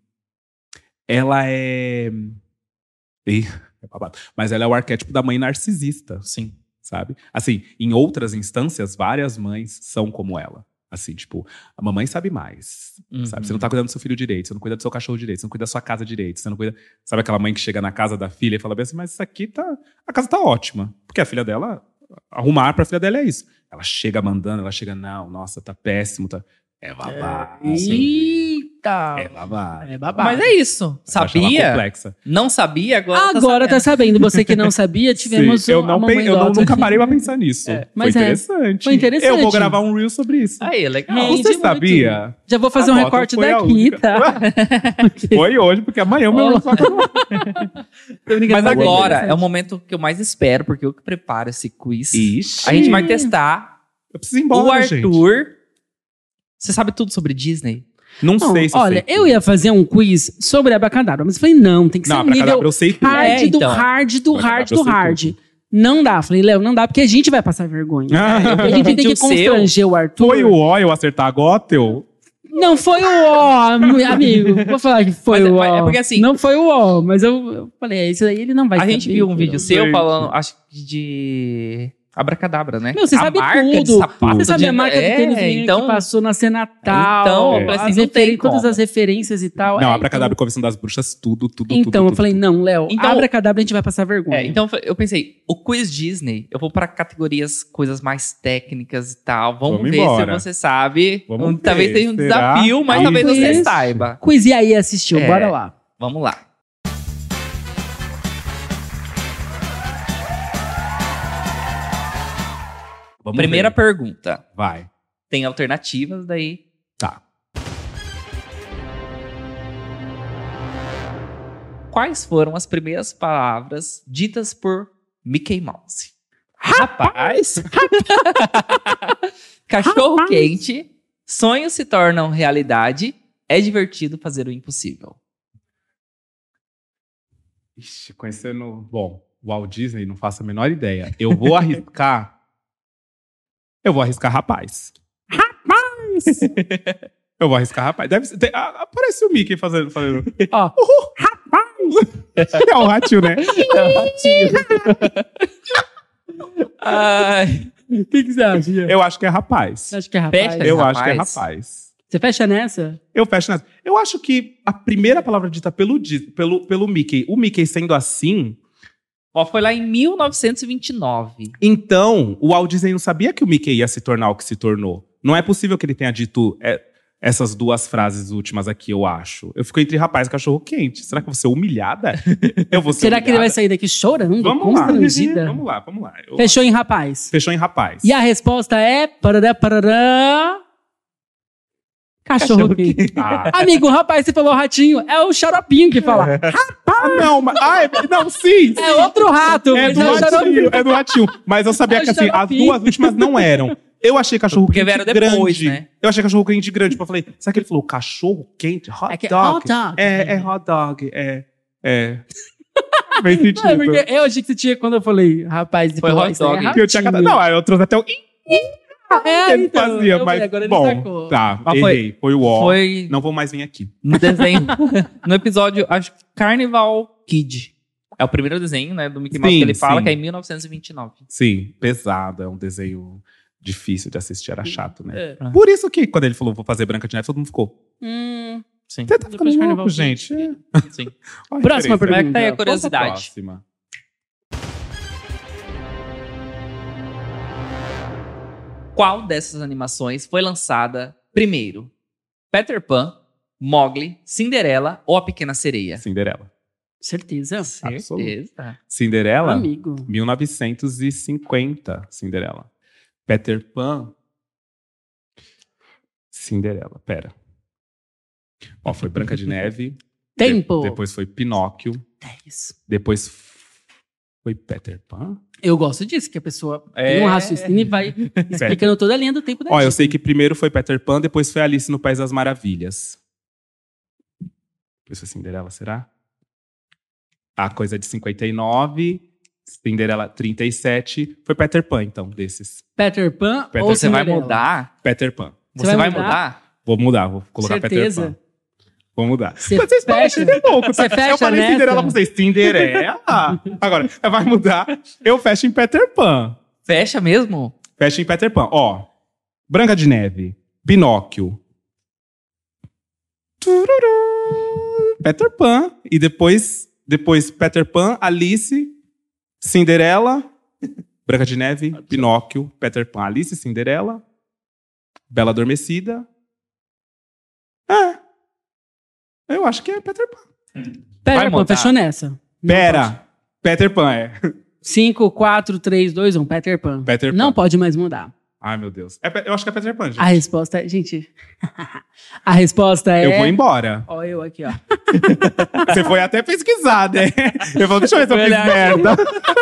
Ela é. Ih, é babado. Mas ela é o arquétipo da mãe narcisista. Sim. Sabe? Assim, em outras instâncias, várias mães são como ela. Assim, tipo, a mamãe sabe mais. Uhum. Sabe? Você não tá cuidando do seu filho direito, você não cuida do seu cachorro direito, você não cuida da sua casa direito, você não cuida. Sabe aquela mãe que chega na casa da filha e fala bem assim, mas isso aqui tá. A casa tá ótima. Porque a filha dela. Arrumar pra filha dela é isso. Ela chega mandando, ela chega, não, nossa, tá péssimo, tá. É babado. Eita! É babado. É babado. Mas é isso. Eu acho ela Sabia? complexa. Não sabia, agora, Agora tá tá sabendo. Você que não sabia, tivemos Sim, eu a não, Mamãe pen- eu não- Gothel nunca aqui. parei pra pensar nisso. É, foi mas é, interessante. foi interessante. Eu vou gravar um reel sobre isso. Aí, legal. Rende Você muito. sabia? Já vou fazer A um Gothel recorte foi a daqui, única. tá? Foi hoje, porque amanhã o meu Ó. lançamento. Tô brincando, Mas é agora interessante. é o momento que eu mais espero, porque eu que preparo esse quiz. Ixi. A gente vai testar Eu preciso ir embora, o gente. Arthur. Você sabe tudo sobre Disney? Não, Não, sei se olha, sei eu ia fazer um quiz sobre Abracadabra, mas eu falei, não, tem que ser Não, um nível Abracadabra eu sei tudo. hard É, do então. hard do Abracadabra hard eu do sei hard. tudo. Não dá. Falei, Léo, não dá, porque a gente vai passar vergonha. Ah, a gente tem que o seu. constranger o Arthur. Foi o ó eu acertar a Gothel? Não foi o ó, amigo. Vou falar que foi Mas é- o mas ó. é porque assim- Não foi o ó, mas eu, eu falei, é isso aí, ele não vai A saber, gente viu um entendeu? vídeo seu Gente. falando, acho que de Abracadabra, né? Meu, você a sabe marca tudo. De sapato Você sabe de... a marca é, do tênis menino então, que passou na Senatal, Então, eu falei assim, as não tem referen- todas como. as referências e tal. Não, É, Abracadabra e Convenção das Bruxas, tudo, tudo, Então, tudo. então tudo, eu falei, tudo. não, Léo, Então- Abracadabra a gente vai passar vergonha. É, então eu pensei, o quiz Disney, eu vou pra categorias, coisas mais técnicas e tal. Vamos, Vamos ver esteja. se você sabe. Vamos Um- talvez ver, seja um será? desafio, mas Aí talvez foi você isso. saiba. Quiz e aí assistiu, É. bora lá. Vamos lá. Vamos Primeira ver. pergunta. Vai. Tem alternativas daí. Tá. Quais foram as primeiras palavras ditas por Mickey Mouse? Rapaz! Cachorro quente, sonhos se tornam realidade, é divertido fazer o impossível. Ixi, conhecendo. Bom, o Walt Disney, não faço a menor ideia. Eu vou arriscar. Eu vou arriscar rapaz. Rapaz! Eu vou arriscar rapaz. Deve ser, tem- ah, aparece o Mickey fazendo. fazendo. Ó, É o ratinho, né? Ai, o que, que você acha? Ian? Eu acho que é rapaz. Você acha que é rapaz? Fecha. Eu rapaz? acho que é rapaz. Você fecha nessa? Eu fecho nessa. Eu acho que a primeira palavra dita pelo, Dis- pelo, pelo Mickey, o Mickey sendo assim, ó, foi lá em mil novecentos e vinte e nove. então o Walt Disney não sabia que o Mickey ia se tornar o que se tornou. Não é possível que ele tenha dito é, essas duas frases últimas aqui, eu acho. Eu fico entre rapaz e cachorro quente. Será que eu vou ser humilhada? Eu vou ser Será que ele vai humilhada? sair daqui chorando, Vamos lá. constrangida? Vamos lá, vamos lá. Eu- Fechou em rapaz. Fechou em rapaz. E a resposta é... Parará, parará. Cachorro, Cachorro quente. Ah. Amigo, rapaz, você falou ratinho. É o xaropinho que fala. Ah, não, mas. Ah, é, não, sim! É outro rato. É mas do é o ratinho, xaropinho. é do ratinho. Mas eu sabia É o que assim, as xaropinho. duas últimas não eram. Eu achei cachorro Porque quente vieram depois, grande. né? Eu achei cachorro quente grande. Tipo, eu falei, será que ele falou cachorro quente? Hot É que é dog. hot dog. É, é hot dog. É. É. Fez Não, é sentido. porque eu achei que você tinha, quando eu falei, rapaz, você Foi falou, hot isso aí é dog. Que eu tinha cada... ratinho. Não, aí eu trouxe até o. É, que ele então, fazia, eu mas. falei, agora ele Bom, sacou. tá. Mas foi- Errei. Foi o ó. Foi Não vou mais vir aqui. no desenho, no episódio, acho que Carnival Kid. É o primeiro desenho, né, do Mickey Mouse Sim, que ele fala, sim. que é em mil novecentos e vinte e nove. Sim, pesado. É um desenho difícil de assistir. Era chato, né? É. Por isso que, quando ele falou, vou fazer Branca de Neve, todo mundo ficou. Hum, Sim. Você tá Depois ficando Carnival louco, Kid. gente. É. Sim. Olha a Próxima referência. Como é que tá aí a pergunta. curiosidade? Próxima. Qual dessas animações foi lançada primeiro? Peter Pan, Mowgli, Cinderela ou A Pequena Sereia? Cinderela. certeza. Absoluto. Certeza. Cinderela, Amigo. mil novecentos e cinquenta. Cinderela. Peter Pan. Cinderela, pera. Ó, foi Branca de Neve. Tempo. de- depois foi Pinóquio. dez. Depois f- foi Peter Pan. Eu gosto disso, que a pessoa É. tem um raciocínio e vai explicando toda a linha do tempo da Ó, eu Disney. sei que primeiro foi Peter Pan, depois foi Alice no País das Maravilhas. Depois foi Cinderela, será? A coisa de cinquenta e nove, Cinderela trinta e sete. Foi Peter Pan, então, desses. Peter Pan Peter ou Pan. Você vai Cinderela? mudar? Peter Pan. Você Você vai vai mudar? mudar? Vou mudar, vou colocar Certeza? Peter Pan. Vou mudar. Você Mas vocês parecem fecha? ser louco, Você tá? fecha Eu falei nessa? Cinderela pra vocês. Cinderela? Agora, vai mudar. Eu fecho em Peter Pan. Fecha mesmo? Fecha em Peter Pan. Ó, Branca de Neve, Pinóquio. Tururu, Peter Pan. E depois, depois Peter Pan, Alice, Cinderela, Branca de Neve, Pinóquio, Peter Pan, Alice, Cinderela, Bela Adormecida. É. Eu acho que é Peter Pan. Peter Vai Pan, mudar. fechou nessa. Pera. Peter Pan, é. cinco, quatro, três, dois, um. Peter Pan. Peter Pan. Não pode mais mudar. Ai, meu Deus. É Pe- eu acho que é Peter Pan, gente. A resposta é... Gente... a resposta é... Eu vou embora. Ó, eu aqui, ó. Você foi até pesquisar, né? Eu vou, deixa eu ver se eu fiz Verdade. merda.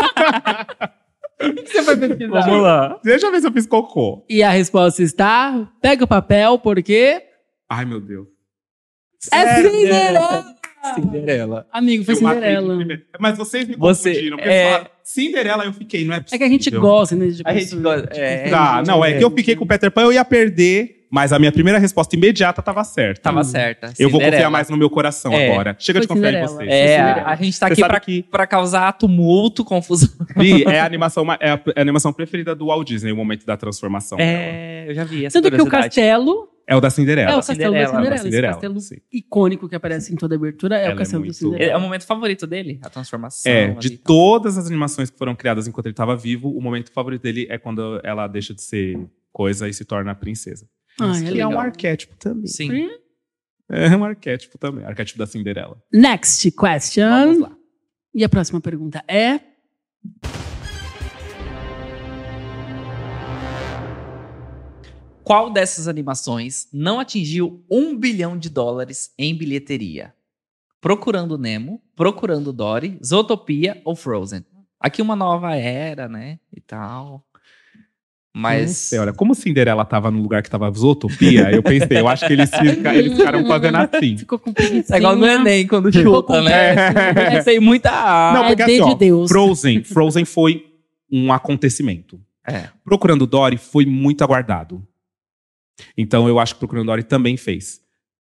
Você foi pesquisar. Vamos lá. Deixa eu ver se eu fiz cocô. E a resposta está... Pega o papel, porque... Ai, meu Deus. É Sério? Cinderela! Cinderela. Amigo, foi Eu matei Cinderela. de primeira. Mas vocês me Você- confundiram. Porque é- falaram, Cinderela eu fiquei, não é É possível. que a gente gosta, né? De A gente gosta. É, Tá, não, é que eu fiquei com o Peter Pan, eu ia perder, mas a minha primeira resposta imediata tava certa. Tava certa. Eu vou Cinderela. confiar mais no meu coração É. agora. Chega de Foi confiar em Cinderela. vocês. É, Cinderela. a gente tá Você aqui sabe pra, que- pra causar tumulto, confusão. Vi, é a animação, ma- é a, é a animação preferida do Walt Disney, o momento da transformação. dela. É, eu já vi essa Sendo que o curiosidade. castelo... É o da Cinderela. É o castelo Cinderela, da Cinderela. da Cinderela, Esse castelo sim. icônico que aparece em toda a abertura é Ela o é castelo muito- do Cinderela. É o momento favorito dele, a transformação. É, ali de e tal. todas as animações que foram criadas enquanto ele estava vivo, o momento favorito dele é quando ela deixa de ser coisa e se torna princesa. Ah, que é Que é um legal. arquétipo também. Sim, É um arquétipo também. Arquétipo da Cinderela. Next question. vamos lá. E a próxima pergunta é... Qual dessas animações não atingiu um bilhão de dólares em bilheteria? Procurando Nemo, Procurando Dory, Zootopia ou Frozen? Aqui uma nova era, né? E tal. Não Mas. sei, olha, como Cinderela tava no lugar que tava Zootopia, eu pensei, eu acho que eles, fica, eles ficaram fazendo assim. Ficou com preguiça. É igual no Enem, quando Ficou chuta, com né? É. É, tem muita A. Não, é porque D assim, de ó, Deus. Frozen, Frozen foi um acontecimento. É. Procurando Dory foi muito aguardado. Então eu acho que Procurando Dory também fez.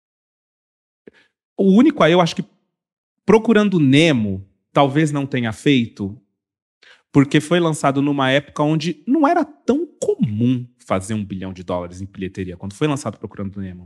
O único aí, eu acho que Procurando Nemo talvez não tenha feito, porque foi lançado numa época onde não era tão comum fazer um bilhão de dólares em bilheteria, quando foi lançado Procurando Nemo.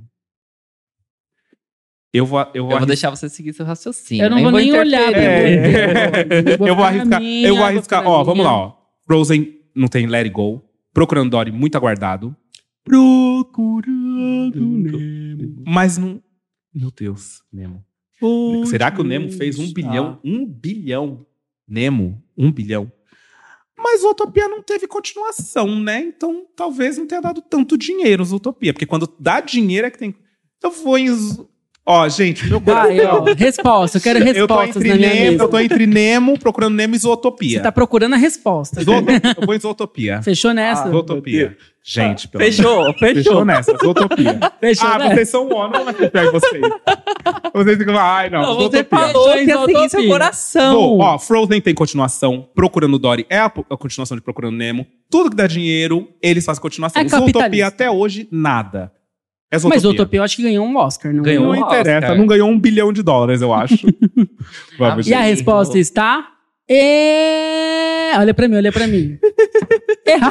Eu vou, eu vou, Eu vou arris- deixar você seguir seu raciocínio. Eu não vou nem olhar. interferir. É. Eu vou arriscar, minha, eu vou vou arriscar. pra Ó, minha. vamos lá, ó. Frozen não tem Let It Go. Procurando Dory, muito aguardado. Procurando Nemo. Mas não. Meu Deus, Nemo. Onde Será que o Nemo fez um está? bilhão? Um bilhão. Nemo, um bilhão. Mas Zootopia não teve continuação, né? Então talvez não tenha dado tanto dinheiro Zootopia. Porque quando dá dinheiro é que tem. Eu vou em... zo- Ó, gente, meu Vai, coração... ó, resposta. Eu quero Eu tô, respostas entre na minha Nemo, mesa. eu tô entre Nemo, procurando Nemo e Zootopia. Você tá procurando a resposta. Zootopia. Eu vou em Zootopia. Fechou nessa? Zootopia. Gente, pelo Fechou, amor- fechou. Fechou nessa, Zootopia. Fechou Ah, nessa? vocês são ó, não vai confiar em vocês. Vocês ficam, ai, não, Não, você Zootopia. falou que ia seguir Zootopia. seu coração. Vou, ó, Frozen tem continuação, Procurando Dory é a, a continuação de Procurando Nemo. Tudo que dá dinheiro, eles fazem continuação. É Zootopia capitalista. até hoje, nada. É Zootopia. Mas o Utopia eu acho que ganhou um Oscar. Não Ganhou Não ganhou? um interessa, Oscar. não ganhou um bilhão de dólares, eu acho. Vamos, E a gente. resposta está... E... Olha pra mim, olha pra mim. Errado.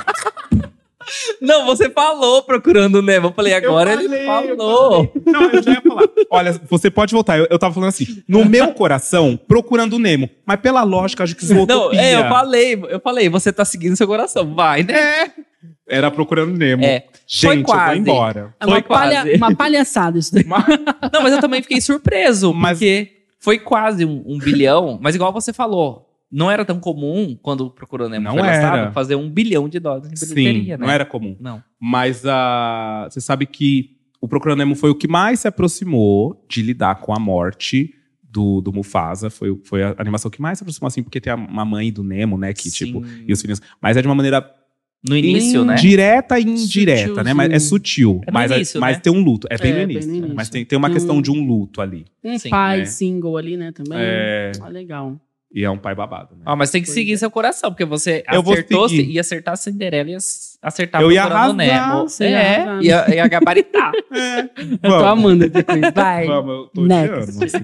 Não, você falou Procurando Nemo. Eu falei, agora Eu ele falei, eu falou. falei. Não, eu já ia falar. Olha, você pode voltar. Eu, eu tava falando assim, no meu coração, Procurando Nemo. Mas pela lógica, acho que Zootopia. Não, é, eu falei, eu falei, você tá seguindo seu coração. Vai, né? É. Era Procurando Nemo. É. Gente, Foi eu quase. vou embora. É uma, Foi palha- quase. uma palhaçada isso daí. Não, mas eu também fiquei surpreso, Mas- porque foi quase um, um bilhão, mas igual você falou, não era tão comum, quando Procurando Nemo Não foi lançado, era. fazer um bilhão de dólares em Sim, bilheteria, né? não era comum. Não. Mas ah, você sabe que o Procurando Nemo foi o que mais se aproximou de lidar com a morte do, do Mufasa. Foi, foi a animação que mais se aproximou, assim, porque tem a, uma mãe do Nemo, né? Que, Sim. tipo, e os filhinhos. Mas é de uma maneira No início, né? direta e indireta, né? Mas é sutil. É no mas, início, mas né? tem um luto. É bem, É, no, bem início, no início. Mas tem, tem uma Tem questão um- de um luto ali. Um Sim, pai é. single ali, né, também. É. Ah, legal. E é um pai babado, né? Ah, mas tem que Pois seguir é. seu coração, porque você Eu vou acertou, seguir. ia acertar a Cinderela e ia acertar Eu ia Procurando arrasar, Nemo. você ia É, arrasar. ia, ia gabaritar. É. Eu tô amando esse quiz. Vai. Vamos, eu tô Next. odiando.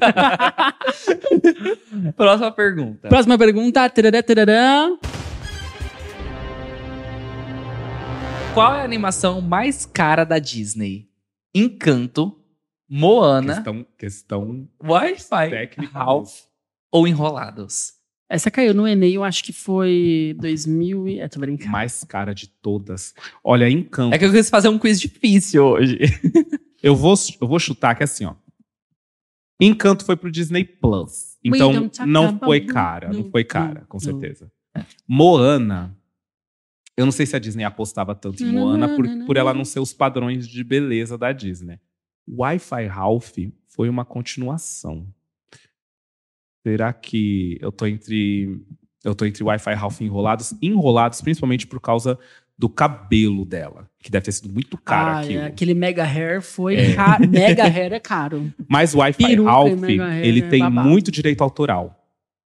Próxima pergunta. Próxima pergunta. Tarará, tarará. Qual é a animação mais cara da Disney? Encanto, Moana, Questão, questão Wi-Fi, técnica. Ralph ou Enrolados? Essa caiu no Enem, eu acho que foi dois mil e... É, tô brincando. mais cara de todas. Olha, Encanto. É que eu quis fazer um quiz difícil hoje. Eu, vou, eu vou chutar que é assim, ó. Encanto foi pro Disney Plus. We Então, don't talk não about foi you. cara. Não No, foi cara, no, com no. certeza. Moana. Eu não sei se a Disney apostava tanto em Moana por, por ela não ser os padrões de beleza da Disney. Wi-Fi Ralph foi uma continuação. Será que eu tô entre eu tô entre Wi-Fi Ralph e Enrolados? Enrolados principalmente por causa do cabelo dela, que deve ter sido muito caro Ah, aquilo. é, aquele mega hair foi... É. ca- Mega hair é caro. Mas o Wi-Fi Peruca e Ralph, mega hair ele é tem babado. muito direito autoral.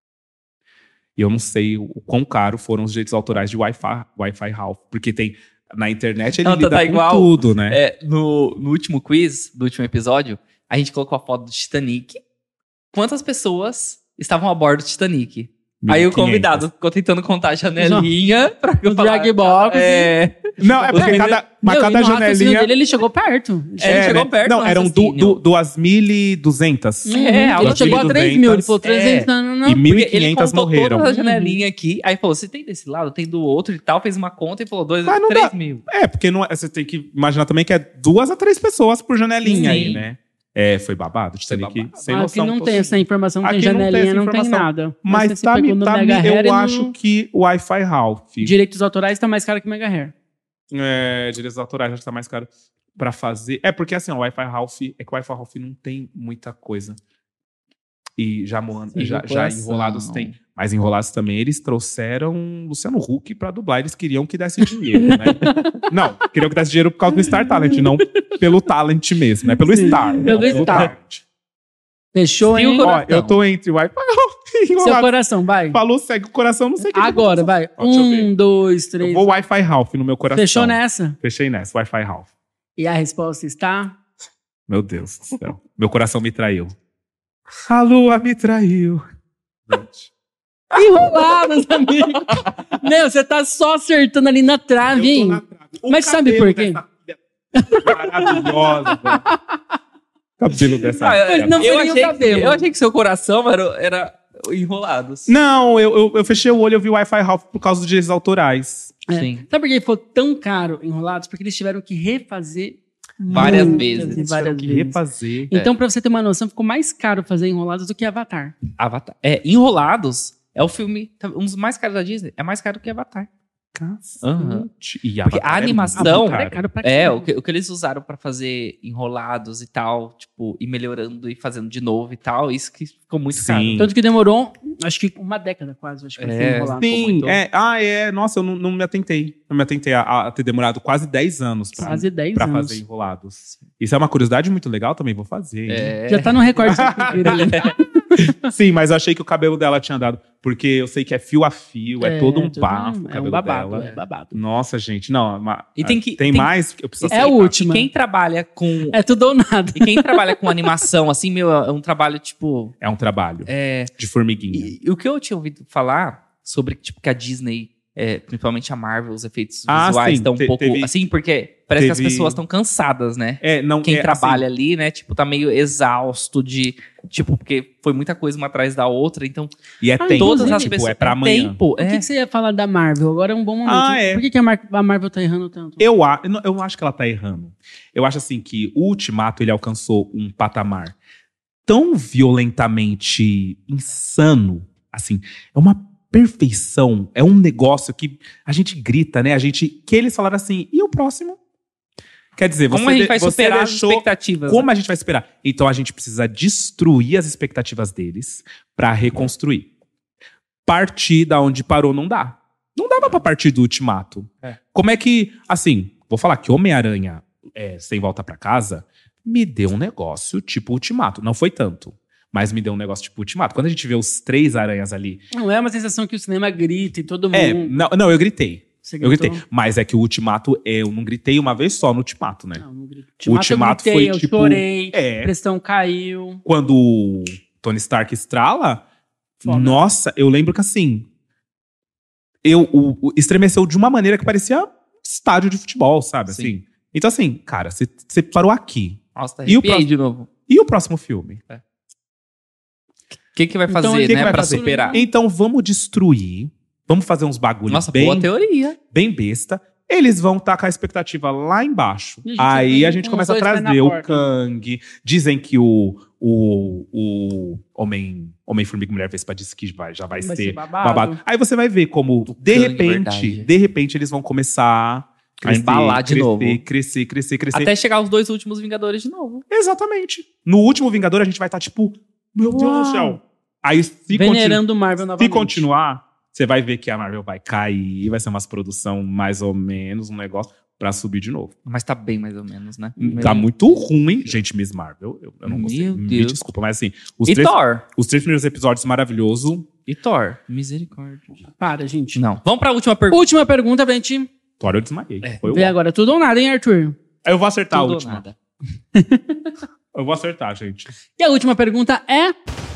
E eu não sei o quão caro foram os direitos autorais de Wi-Fi, Wi-Fi Ralph, porque tem na internet ele Não, tá- lida tá com igual. tudo, né? É, no, no último quiz, do último episódio, a gente colocou a foto do Titanic. Quantas pessoas estavam a bordo do Titanic? Aí o mil e quinhentos. convidado ficou tentando contar a janelinha pra eu O falar. drag box. É, Não, é porque cada, mas Meu, cada e no raciocínio janelinha dele, ele chegou perto. É, ele chegou né? perto Não, no eram du, raciocínio. du, duas mil e duzentas. Uhum. É, algo ele chegou a assim. três mil. Ele falou É. trezentos, não, não, não. E mil e porque ele quinhentas contou morreram. toda a janelinha aqui, aí falou, você tem desse lado, tem do outro e tal, fez uma conta e falou dois, Mas não três dá. mil. É, porque não é- você tem que imaginar também que é duas a três pessoas por janelinha Sim. aí, né? É, foi babado. Titanic, babado. sem Ah, noção. aqui não tô- tem essa informação, tem Aqui não tem janelinha, essa não tem, informação. nada. Mas você tá, pegou me- no tá, Mega me- Hair eu e no- acho que o Wi-Fi Ralph. Direitos autorais tá mais caro que Mega Hair. É, direitos autorais acho que tá mais caro pra fazer. É, porque assim, o Wi-Fi Ralph, é que o Wi-Fi Ralph não tem muita coisa. E já, Moana, Sim, já, do já coração. Enrolados tem. Mas Enrolados também, eles trouxeram Luciano Huck pra dublar. Eles queriam que desse dinheiro, né? Não, queriam que desse dinheiro por causa do Star Talent, não pelo talent mesmo, né? Pelo Sim, Star. pelo não, Star. talent. Fechou, Sim, o hein? coração. Ó, eu tô entre Wi-Fi Ralph e Seu Enrolados. coração, vai. Falou, segue o coração, não sei o que. Agora, vai. Ó, deixa eu Um, ver. dois, Eu três. vou Wi-Fi Ralph no meu coração. Fechou nessa? Fechei nessa, Wi-Fi Ralph. E a resposta está... Meu Deus do céu. Meu coração me traiu. A lua me traiu. Gente. Enrolados, amigo. Meu, você tá só acertando ali na trave, Eu tô hein? na trave. O Mas sabe cabelo por quê? dessa- Maravilhosa. velho. Cabelo dessa. Ah, eu, Não foi eu nem o achei que, cabelo. eu achei que seu coração era, era Enrolados. Não, eu, eu, eu fechei o olho e eu vi o Wi-Fi Ralph por causa dos direitos autorais. É. Sim. Sabe por que ficou tão caro Enrolados? Porque eles tiveram que refazer Várias muitas vezes. e Eles várias tiveram que vezes. refazer. Então, pra você ter uma noção, ficou mais caro fazer Enrolados do que Avatar. Avatar. É, Enrolados é o filme, um dos mais caros da Disney. É mais caro que Avatar. Aham. cacete. E Porque Avatar a é muito animação- caro. É caro pra É, caramba. o que, o que eles usaram pra fazer enrolados e tal, tipo, ir melhorando e fazendo de novo e tal, isso que ficou muito Sim. caro. Tanto que demorou, acho que uma década quase, acho que pra É, ser enrolado. ficou Sim, muito- é. Ah, é. Nossa, eu não, não me atentei. Não me atentei a, a ter demorado quase dez anos pra, Quase dez pra anos. fazer enrolados. Isso é uma curiosidade muito legal também, vou fazer. hein? É. Já tá no recorde da cultura ali. Sim, mas eu achei que o cabelo dela tinha dado. Porque eu sei que é fio a fio, é, todo um tudo bafo o É cabelo um babado, dela. é babado. Nossa, gente, não. ma- E tem que- Tem tem- mais? Eu preciso É a aceitar. última. E quem trabalha com. É tudo ou nada. E quem trabalha com animação, assim, meu, é um trabalho, tipo. É um trabalho É, de formiguinha. e, e o que eu tinha ouvido falar sobre, tipo, que a Disney, é, principalmente a Marvel, os efeitos Ah, visuais sim, estão um te- pouco. teve- assim, porque parece que as teve- pessoas estão cansadas, né? É, não, Quem é, trabalha assim, ali, né, tipo, tá meio exausto de. Tipo, porque foi muita coisa uma atrás da outra, então. e é Ah, tempo, Todas as tipo, pessoas. é pra amanhã. Tempo, O que, é. que você ia falar da Marvel? Agora é um bom momento. Ah, é. Por que, que a, Mar- a Marvel tá errando tanto? Eu, a- eu não- eu não acho que ela tá errando. Eu acho assim que o Ultimato ele alcançou um patamar tão violentamente insano, assim, é uma perfeição, é um negócio que a gente grita, né? A gente que eles falaram assim, e o próximo? Quer dizer, Como você, a gente de- vai você superar as deixou expectativas? como a gente vai esperar? Então a gente precisa destruir as expectativas deles pra reconstruir. Partir da onde parou não dá. Não dava pra partir do Ultimato. É. Como é que, assim, vou falar que Homem-Aranha é, Sem Volta Pra Casa me deu um negócio tipo Ultimato. Não foi tanto, mas me deu um negócio tipo Ultimato. Quando a gente vê os três aranhas ali... Não é uma sensação que o cinema grita e todo mundo. É, não, não, eu gritei. Você Eu gritou? gritei. Mas é que o Ultimato, eu não gritei uma vez só no Ultimato, né? Não, não grito. O Ultimato eu gritei, foi eu tipo- chorei, É. a pressão caiu. Quando o Tony Stark estrala, Foda. nossa, eu lembro que assim, eu o, o- estremeceu de uma maneira que parecia estádio de futebol, sabe? Sim. Assim. Então assim, cara, você você parou aqui. Nossa, tá E o arrepiei próximo- de novo. E o próximo filme? O que, que vai Então, fazer, o que que né, vai pra fazer? superar? Então vamos destruir, vamos fazer uns bagulhos Nossa, bem, boa teoria. bem besta. Eles vão tacar a expectativa lá embaixo. E a gente Aí vem a gente com começa a os dois pés na trazer o porta. Kang. Dizem que o, o, o Homem, Homem Formiga e Mulher Vespa disse que vai, já vai, Vai ser ser babado. babado. Aí você vai ver como, de Kang, repente, verdade. de repente, eles vão começar A crescer, embalar de crescer, novo. crescer, crescer, crescer. Até chegar os dois últimos Vingadores de novo. Exatamente. No último Vingador, a gente vai estar tipo, meu Deus Uau. do céu. Aí, se, continu- Venerando o Marvel se novamente. continuar, você vai ver que a Marvel vai cair, vai ser umas produção mais ou menos, um negócio pra subir de novo. Mas tá bem mais ou menos, né? Tá muito ruim. Gente, Miss Marvel, eu, eu não gostei. Meu Me Deus. desculpa, mas assim, os E três, Thor? os três primeiros episódios maravilhoso. E Thor? Misericórdia. Para, gente. Não. Vamos pra última pergunta. Última pergunta pra gente Thor eu desmaiei. É. Foi o ver agora. Tudo ou nada, hein, Arthur? Eu vou acertar Tudo a ou última. nada. Eu vou acertar, gente. E a última pergunta é...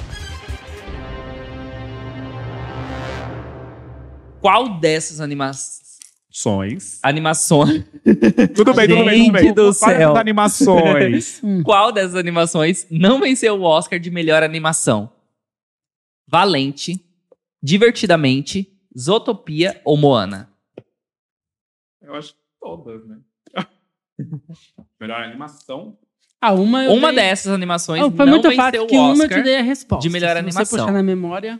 Qual dessas animações... Sonhos. Animações... Tudo bem, tudo bem, tudo bem. Gente do Quais céu. as animações? Qual dessas animações não venceu o Oscar de melhor animação? Valente, Divertidamente, Zootopia ou Moana? Eu acho que todas, né? Melhor animação. Ah, uma eu Uma dei... dessas animações Ah, foi não muito venceu fácil o que uma eu Oscar. te dei a resposta. de melhor Se animação. você puxar na memória...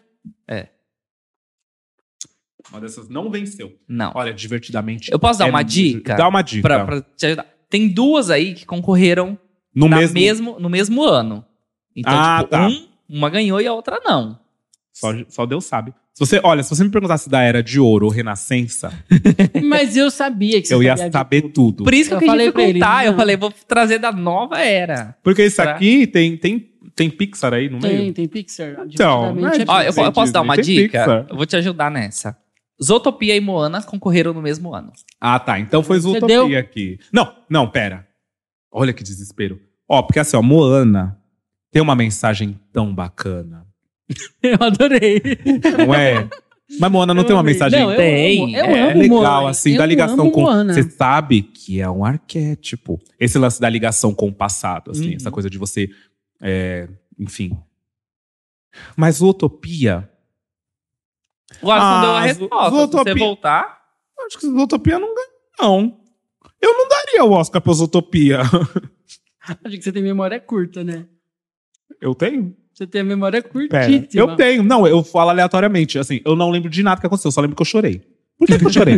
Uma dessas não venceu. Não. Olha, divertidamente. Eu posso dar é uma muito- dica? Dá uma dica. Pra, pra te ajudar. Tem duas aí que concorreram no na mesmo. mesmo... no mesmo ano. Então, Ah, tipo, tá. um, uma ganhou e a outra não. Só, só Deus sabe. Se você, olha, se você me perguntasse da Era de Ouro ou Renascença, Mas eu sabia que você eu ia sabia de saber tudo. Por isso que eu, Eu quis falei pra ele, dificultar. Eu não. falei, vou trazer da nova era. Porque isso Pra- aqui tem, tem, tem Pixar aí no Tem, meio. tem Pixar. Então, Divertidamente né, é Ó, eu, Pixar. eu posso dar uma Tem dica? Pixar. Eu vou te ajudar nessa. Zootopia e Moana concorreram no mesmo ano. Ah, tá. Então foi Você Zootopia deu- aqui. Não, não, pera. Olha que desespero. Ó, porque assim, ó, Moana tem uma mensagem tão bacana. Eu adorei. Não é? Mas Moana não Eu tem uma amei. mensagem... Não, eu Tem. amo, eu é amo legal, Moana. assim, Eu da ligação amo com... Moana. Você sabe que é um arquétipo. Esse lance da ligação com o passado, assim. Uhum. Essa coisa de você... é, enfim. Mas Zootopia... O Alisson Ah, deu a Zo- resposta. Se você Zootopia- voltar... Acho que Zootopia não ganha, não. Eu não daria o Oscar pra Zootopia. Acho que você tem memória curta, né? Eu tenho? Você tem a memória Pera. curtíssima. Eu tenho. Não, eu falo aleatoriamente. Assim, eu não lembro de nada que aconteceu. Eu só lembro que eu chorei. Por que, que eu chorei?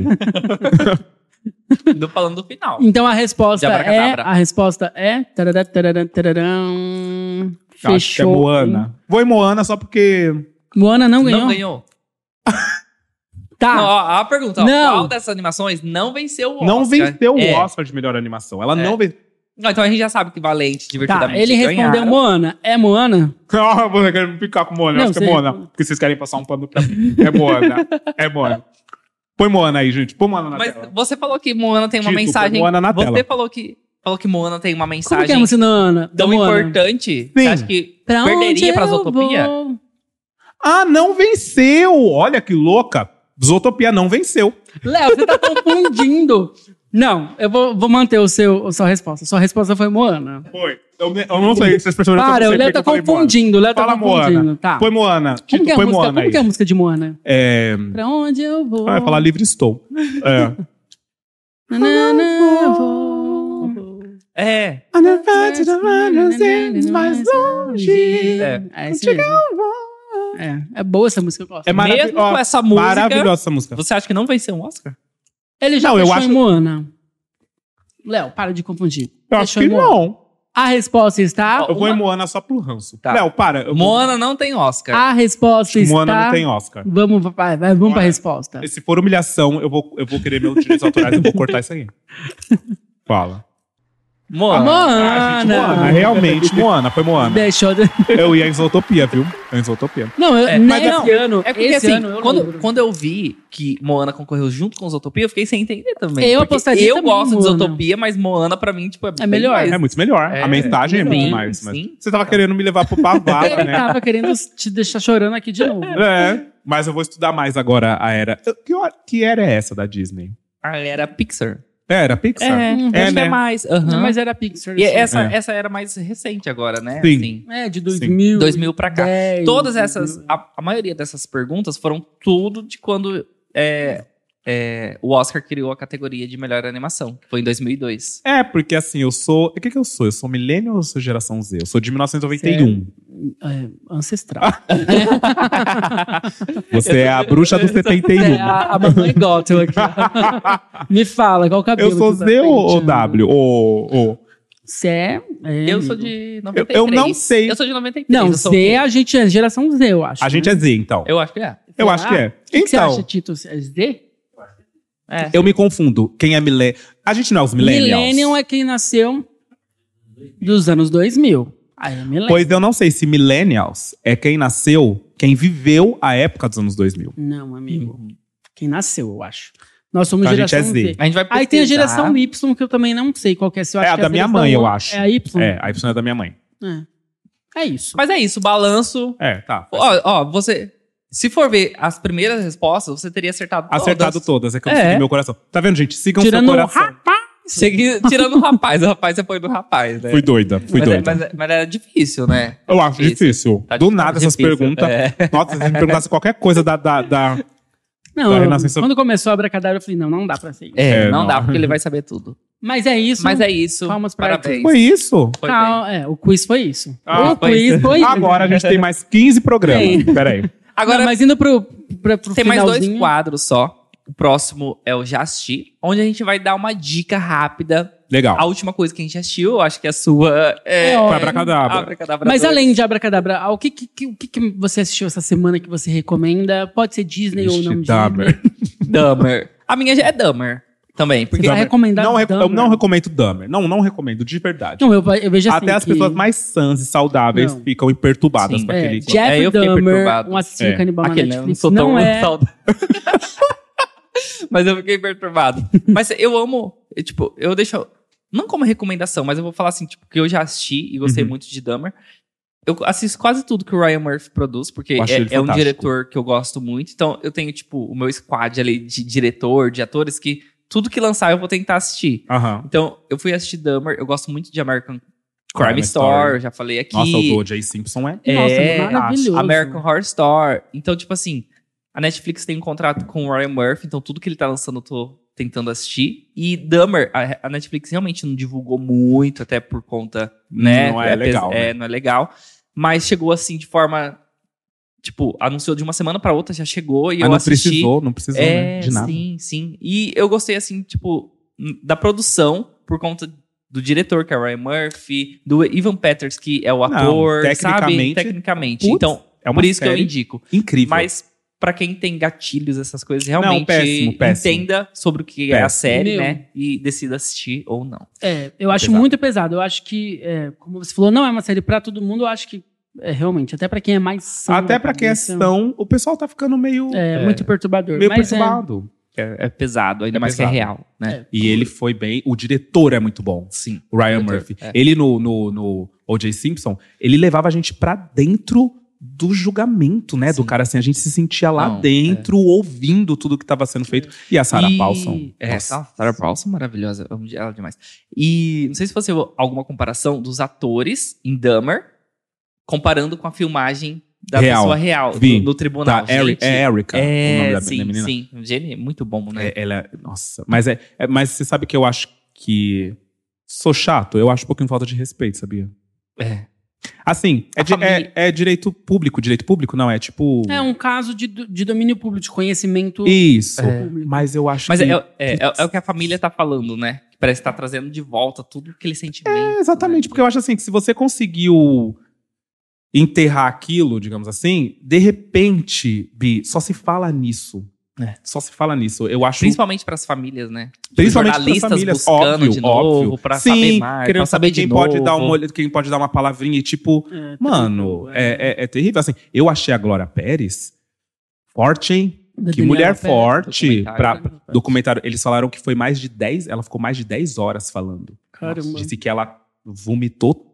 Tô falando do final. Então a resposta De é... abracadabra. A resposta é... Tarará, tarará, tararão, Acho que é fechou. Moana. Vou em Moana só porque... Moana não ganhou? Não ganhou. Tá. Não, ó, a pergunta, ó, Não. qual dessas animações não venceu o Oscar? Não venceu o É. Oscar de melhor animação. Ela É. não venceu. Não, então a gente já sabe que Valente, Tá, Divertidamente ele respondeu ganharam. Moana. É Moana? Ah, você quer ficar com Moana? Não, Acho que é sei. Moana. Porque vocês querem passar um pano pra mim. É Moana. É Moana. Põe Moana aí, gente. Põe Moana na Mas tela. você falou que Moana tem uma Tito, mensagem... Moana na você tela. falou que, falou que Moana tem uma Como que é a mensagem música da Ana? Da tão Moana? importante. Sim. Você acha que Pra perderia onde pra eu Zootopia? vou? Ah, não venceu! Olha que louca. Zootopia não venceu. Léo, você tá confundindo. Não, eu vou, vou manter o seu, a sua resposta. Sua resposta foi Moana. Foi. Eu, eu não sei se vocês perceberam. Para, eu o não sei Léo porque tá eu falei Moana. confundindo. O Léo tá Fala confundindo. Moana. Tá. Põe Moana. Como que é a Põe música? Moana Como aí. que é a música de Moana? É... Pra onde eu vou? Ah, vai falar livre estou. É. Nanana, vou. É. mais longe. É. É isso mesmo. É, é boa essa música, eu gosto. É maravi- Mesmo ó, com essa música, Maravilhosa essa música. você acha que não venceu um Oscar? Ele já Não, eu fechou acho- em Moana. Léo, para de confundir. Eu acho Fechou que em Moana. não. A resposta está... Eu vou Uma- em Moana só pro ranço. Tá. Léo, para. Eu vou- Moana não tem Oscar. A resposta está... Moana não tem Oscar. Vamos, vai, vai, vamos pra Moana. resposta. Se for humilhação, eu vou, eu vou querer meus direitos autorais, eu vou cortar isso aí. Fala. Moana. Ah, gente, Moana. Moana. Realmente, Moana. Foi Moana. Deixou de... Eu ia em Zootopia, viu? Eu ia em Zootopia. Não, eu, É, nem mas esse não, ano. É porque esse assim, ano eu quando, lembro. quando eu vi que Moana concorreu junto com Zootopia, eu fiquei sem entender também. Eu Porque apostaria Eu também em gosto de Moana. Zootopia, mas Moana pra mim, tipo, é, bem melhor. mais- É muito melhor. É, a mensagem é sim, muito mais. Mas sim. você tava querendo me levar pro Pavara, Ele né? tava querendo te deixar chorando aqui de novo. É. Mas eu vou estudar mais agora a era. Que, hora- que era é essa da Disney? Ah, era Pixar. É, era Pixar? É, Uhum. acho É, que né? é mais. aham. Não, mas era Pixar. E assim. essa, É. essa era mais recente agora, né? Sim. Assim, É, de dois mil. dois mil pra cá. dez, Todas essas. dois mil. A, a maioria dessas perguntas foram tudo de quando é, é, o Oscar criou a categoria de melhor animação, que foi em dois mil e dois. É, porque assim, eu sou. O que, que eu sou? Eu sou millennial ou eu sou geração Z? Eu sou de mil novecentos e noventa e um. É, ancestral. Você é a bruxa do setenta e É, um. a, a mamãe Gothel aqui. Me fala, qual o cabelo Eu sou que você Z tá ou, ou penteando? W? Ou, ou- Você é... é, Eu sou amigo. de noventa e três. Eu- eu não sei. Eu sou de noventa e três. Não, eu sou Z, a gente é geração Z, eu acho. A gente né? é Z, então. Eu acho que é. Eu Será? acho que é. O que, que você Então, acha, Tito? É Z? É. eu me confundo. Quem é millennial? A gente não é os millennials? Millennium é quem nasceu dos anos dois mil. Aí é millennium. Pois eu não sei se millennials é quem nasceu, quem viveu a época dos anos dois mil. Não, amigo. Quem nasceu, eu acho. Nós somos Então a gente geração é Z. Z. A gente vai Aí tem a pesquisar. geração Y, que eu também não sei qual que é. Se eu É acho a que da a minha geração mãe, eu O acho. É a Y. É, a Y é da minha mãe. É, é isso. Mas é isso, balanço. É, tá. Ó, ó, você. Se for ver as primeiras respostas, você teria acertado todas. Acertado todas, é que eu É. segui meu coração. Tá vendo, gente? Sigam Tirando seu o coração. rapaz. Segui- tirando o rapaz. O rapaz você põe no rapaz, né? Fui doida, fui mas, é- doida. mas, é- mas era difícil, né? Eu acho difícil. Tá Do difícil, nada essas difícil. perguntas. É. Nossa, se você me perguntasse qualquer coisa da. da, da- Não, Da eu- Renascença- quando começou a Abracadabra, eu falei, não, não dá pra ser isso. É, É, não, não. dá, porque ele vai saber tudo. Mas é isso. Mas é isso. Palmas pra Parabéns. Foi isso? Foi Cal- é, o quiz foi isso. Ah, o foi quiz isso. foi isso. Agora a gente tem mais quinze programas. Tem. Peraí. bem. Agora Não, mas indo pro, pra, pro tem mais dois finalzinho, quadros só. O próximo é o Já Assisti, onde a gente vai dar uma dica rápida. Legal. A última coisa que a gente assistiu, eu acho que a sua é... É, ó, Foi Abracadabra. Abracadabra Mas dois. além de Abracadabra, ah, o que, que, que- o que, que você assistiu essa semana que você recomenda? Pode ser Disney ou Ixi, não Dahmer. Disney. Dahmer. A minha já é Dahmer também, porque Você vai recomendar Não, rec- eu Dahmer? não recomendo Dahmer. Não, não recomendo, de verdade. Não, eu, eu vejo assim Até as que- pessoas mais sãs e saudáveis Não. ficam perturbadas Sim. com É, aquele. Jeff É, eu fiquei Dahmer, perturbado. um assassino É. canibal na aquele, né? Eu não Netflix, sou não, tão é... saudável. Mas eu fiquei perturbado. Mas eu amo, eu, tipo, eu deixo, não como recomendação, mas eu vou falar assim, tipo, que eu já assisti e gostei Uhum. muito de Dahmer. Eu assisto quase tudo que o Ryan Murphy produz, porque Eu achei é, ele é um fantástico. diretor que eu gosto muito. Então, eu tenho, tipo, o meu squad ali de diretor, de atores, que tudo que lançar eu vou tentar assistir. Aham. Então, eu fui assistir Dahmer, eu gosto muito de American Crime, Crime Story, Story. eu já falei aqui. Nossa, o do O J Simpson é. É, Nossa, maravilhoso. American Horror Story. Então, tipo assim, a Netflix tem um contrato com o Ryan Murphy, então tudo que ele tá lançando eu tô tentando assistir. E Dahmer, a, a Netflix realmente não divulgou muito, até por conta, né? Não é legal, É, né? não é legal. Mas chegou assim de forma, tipo, anunciou de uma semana pra outra, já chegou e Ah, eu não assisti. precisou, não precisou, É, né? De nada. sim, sim. E eu gostei, assim, tipo, da produção, por conta do diretor, que é o Ryan Murphy, do Evan Peters, que é o ator, tecnicamente- sabe? Tecnicamente. Putz, Então, é uma por isso que eu série indico. Incrível. Mas, pra quem tem gatilhos, essas coisas, realmente péssimo, péssimo. entenda sobre o que é a Péssimo. série, Meu. né? E decida assistir ou não. É, eu acho Pesado. muito pesado. Eu acho que, é, como você falou, não é uma série pra todo mundo. Eu acho que, é, realmente, até pra quem é mais são Até da pra quem é cabeça, são, o pessoal tá ficando meio, É, É. muito perturbador. meio mas é, perturbado. É, é pesado, ainda É mais pesado. que é real, né? É. E ele foi bem. O diretor é muito bom. Sim. O Ryan Diretor, Murphy. é. Ele no, no, no O J Simpson, ele levava a gente pra dentro do julgamento, né? Sim. Do cara, assim, a gente se sentia lá Não, dentro, ouvindo tudo que tava sendo feito. E a Sarah E- Paulson. É, nossa. a Sarah Paulson maravilhosa. Eu amo ela demais. E não sei se você viu alguma comparação dos atores em Dahmer comparando com a filmagem da Real. pessoa real Vi. no, no tribunal. Tá, Eri- Gente, é Erika, o nome É, da, sim, da menina. sim. Gene, é muito bom, né? É, ela é- Nossa. Mas, é, é- mas você sabe que eu acho que. Sou chato, eu acho um pouquinho falta de respeito, sabia? É. Assim, é, A di- família- é- é direito público. Direito público não, é tipo. é um caso de, de domínio público, de conhecimento Isso. público. Mas eu acho Mas que. é, é, é, é o que a família tá falando, né? Que parece que tá trazendo de volta tudo aquele sentimento. É, exatamente, né? porque eu acho assim que se você conseguiu enterrar aquilo, digamos assim, de repente, Bi, só se fala nisso. É. Só se fala nisso. Eu acho. Principalmente pras famílias, né? Principalmente pras jornalistas famílias, buscando óbvio, de novo, óbvio. pra Sim, saber mais, querendo pra saber de quem novo. pode dar uma olhada, quem pode dar uma palavrinha e tipo, É, mano, terrível, é, é- é terrível. Assim, eu achei a Glória Pérez forte, hein? Da Que Daniela mulher Pérez, forte. documentário. Pra, documentário. Eles falaram que foi mais de dez. Ela ficou mais de dez horas falando. Caramba. Disse que ela vomitou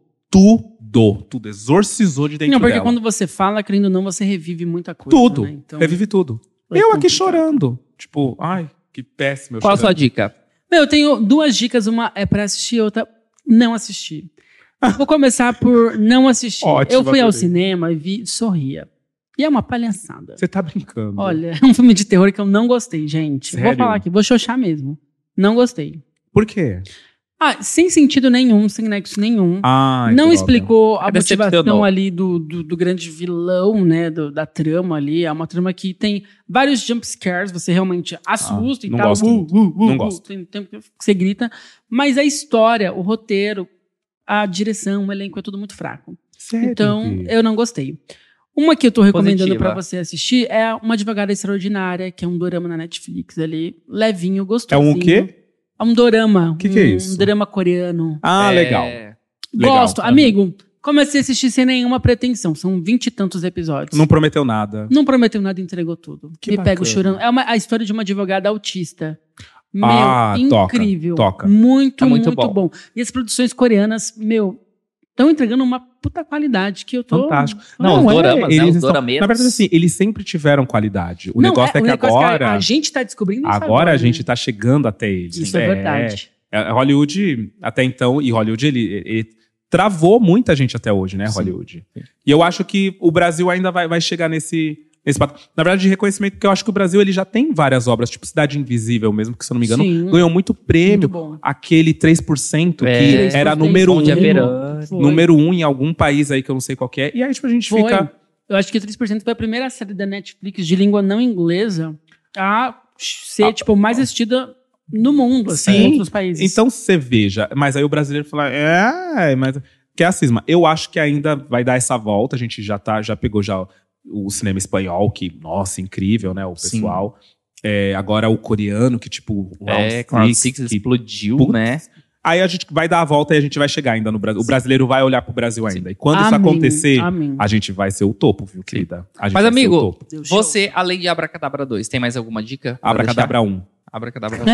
tudo. Tudo. Exorcizou de dentro Não, porque dela. quando você fala, querendo ou não, você revive muita coisa. Tudo. Né? Então, Revive tudo. foi Eu aqui complicado. chorando. Tipo, ai, que péssimo. eu Qual a sua chorando. dica? Meu, eu tenho duas dicas. Uma é pra assistir, outra não assistir. Eu Vou começar por não assistir. Ótimo, eu fui ao adorei. cinema e vi Sorria. E é uma palhaçada. Você tá brincando. Olha, é um filme de terror que eu não gostei, gente. Vou Sério? falar aqui, vou xoxar mesmo. Não gostei. Por quê? Ah, sem sentido nenhum, sem nexo nenhum. Ai, não droga. explicou a Decepcionou. motivação ali do, do, do grande vilão, né? do- da trama ali. É uma trama que tem vários jump scares, você realmente assusta Ah, e não tal. gosto Uh, muito. uh, uh, Não uh, gosto. Tem tempo que você grita. Mas a história, o roteiro, a direção, o elenco é tudo muito fraco. Sério? Então, Bi? eu não gostei. Uma que eu tô recomendando Positiva. pra você assistir é Uma Advogada Extraordinária, que é um dorama na Netflix ali, levinho, É gostosinho. um quê? É um dorama. Que que é um isso? drama coreano. Ah, É, legal. Legal. Gosto. Aham. Amigo, comecei a assistir sem nenhuma pretensão. São vinte e tantos episódios. Não prometeu nada. Não prometeu nada e entregou tudo. Que Me pego bacana. chorando. É uma- a história de uma advogada autista. Meu, Ah, toca, incrível. toca. Muito, É muito muito, bom. bom. E as produções coreanas, meu, estão entregando uma puta qualidade que eu tô... Fantástico. Não, os doramas, né? eles Os estão- dorametos. Na verdade, assim, eles sempre tiveram qualidade. O Não, negócio é, o que negócio agora. a gente tá descobrindo isso agora a gente né? tá chegando até eles. Isso é, verdade. É, Hollywood, até então, e Hollywood, ele, ele travou muita gente até hoje, né, Sim. Hollywood? E eu acho que o Brasil ainda vai, vai chegar nesse, nesse pato. Na verdade, de reconhecimento, porque eu acho que o Brasil ele já tem várias obras, tipo Cidade Invisível mesmo, que se eu não me engano, Sim. ganhou muito prêmio. Muito bom. Aquele três por cento que É, era três por cento, número Bom Dia um, Verão. Foi. número um em algum país aí que eu não sei qual que é. E aí, tipo, a gente Foi. fica... Eu acho que três por cento foi a primeira série da Netflix de língua não inglesa a ser, Ah, tipo, mais assistida no mundo, assim, Sim. em outros países. Então você veja, mas aí o brasileiro fala, é, mas que é a cisma. Eu acho que ainda vai dar essa volta, a gente já tá, já pegou já o cinema espanhol, que, nossa, incrível, né, o Sim. pessoal. É, agora o coreano, que tipo, o É, Round Cloud Six, Six que- explodiu, Putz. né? Aí a gente vai dar a volta e a gente vai chegar ainda no Brasil. O brasileiro vai olhar pro Brasil ainda. E quando isso Amém, acontecer, amém. a gente vai ser o topo, viu, querida? A gente Mas, vai ser amigo, o topo. Deu show. Você, além de Abracadabra dois, tem mais alguma dica? pra Abracadabra um. deixar? Abracadabra um.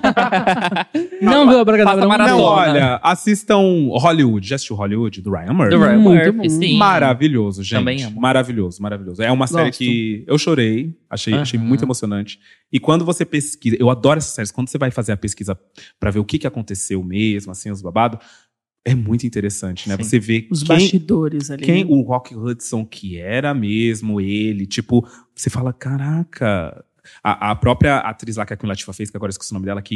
Não viu a Bragadabra? Faça maratona. Não, olha, assistam Hollywood. Já assistiu Hollywood, do Ryan Murphy? Do Ryan Muito Murphy, bom. sim. Maravilhoso, gente. Também amo. Maravilhoso, maravilhoso. É uma série Gosto. que eu chorei, achei, achei Aham. muito emocionante. E quando você pesquisa, eu adoro essas séries, quando você vai fazer a pesquisa pra ver o que, que aconteceu mesmo, assim, os babados, é muito interessante, né? Sim. Você vê Os quem, bastidores ali. quem né? o Rock Hudson, que era mesmo ele, tipo, você fala, caraca. A, a própria atriz lá que a Queen Latifah fez, que agora eu esqueci o nome dela, que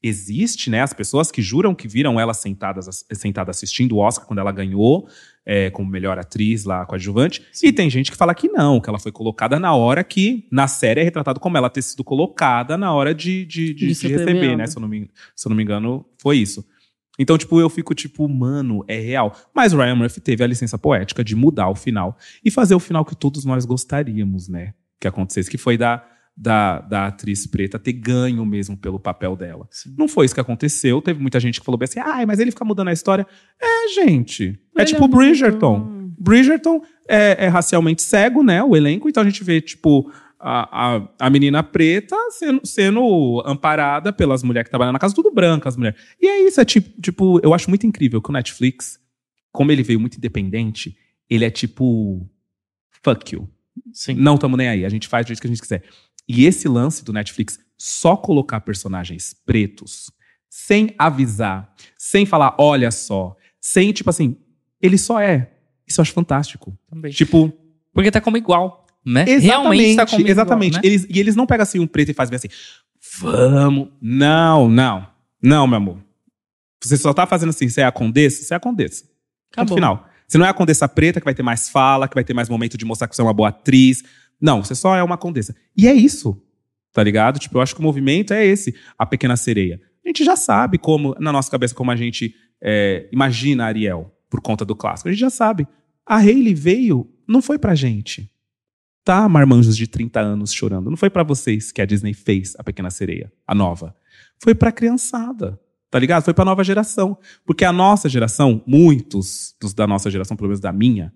existe, né, as pessoas que juram que viram ela sentadas, sentada assistindo o Oscar quando ela ganhou é, como melhor atriz lá, coadjuvante. Sim. E tem gente que fala que não, que ela foi colocada na hora que, na série, é retratado como ela ter sido colocada na hora de, de, de, de receber, né? Se eu, não me, se eu não me engano, foi isso. Então, tipo, eu fico tipo, mano, é real. Mas o Ryan Murphy teve a licença poética de mudar o final e fazer o final que todos nós gostaríamos, né? Que acontecesse, que foi da, da, da atriz preta ter ganho mesmo pelo papel dela. Sim. Não foi isso que aconteceu. Teve muita gente que falou bem assim, ah, mas ele fica mudando a história. É, gente. É ele tipo é Bridgerton. Muito... Bridgerton é, é racialmente cego, né? O elenco. Então a gente vê, tipo... A, a, a menina preta sendo, sendo amparada pelas mulheres que trabalham na casa, tudo branca, as mulheres. E é isso, é tipo, tipo, eu acho muito incrível que o Netflix, como ele veio muito independente, ele é tipo, fuck you. Sim. Não tamo nem aí, a gente faz do jeito que a gente quiser. E esse lance do Netflix, só colocar personagens pretos, sem avisar, sem falar, olha só, sem, tipo assim, ele só é. Isso eu acho fantástico. Também. Tipo... Porque tá como igual. Né? Exatamente, realmente tá comigo, exatamente. Né? Eles, e eles não pegam assim um preto e fazem bem assim, vamos. Não, não. Não, meu amor. Você só tá fazendo assim, você é a condessa? Você é a condessa. Ponto final. Você não é a condessa preta que vai ter mais fala, que vai ter mais momento de mostrar que você é uma boa atriz. Não, você só é uma condessa. E é isso, tá ligado? Tipo, eu acho que o movimento é esse, a Pequena Sereia. A gente já sabe como, na nossa cabeça, como a gente é, imagina a Ariel, por conta do clássico. A gente já sabe. A Hailey veio, não foi pra gente. Tá, marmanjos de trinta anos chorando. Não foi pra vocês que a Disney fez a Pequena Sereia, a nova. Foi pra criançada, tá ligado? Foi pra nova geração. Porque a nossa geração, muitos dos da nossa geração, pelo menos da minha,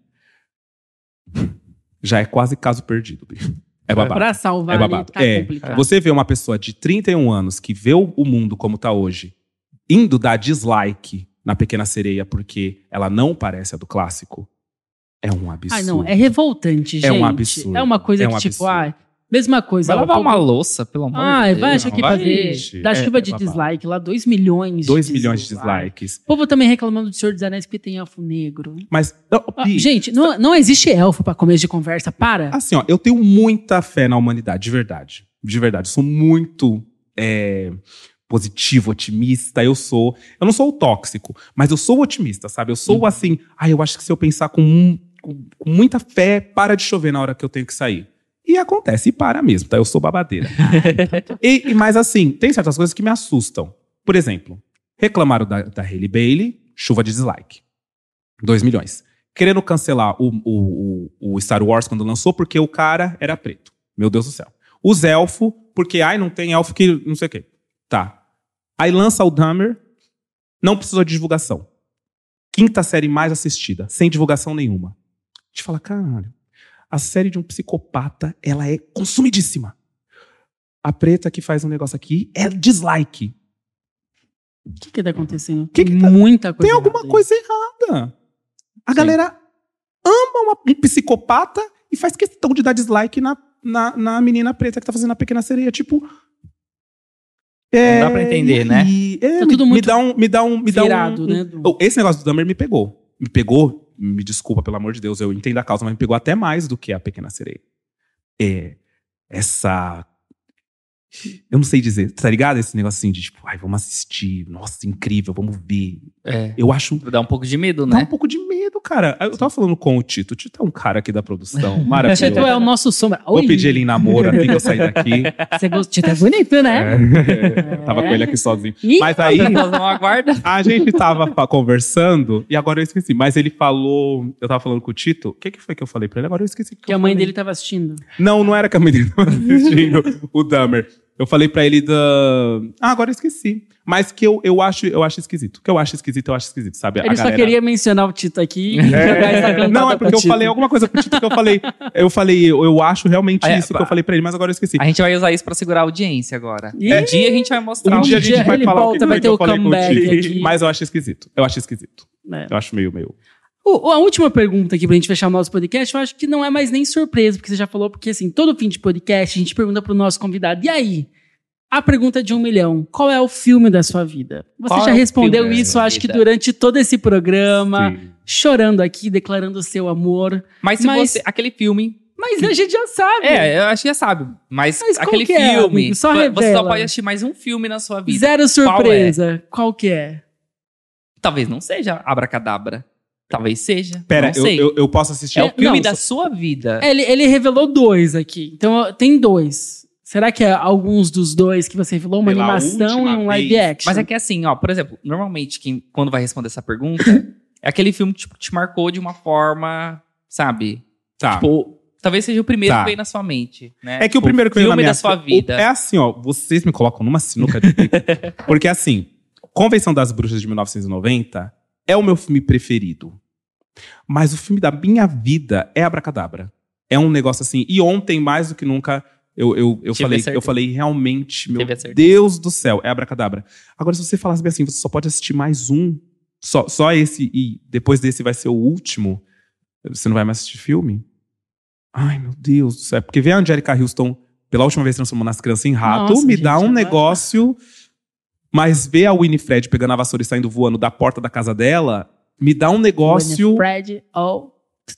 já é quase caso perdido. É babado. Pra salvar, é babado. Tá é. complicado. Você vê uma pessoa de trinta e um anos que vê o mundo como tá hoje, indo dar dislike na Pequena Sereia porque ela não parece a do clássico, é um absurdo. Ah, não, é revoltante, gente. É um absurdo. É uma coisa é um que, absurdo. tipo, ah, mesma coisa. Vai lavar povo... uma louça, pelo amor ah, de Deus. vai achar que vai fazer. Da é, chuva é de babado. dislike, lá dois milhões dois de milhões de dislike. dislikes. O povo também reclamando do Senhor dos Anéis porque tem elfo negro. Mas, oh, Ah, Pi, gente, não, não existe elfo pra começo de conversa, para. assim, ó, eu tenho muita fé na humanidade, de verdade. De verdade. Eu sou muito é, positivo, otimista. Eu sou. Eu não sou o tóxico, mas eu sou otimista, sabe? Eu sou Uhum. assim. Ah, eu acho que se eu pensar com, um, com, com muita fé, para de chover na hora que eu tenho que sair. E acontece, e para mesmo, tá? Eu sou babadeira. e, e, mas assim, tem certas coisas que me assustam. Por exemplo, reclamaram da, da Hailey Bailey, chuva de dislike. dois milhões. Querendo cancelar o, o, o, o Star Wars quando lançou, porque o cara era preto. Meu Deus do céu. Os elfos, porque, ai, não tem elfo que não sei o quê. Tá. Aí lança o Dahmer, não precisou de divulgação. Quinta série mais assistida, sem divulgação nenhuma. A gente fala, caralho, a série de um psicopata, ela é consumidíssima. A preta que faz um negócio aqui é dislike. O que que tá acontecendo? Que que tem tá- muita coisa Tem alguma errada aí. coisa errada. A Sim. galera ama uma- um psicopata e faz questão de dar dislike na, na, na menina preta que tá fazendo a Pequena Sereia. Tipo... É, Não dá pra entender, né? e- é, Tá me, tudo me muito dá um... Me dá um, me dá um, virado, um- né, do- Oh, esse negócio do Dahmer me pegou. Me pegou, me desculpa, pelo amor de Deus, eu entendo a causa, mas me pegou até mais do que a Pequena Sereia. É... Essa... Eu não sei dizer, tá ligado? Esse negócio assim de tipo, ai, vamos assistir, nossa, incrível, vamos ver. É. Eu acho... Dá um pouco de medo, Dá um né? pouco de medo, cara. Eu tava falando com o Tito. O Tito é um cara aqui da produção, Tito maravilhoso. é o nosso sombra. Vou Oi. pedir ele em namoro assim que eu sair daqui. Você gosta? Tito é bonito, né? É, tava com ele aqui sozinho. Ih, Mas aí, Nós não aguarda. a gente tava fa- conversando e agora eu esqueci. Mas ele falou... Eu tava falando com o Tito. O que, que foi que eu falei pra ele? Agora eu esqueci. o Que eu a mãe falei. dele tava assistindo. Não, não era que a mãe dele tava assistindo o Dahmer. Eu falei pra ele da... Ah, agora eu esqueci. Mas que eu, eu, acho, eu acho esquisito. O que eu acho esquisito, eu acho esquisito, sabe? Ele A só galera- queria mencionar o Tito aqui e jogar essa É, cantada não, é porque pro eu Tito. falei alguma coisa pro Tito que eu falei. Eu falei, eu, eu acho realmente Ah, é, isso que eu falei pra ele, mas agora eu esqueci. A gente vai usar isso pra segurar a audiência agora. Ih! Um dia a gente vai mostrar. Um o dia a vídeo. gente vai ele falar o volta, que vai foi ter que eu o falei com o comeback Tito. aqui. Mas eu acho esquisito. Eu acho esquisito. É. Eu acho meio, meio... O- a última pergunta aqui pra gente fechar o nosso podcast, eu acho que não é mais nem surpresa, porque você já falou, porque assim, todo fim de podcast a gente pergunta pro nosso convidado, e aí? A pergunta de um milhão, qual é o filme da sua vida? Você Qual já é o respondeu filme da isso, sua acho que vida? durante todo esse programa, Sim. chorando aqui, declarando o seu amor. Mas se Mas- você. Aquele filme Mas a gente já sabe. É, eu acho que já sabe. Mas, Mas qual aquele que é, filme, amigo? Só você revela. só pode assistir mais um filme na sua vida. Zero surpresa. Qual, que é? Talvez não seja Abracadabra. Talvez seja. Pera, não eu, sei. eu, eu posso assistir. É o É, filme não, da só- sua vida. Ele, ele revelou dois aqui. Então ó, tem dois. Será que é alguns dos dois que você revelou? Uma Pela animação última e um live vez. action? Mas é que assim, ó, por exemplo, normalmente quem, quando vai responder essa pergunta, é aquele filme que tipo, te marcou de uma forma, sabe? Tá. Tipo, talvez seja o primeiro Tá. que veio na sua mente, né? É que o primeiro que veio na filme minha da sua vida. É assim, ó. Vocês me colocam numa sinuca de bico. Porque assim, Convenção das Bruxas de mil novecentos e noventa é o meu filme preferido. Mas o filme da minha vida é Abracadabra. É um negócio assim. E ontem, mais do que nunca, eu, eu, eu, Tive falei, a certeza. eu falei realmente, meu Teve a certeza. Deus do céu, é Abracadabra. Agora, se você falasse bem assim, você só pode assistir mais um. Só, só esse, e depois desse vai ser o último. Você não vai mais assistir filme? Ai, meu Deus do céu. Porque ver a Angélica Houston pela última vez transformando as crianças em rato Nossa, me gente, dá um agora- negócio. Mas ver a Winifred pegando a vassoura e saindo voando da porta da casa dela me dá um negócio. Fred, oh.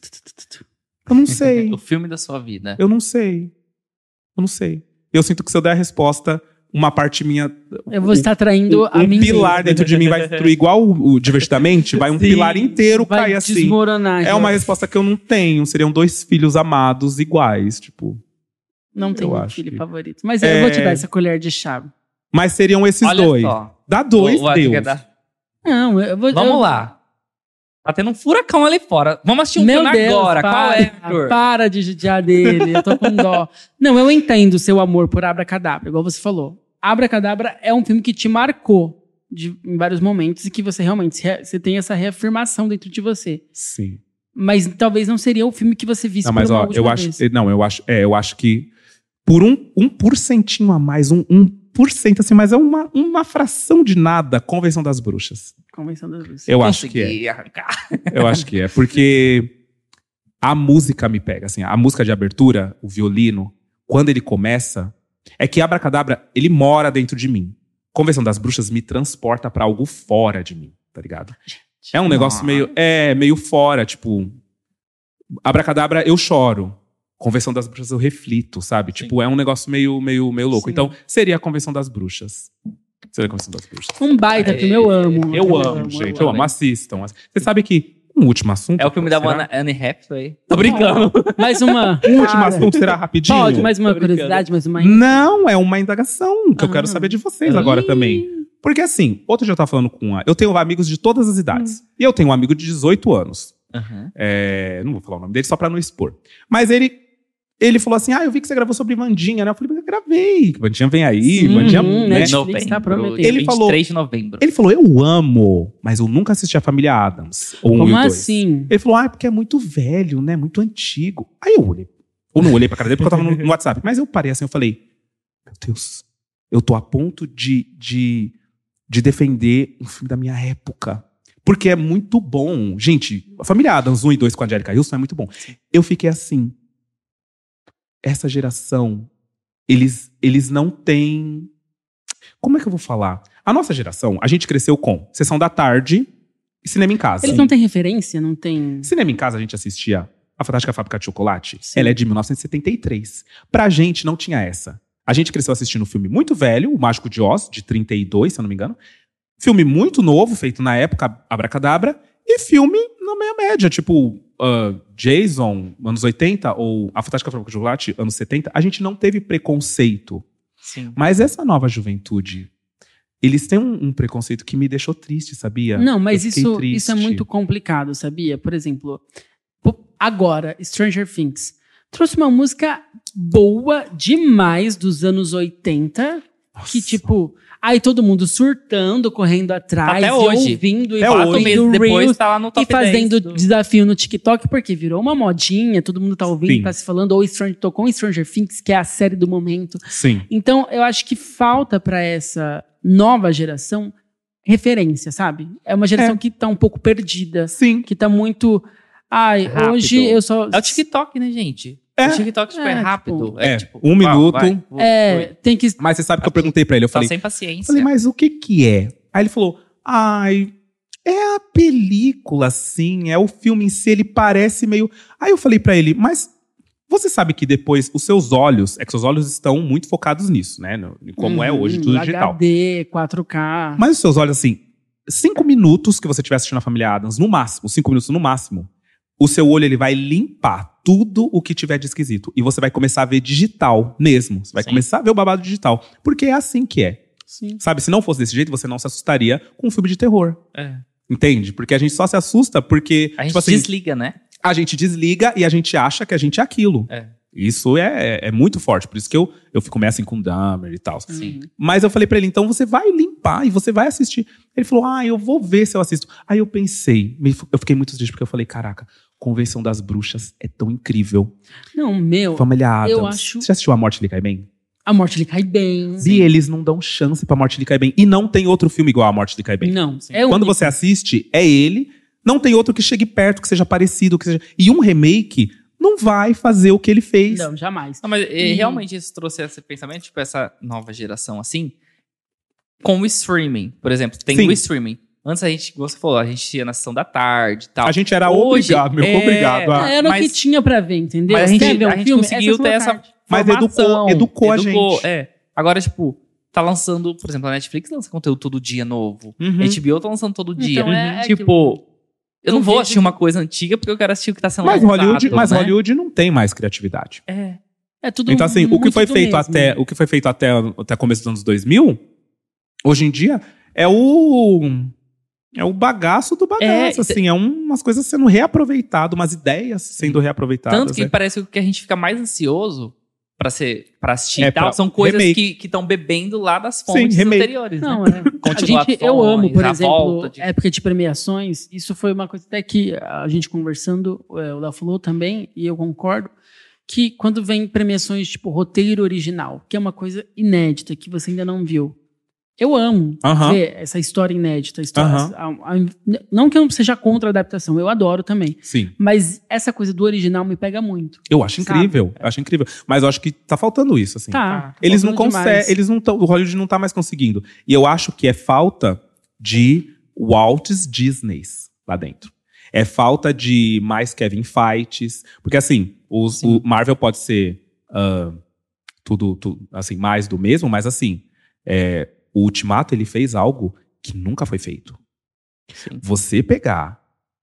Eu não sei. O filme da sua vida. Eu não sei. Eu não sei. Eu sinto que se eu der a resposta, uma parte minha. Eu vou estar traindo a um mim pilar mesma. dentro de mim vai destruir igual o, o Divertidamente, vai um Sim, pilar inteiro vai cair assim. desmoronar. É uma gente. resposta que eu não tenho. Seriam dois filhos amados iguais, tipo. Não tem eu um acho filho que- favorito. Mas É. eu vou te dar essa colher de chá. Mas seriam esses Olha dois. só. Dá dois, O- o Adriano Deus. dá- Não, eu vou... Vamos eu- lá. Tá tendo um furacão ali fora. Vamos assistir um Meu filme Deus, agora. para, Qual é, Arthur? para de judiar dele, eu tô com dó. Não, eu entendo o seu amor por Abracadabra, igual você falou. Abracadabra é um filme que te marcou de- em vários momentos e que você realmente se re- você tem essa reafirmação dentro de você. Sim. Mas talvez não seria o filme que você visse Não, mas por uma ó, última eu acho. vez. Não, eu acho. É, eu acho que por um, um porcentinho a mais, um, um por cento assim, mas é uma, uma fração de nada, Convenção das Bruxas. Convenção das Luzes. Eu acho que é. Consegui arrancar. Eu acho que é. Porque a música me pega, assim. A música de abertura, o violino, quando ele começa, é que Abracadabra, ele mora dentro de mim. Convenção das Bruxas me transporta pra algo fora de mim, tá ligado? É um negócio Nossa. meio, é, meio fora, tipo... Abracadabra, eu choro. Convenção das Bruxas, eu reflito, sabe? Sim. Tipo, é um negócio meio, meio, meio louco. Sim. Então, seria a Convenção das Bruxas. Seria a Convenção das Bruxas. Um baita filme, eu amo. Eu amo, gente. Eu amo. Assistam. Você sabe que um último assunto... É o filme da será? Anne Anne Hathaway. Tô brincando. Mais uma. Um último Cara, assunto será rapidinho? Pode, mais uma Tô brincando. curiosidade, mais uma. Não, é uma indagação que eu Ah. quero saber de vocês agora Ih. também. Porque assim, outro dia eu tava falando com uma... Eu tenho amigos de todas as idades. E eu tenho um amigo de dezoito anos. Aham. É, não vou falar o nome dele só pra não expor. Mas ele... Ele falou assim, ah, eu vi que você gravou sobre Vandinha, né? Eu falei, mas eu gravei. Vandinha vem aí, Sim, Vandinha... né? né? Netflix tá prometendo. Ele falou- vinte e três de novembro. Ele falou, eu amo, mas eu nunca assisti a Família Adams. Ou um Como e o dois. assim? Ele falou, ah, é porque é muito velho, né? Muito antigo. Aí eu olhei. Ou não olhei pra cara dele porque eu tava no, no WhatsApp. Mas eu parei assim, eu falei, meu Deus, eu tô a ponto de, de, de defender um filme da minha época. Porque é muito bom. Gente, a Família Adams um e dois com a Angélica Houston é muito bom. Eu fiquei assim, essa geração, eles, eles não têm... Como é que eu vou falar? A nossa geração, a gente cresceu com Sessão da Tarde e Cinema em Casa. Eles não têm referência, não tem. Cinema em Casa a gente assistia A Fantástica Fábrica de Chocolate. Sim. Ela é de mil novecentos e setenta e três. Pra gente não tinha essa. A gente cresceu assistindo um filme muito velho, O Mágico de Oz, de trinta e dois, se eu não me engano. Filme muito novo, feito na época, Abracadabra. E filme na meia média, tipo uh, Jason, anos oitenta, ou A Fantástica Fábrica de Chocolate, anos setenta. A gente não teve preconceito. Sim. Mas essa nova juventude, eles têm um, um preconceito que me deixou triste, sabia? Não, mas Eu fiquei isso, triste. isso é muito complicado, sabia? Por exemplo, pô, agora, Stranger Things trouxe uma música boa demais dos anos oitenta, que tipo, aí todo mundo surtando, correndo atrás, Até e hoje. ouvindo e Até Quatro hoje. meses fazendo depois reels, tá lá no top e fazendo dez do- desafio no TikTok, porque virou uma modinha, todo mundo tá ouvindo, Sim. tá se falando, ou Stranger, tocou em Stranger Things, que é a série do momento. Sim. Então, eu acho que falta pra essa nova geração referência, sabe? É uma geração É. que tá um pouco perdida, Sim. que tá muito... Ai, Rápido. hoje eu só... É o TikTok, né, gente? É. O TikTok super É, rápido. tipo, é, tipo, um vai, minuto. vai, foi, É, foi. tem que... Mas você sabe que eu Aqui. perguntei pra ele, eu Tá falei, sem paciência. falei, mas o que que é? Aí ele falou, ai, é a película, sim, é o filme em si, ele parece meio... Aí eu falei pra ele, mas Você sabe que depois os seus olhos, é que seus olhos estão muito focados nisso, né? No- Como é hoje, tudo digital. H D, quatro K. Mas os seus olhos, assim, cinco minutos que você estiver assistindo a Família Addams, no máximo, cinco minutos no máximo, o seu olho ele vai limpar tudo o que tiver de esquisito. E você vai começar a ver digital mesmo. Você vai Sim. começar a ver o babado digital. Porque é assim que é. Sim. Sabe, se não fosse desse jeito, você não se assustaria com um filme de terror. É. Entende? Porque a gente só se assusta porque, A gente tipo assim, desliga, né? a gente desliga e a gente acha que a gente é aquilo. É. Isso é, é muito forte. Por isso que eu, eu fico meio assim com Dahmer e tal. Sim. Mas eu falei pra ele, então você vai limpar e você vai assistir. Ele falou, ah, eu vou ver se eu assisto. Aí eu pensei, me- eu fiquei muito triste porque eu falei, caraca, Convenção das Bruxas é tão incrível. Não, meu, Família Addams. eu acho- Você já assistiu A Morte Lhe Cai Bem? a morte lhe cai bem. E eles não dão chance pra Morte Lhe Cai Bem. E não tem outro filme igual A Morte Lhe Cai Bem. Não, Sim. é Quando único. você assiste, é ele. Não tem outro que chegue perto, que seja parecido. Que seja... E um remake não vai fazer o que ele fez. Não, jamais. Não, mas eh, E- realmente isso trouxe esse pensamento, tipo, essa nova geração, assim, com o streaming, por exemplo. Tem Sim. o streaming. Antes a gente, como você falou, a gente ia na sessão da tarde e tal. A gente era Hoje, obrigado, meu, é, obrigado. a- Era o mas- que tinha pra ver, entendeu? Mas a Você gente, quer ver um a gente filme? conseguiu Essa é ter a essa sua tarde. Mas formação, educou- educou a gente. É. Agora, tipo, tá lançando, por exemplo, a Netflix lança conteúdo todo dia novo. Uhum. A H B O tá lançando todo dia. Então, é- é tipo, eu não Eu vou vejo assistir uma coisa antiga porque eu quero assistir o que tá sendo Mas, lançado, Hollywood, mas né? Hollywood não tem mais criatividade. É. É tudo Então, assim, o que muito foi do feito mesmo. até o que foi feito até, até começo dos anos dois mil, hoje em dia, é o. É o bagaço do bagaço, É, assim. É um- umas coisas sendo reaproveitadas, umas ideias sendo reaproveitadas. Tanto que né? parece que o que a gente fica mais ansioso pra, ser, pra assistir É e tal pra são coisas remake. que estão bebendo lá das fontes remake. anteriores. Não, né? é. A Continuações, gente, eu amo, por a exemplo, volta de- época de premiações. Isso foi uma coisa até que a gente conversando, é, o Léo falou também, e eu concordo, que quando vem premiações tipo roteiro original, que é uma coisa inédita, que você ainda não viu. Eu amo Aham. ver essa história inédita. História, Aham. a- a- não que eu não seja contra a adaptação, eu adoro também. Sim. Mas essa coisa do original me pega muito. Eu acho Sabe? incrível. Eu acho incrível. Mas eu acho que tá faltando isso, assim. Tá. Eles não faltando demais. conseguem, eles não tão, o Hollywood não tá mais conseguindo. E eu acho que é falta de Walt's Disneys lá dentro. É falta de mais Kevin Feiges, porque assim, os- o Marvel pode ser ah, tudo, tudo, assim, mais do mesmo, mas assim, é, o Ultimato ele fez algo que nunca foi feito. Sim. Você pegar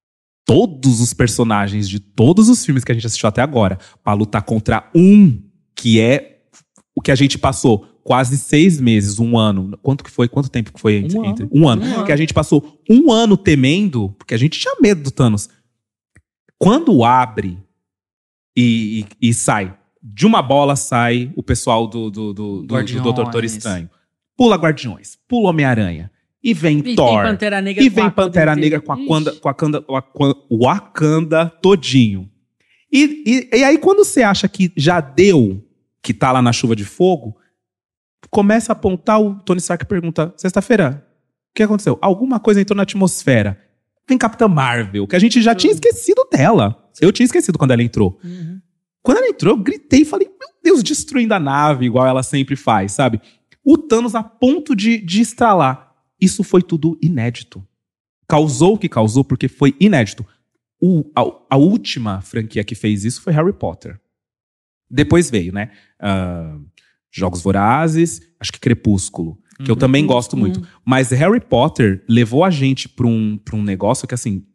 todos os personagens de todos os filmes que a gente assistiu até agora pra lutar contra um que é o que a gente passou quase seis meses, um ano. Quanto que foi? Quanto tempo que foi entre? Um entre- ano. um ano. Um ano. Que a gente passou um ano temendo, porque a gente tinha medo do Thanos. Quando abre e, e- e sai, de uma bola sai o pessoal do, do, do, do, do Guardiões. Doutor Estranho. Pula Guardiões, pula Homem-Aranha. E vem E tem Thor. Pantera Negra E com vem a Pantera Wakanda Negra inteira. com a Ixi. Wakanda, com a Wakanda, com a Wakanda- Wakanda todinho. E, e, e aí, quando você acha que já deu, que tá lá na chuva de fogo, começa a apontar, o Tony Stark pergunta, sexta-feira, o que aconteceu? Alguma coisa entrou na atmosfera. Vem Capitã Marvel, que a gente já tinha esquecido dela. Eu tinha esquecido quando ela entrou. Uhum. Quando ela entrou, eu gritei e falei, meu Deus, destruindo a nave, igual ela sempre faz, sabe? O Thanos a ponto de, de estralar. Isso foi tudo inédito. Causou o que causou porque foi inédito. O- a, a última franquia que fez isso foi Harry Potter. Depois veio, né? ah, Jogos Vorazes, acho que Crepúsculo, que eu Uhum. também gosto muito. Uhum. Mas Harry Potter levou a gente pra um, pra um negócio que, assim,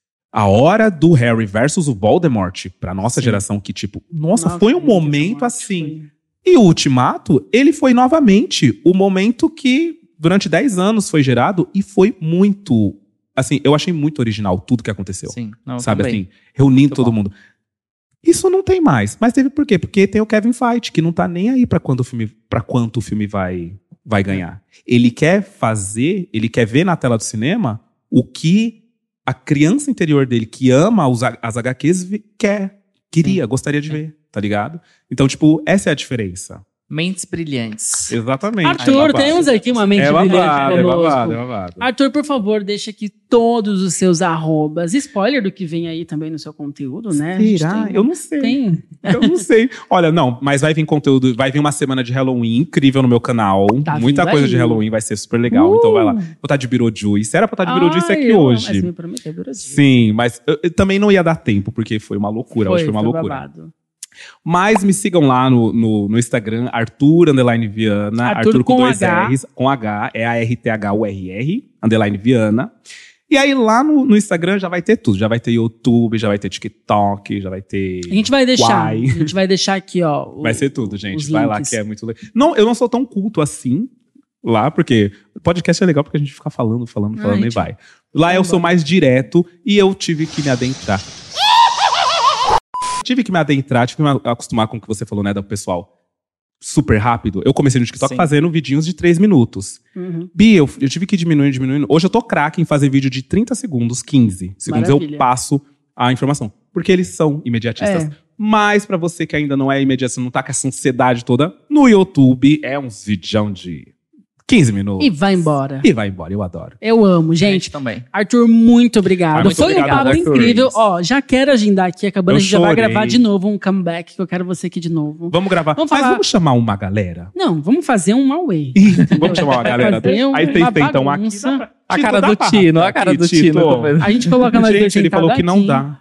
a hora do Harry versus o Voldemort, pra nossa Sim. geração, que tipo, nossa, Nossa, foi um gente, momento Voldemort assim. foi- E o Ultimato, ele foi novamente o momento que durante dez anos foi gerado e foi muito, assim, eu achei muito original tudo que aconteceu. Sim. Não, Sabe também. assim, reunindo Muito todo bom. mundo. Isso não tem mais. Mas teve por quê? Porque tem o Kevin Feige, que não tá nem aí pra quando o filme, para quanto o filme vai, vai ganhar. Ele quer fazer, ele quer ver na tela do cinema o que a criança interior dele, que ama os, as H Qs, vi- quer, queria, gostaria de ver, tá ligado? Então, tipo, essa é a diferença. Mentes brilhantes. Exatamente. Arthur, temos aqui uma mente É brilhante babado, é conosco. babado, é babado. Arthur, por favor, deixa aqui todos os seus arrobas. Spoiler do que vem aí também no seu conteúdo, né? A gente Será? tem- Eu não sei. Tem. Eu não sei. Olha, não, mas vai vir conteúdo, vai vir uma semana de Halloween incrível no meu canal. Tá Muita vindo coisa aí. de Halloween vai ser super legal. Uh! Então vai lá. Vou estar de Beetlejuice. Era pra estar de Beetlejuice Ai, aqui eu amo. hoje. Mas me prometeu Beetlejuice. Sim, mas eu, eu também não ia dar tempo, porque foi uma loucura. Hoje foi uma loucura. babado. Mas me sigam lá no, no, no Instagram, Arthur, underline Viana. Arthur Arthur com, com dois H. R's, com H, é A R T H U R R, underline Viana. E aí lá no, no Instagram já vai ter tudo. Já vai ter YouTube, já vai ter TikTok, já vai ter... A gente vai deixar. Quai. A gente vai deixar aqui, ó. o- Vai ser tudo, gente. os Vai lá links. que é muito legal. Não, eu não sou tão culto assim lá, porque o podcast é legal porque a gente fica falando, falando, Ah, falando e gente. vai. Lá eu sou mais direto e eu tive que me adentrar. Tive que me adentrar, tive que me acostumar com o que você falou, né, do pessoal super rápido. Eu comecei no TikTok Sim. fazendo vidinhos de três minutos. Uhum. Bi, eu, eu tive que ir diminuindo, diminuindo. Hoje eu tô craque em fazer vídeo de trinta segundos, quinze segundos. Maravilha. Eu passo a informação. Porque eles são imediatistas. É. Mas pra você que ainda não é imediatista, não tá com essa ansiedade toda, no YouTube é uns vidão de quinze minutos. E vai embora. E vai embora, eu adoro. Eu amo, gente. também. Arthur, muito obrigado. Ah, muito Foi obrigado, um papo Arthur. incrível. Ó, já quero agendar aqui, acabando, Eu a gente já vai chorei. gravar de novo um comeback, que eu quero você aqui de novo. Vamos gravar. Vamos Mas falar- vamos chamar uma galera? Não, vamos fazer um Huawei. Vamos chamar uma galera. Fazer um- Aí vocês uma tentam aqui. bagunça. dá pra- A Tito, cara dá do pra Tino, arrastar a cara aqui, do Tito? Tino. A gente coloca nós dois Gente, ele falou que não aqui. dá.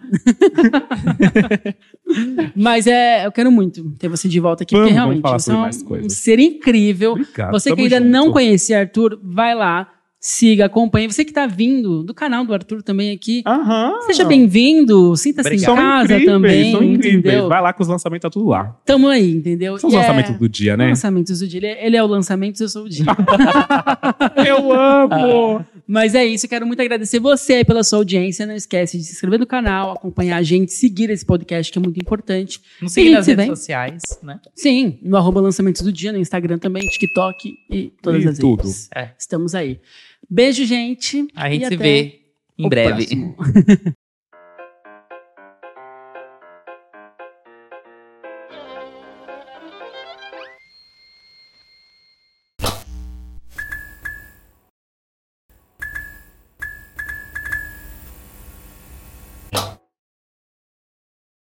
Mas é, eu quero muito ter você de volta aqui, Vamos, porque vamos realmente falar você sobre é um, mais coisas. um ser incrível. Obrigado, Você que tamo ainda junto. não conhecia Arthur, vai lá, siga, acompanhe. Você que tá vindo do canal do Arthur também aqui, Aham. seja bem-vindo, sinta-se em Obrigado. São casa incríveis, também, são incríveis. entendeu? Vai lá que os lançamentos tá tudo lá. Tamo aí, entendeu? São os E é- lançamentos do dia, né? Lançamentos do dia. Ele é, ele é o lançamento, eu sou o dia. Eu amo! Mas é isso, eu quero muito agradecer você aí pela sua audiência. Não esquece de se inscrever no canal, acompanhar a gente, seguir esse podcast que é muito importante. Nos E seguir nas se redes vem. sociais, né? Sim, no arroba lançamentos do dia, no Instagram também, TikTok e todas E as tudo. redes. É. Estamos aí. Beijo, gente. A gente e se até vê em o breve. próximo.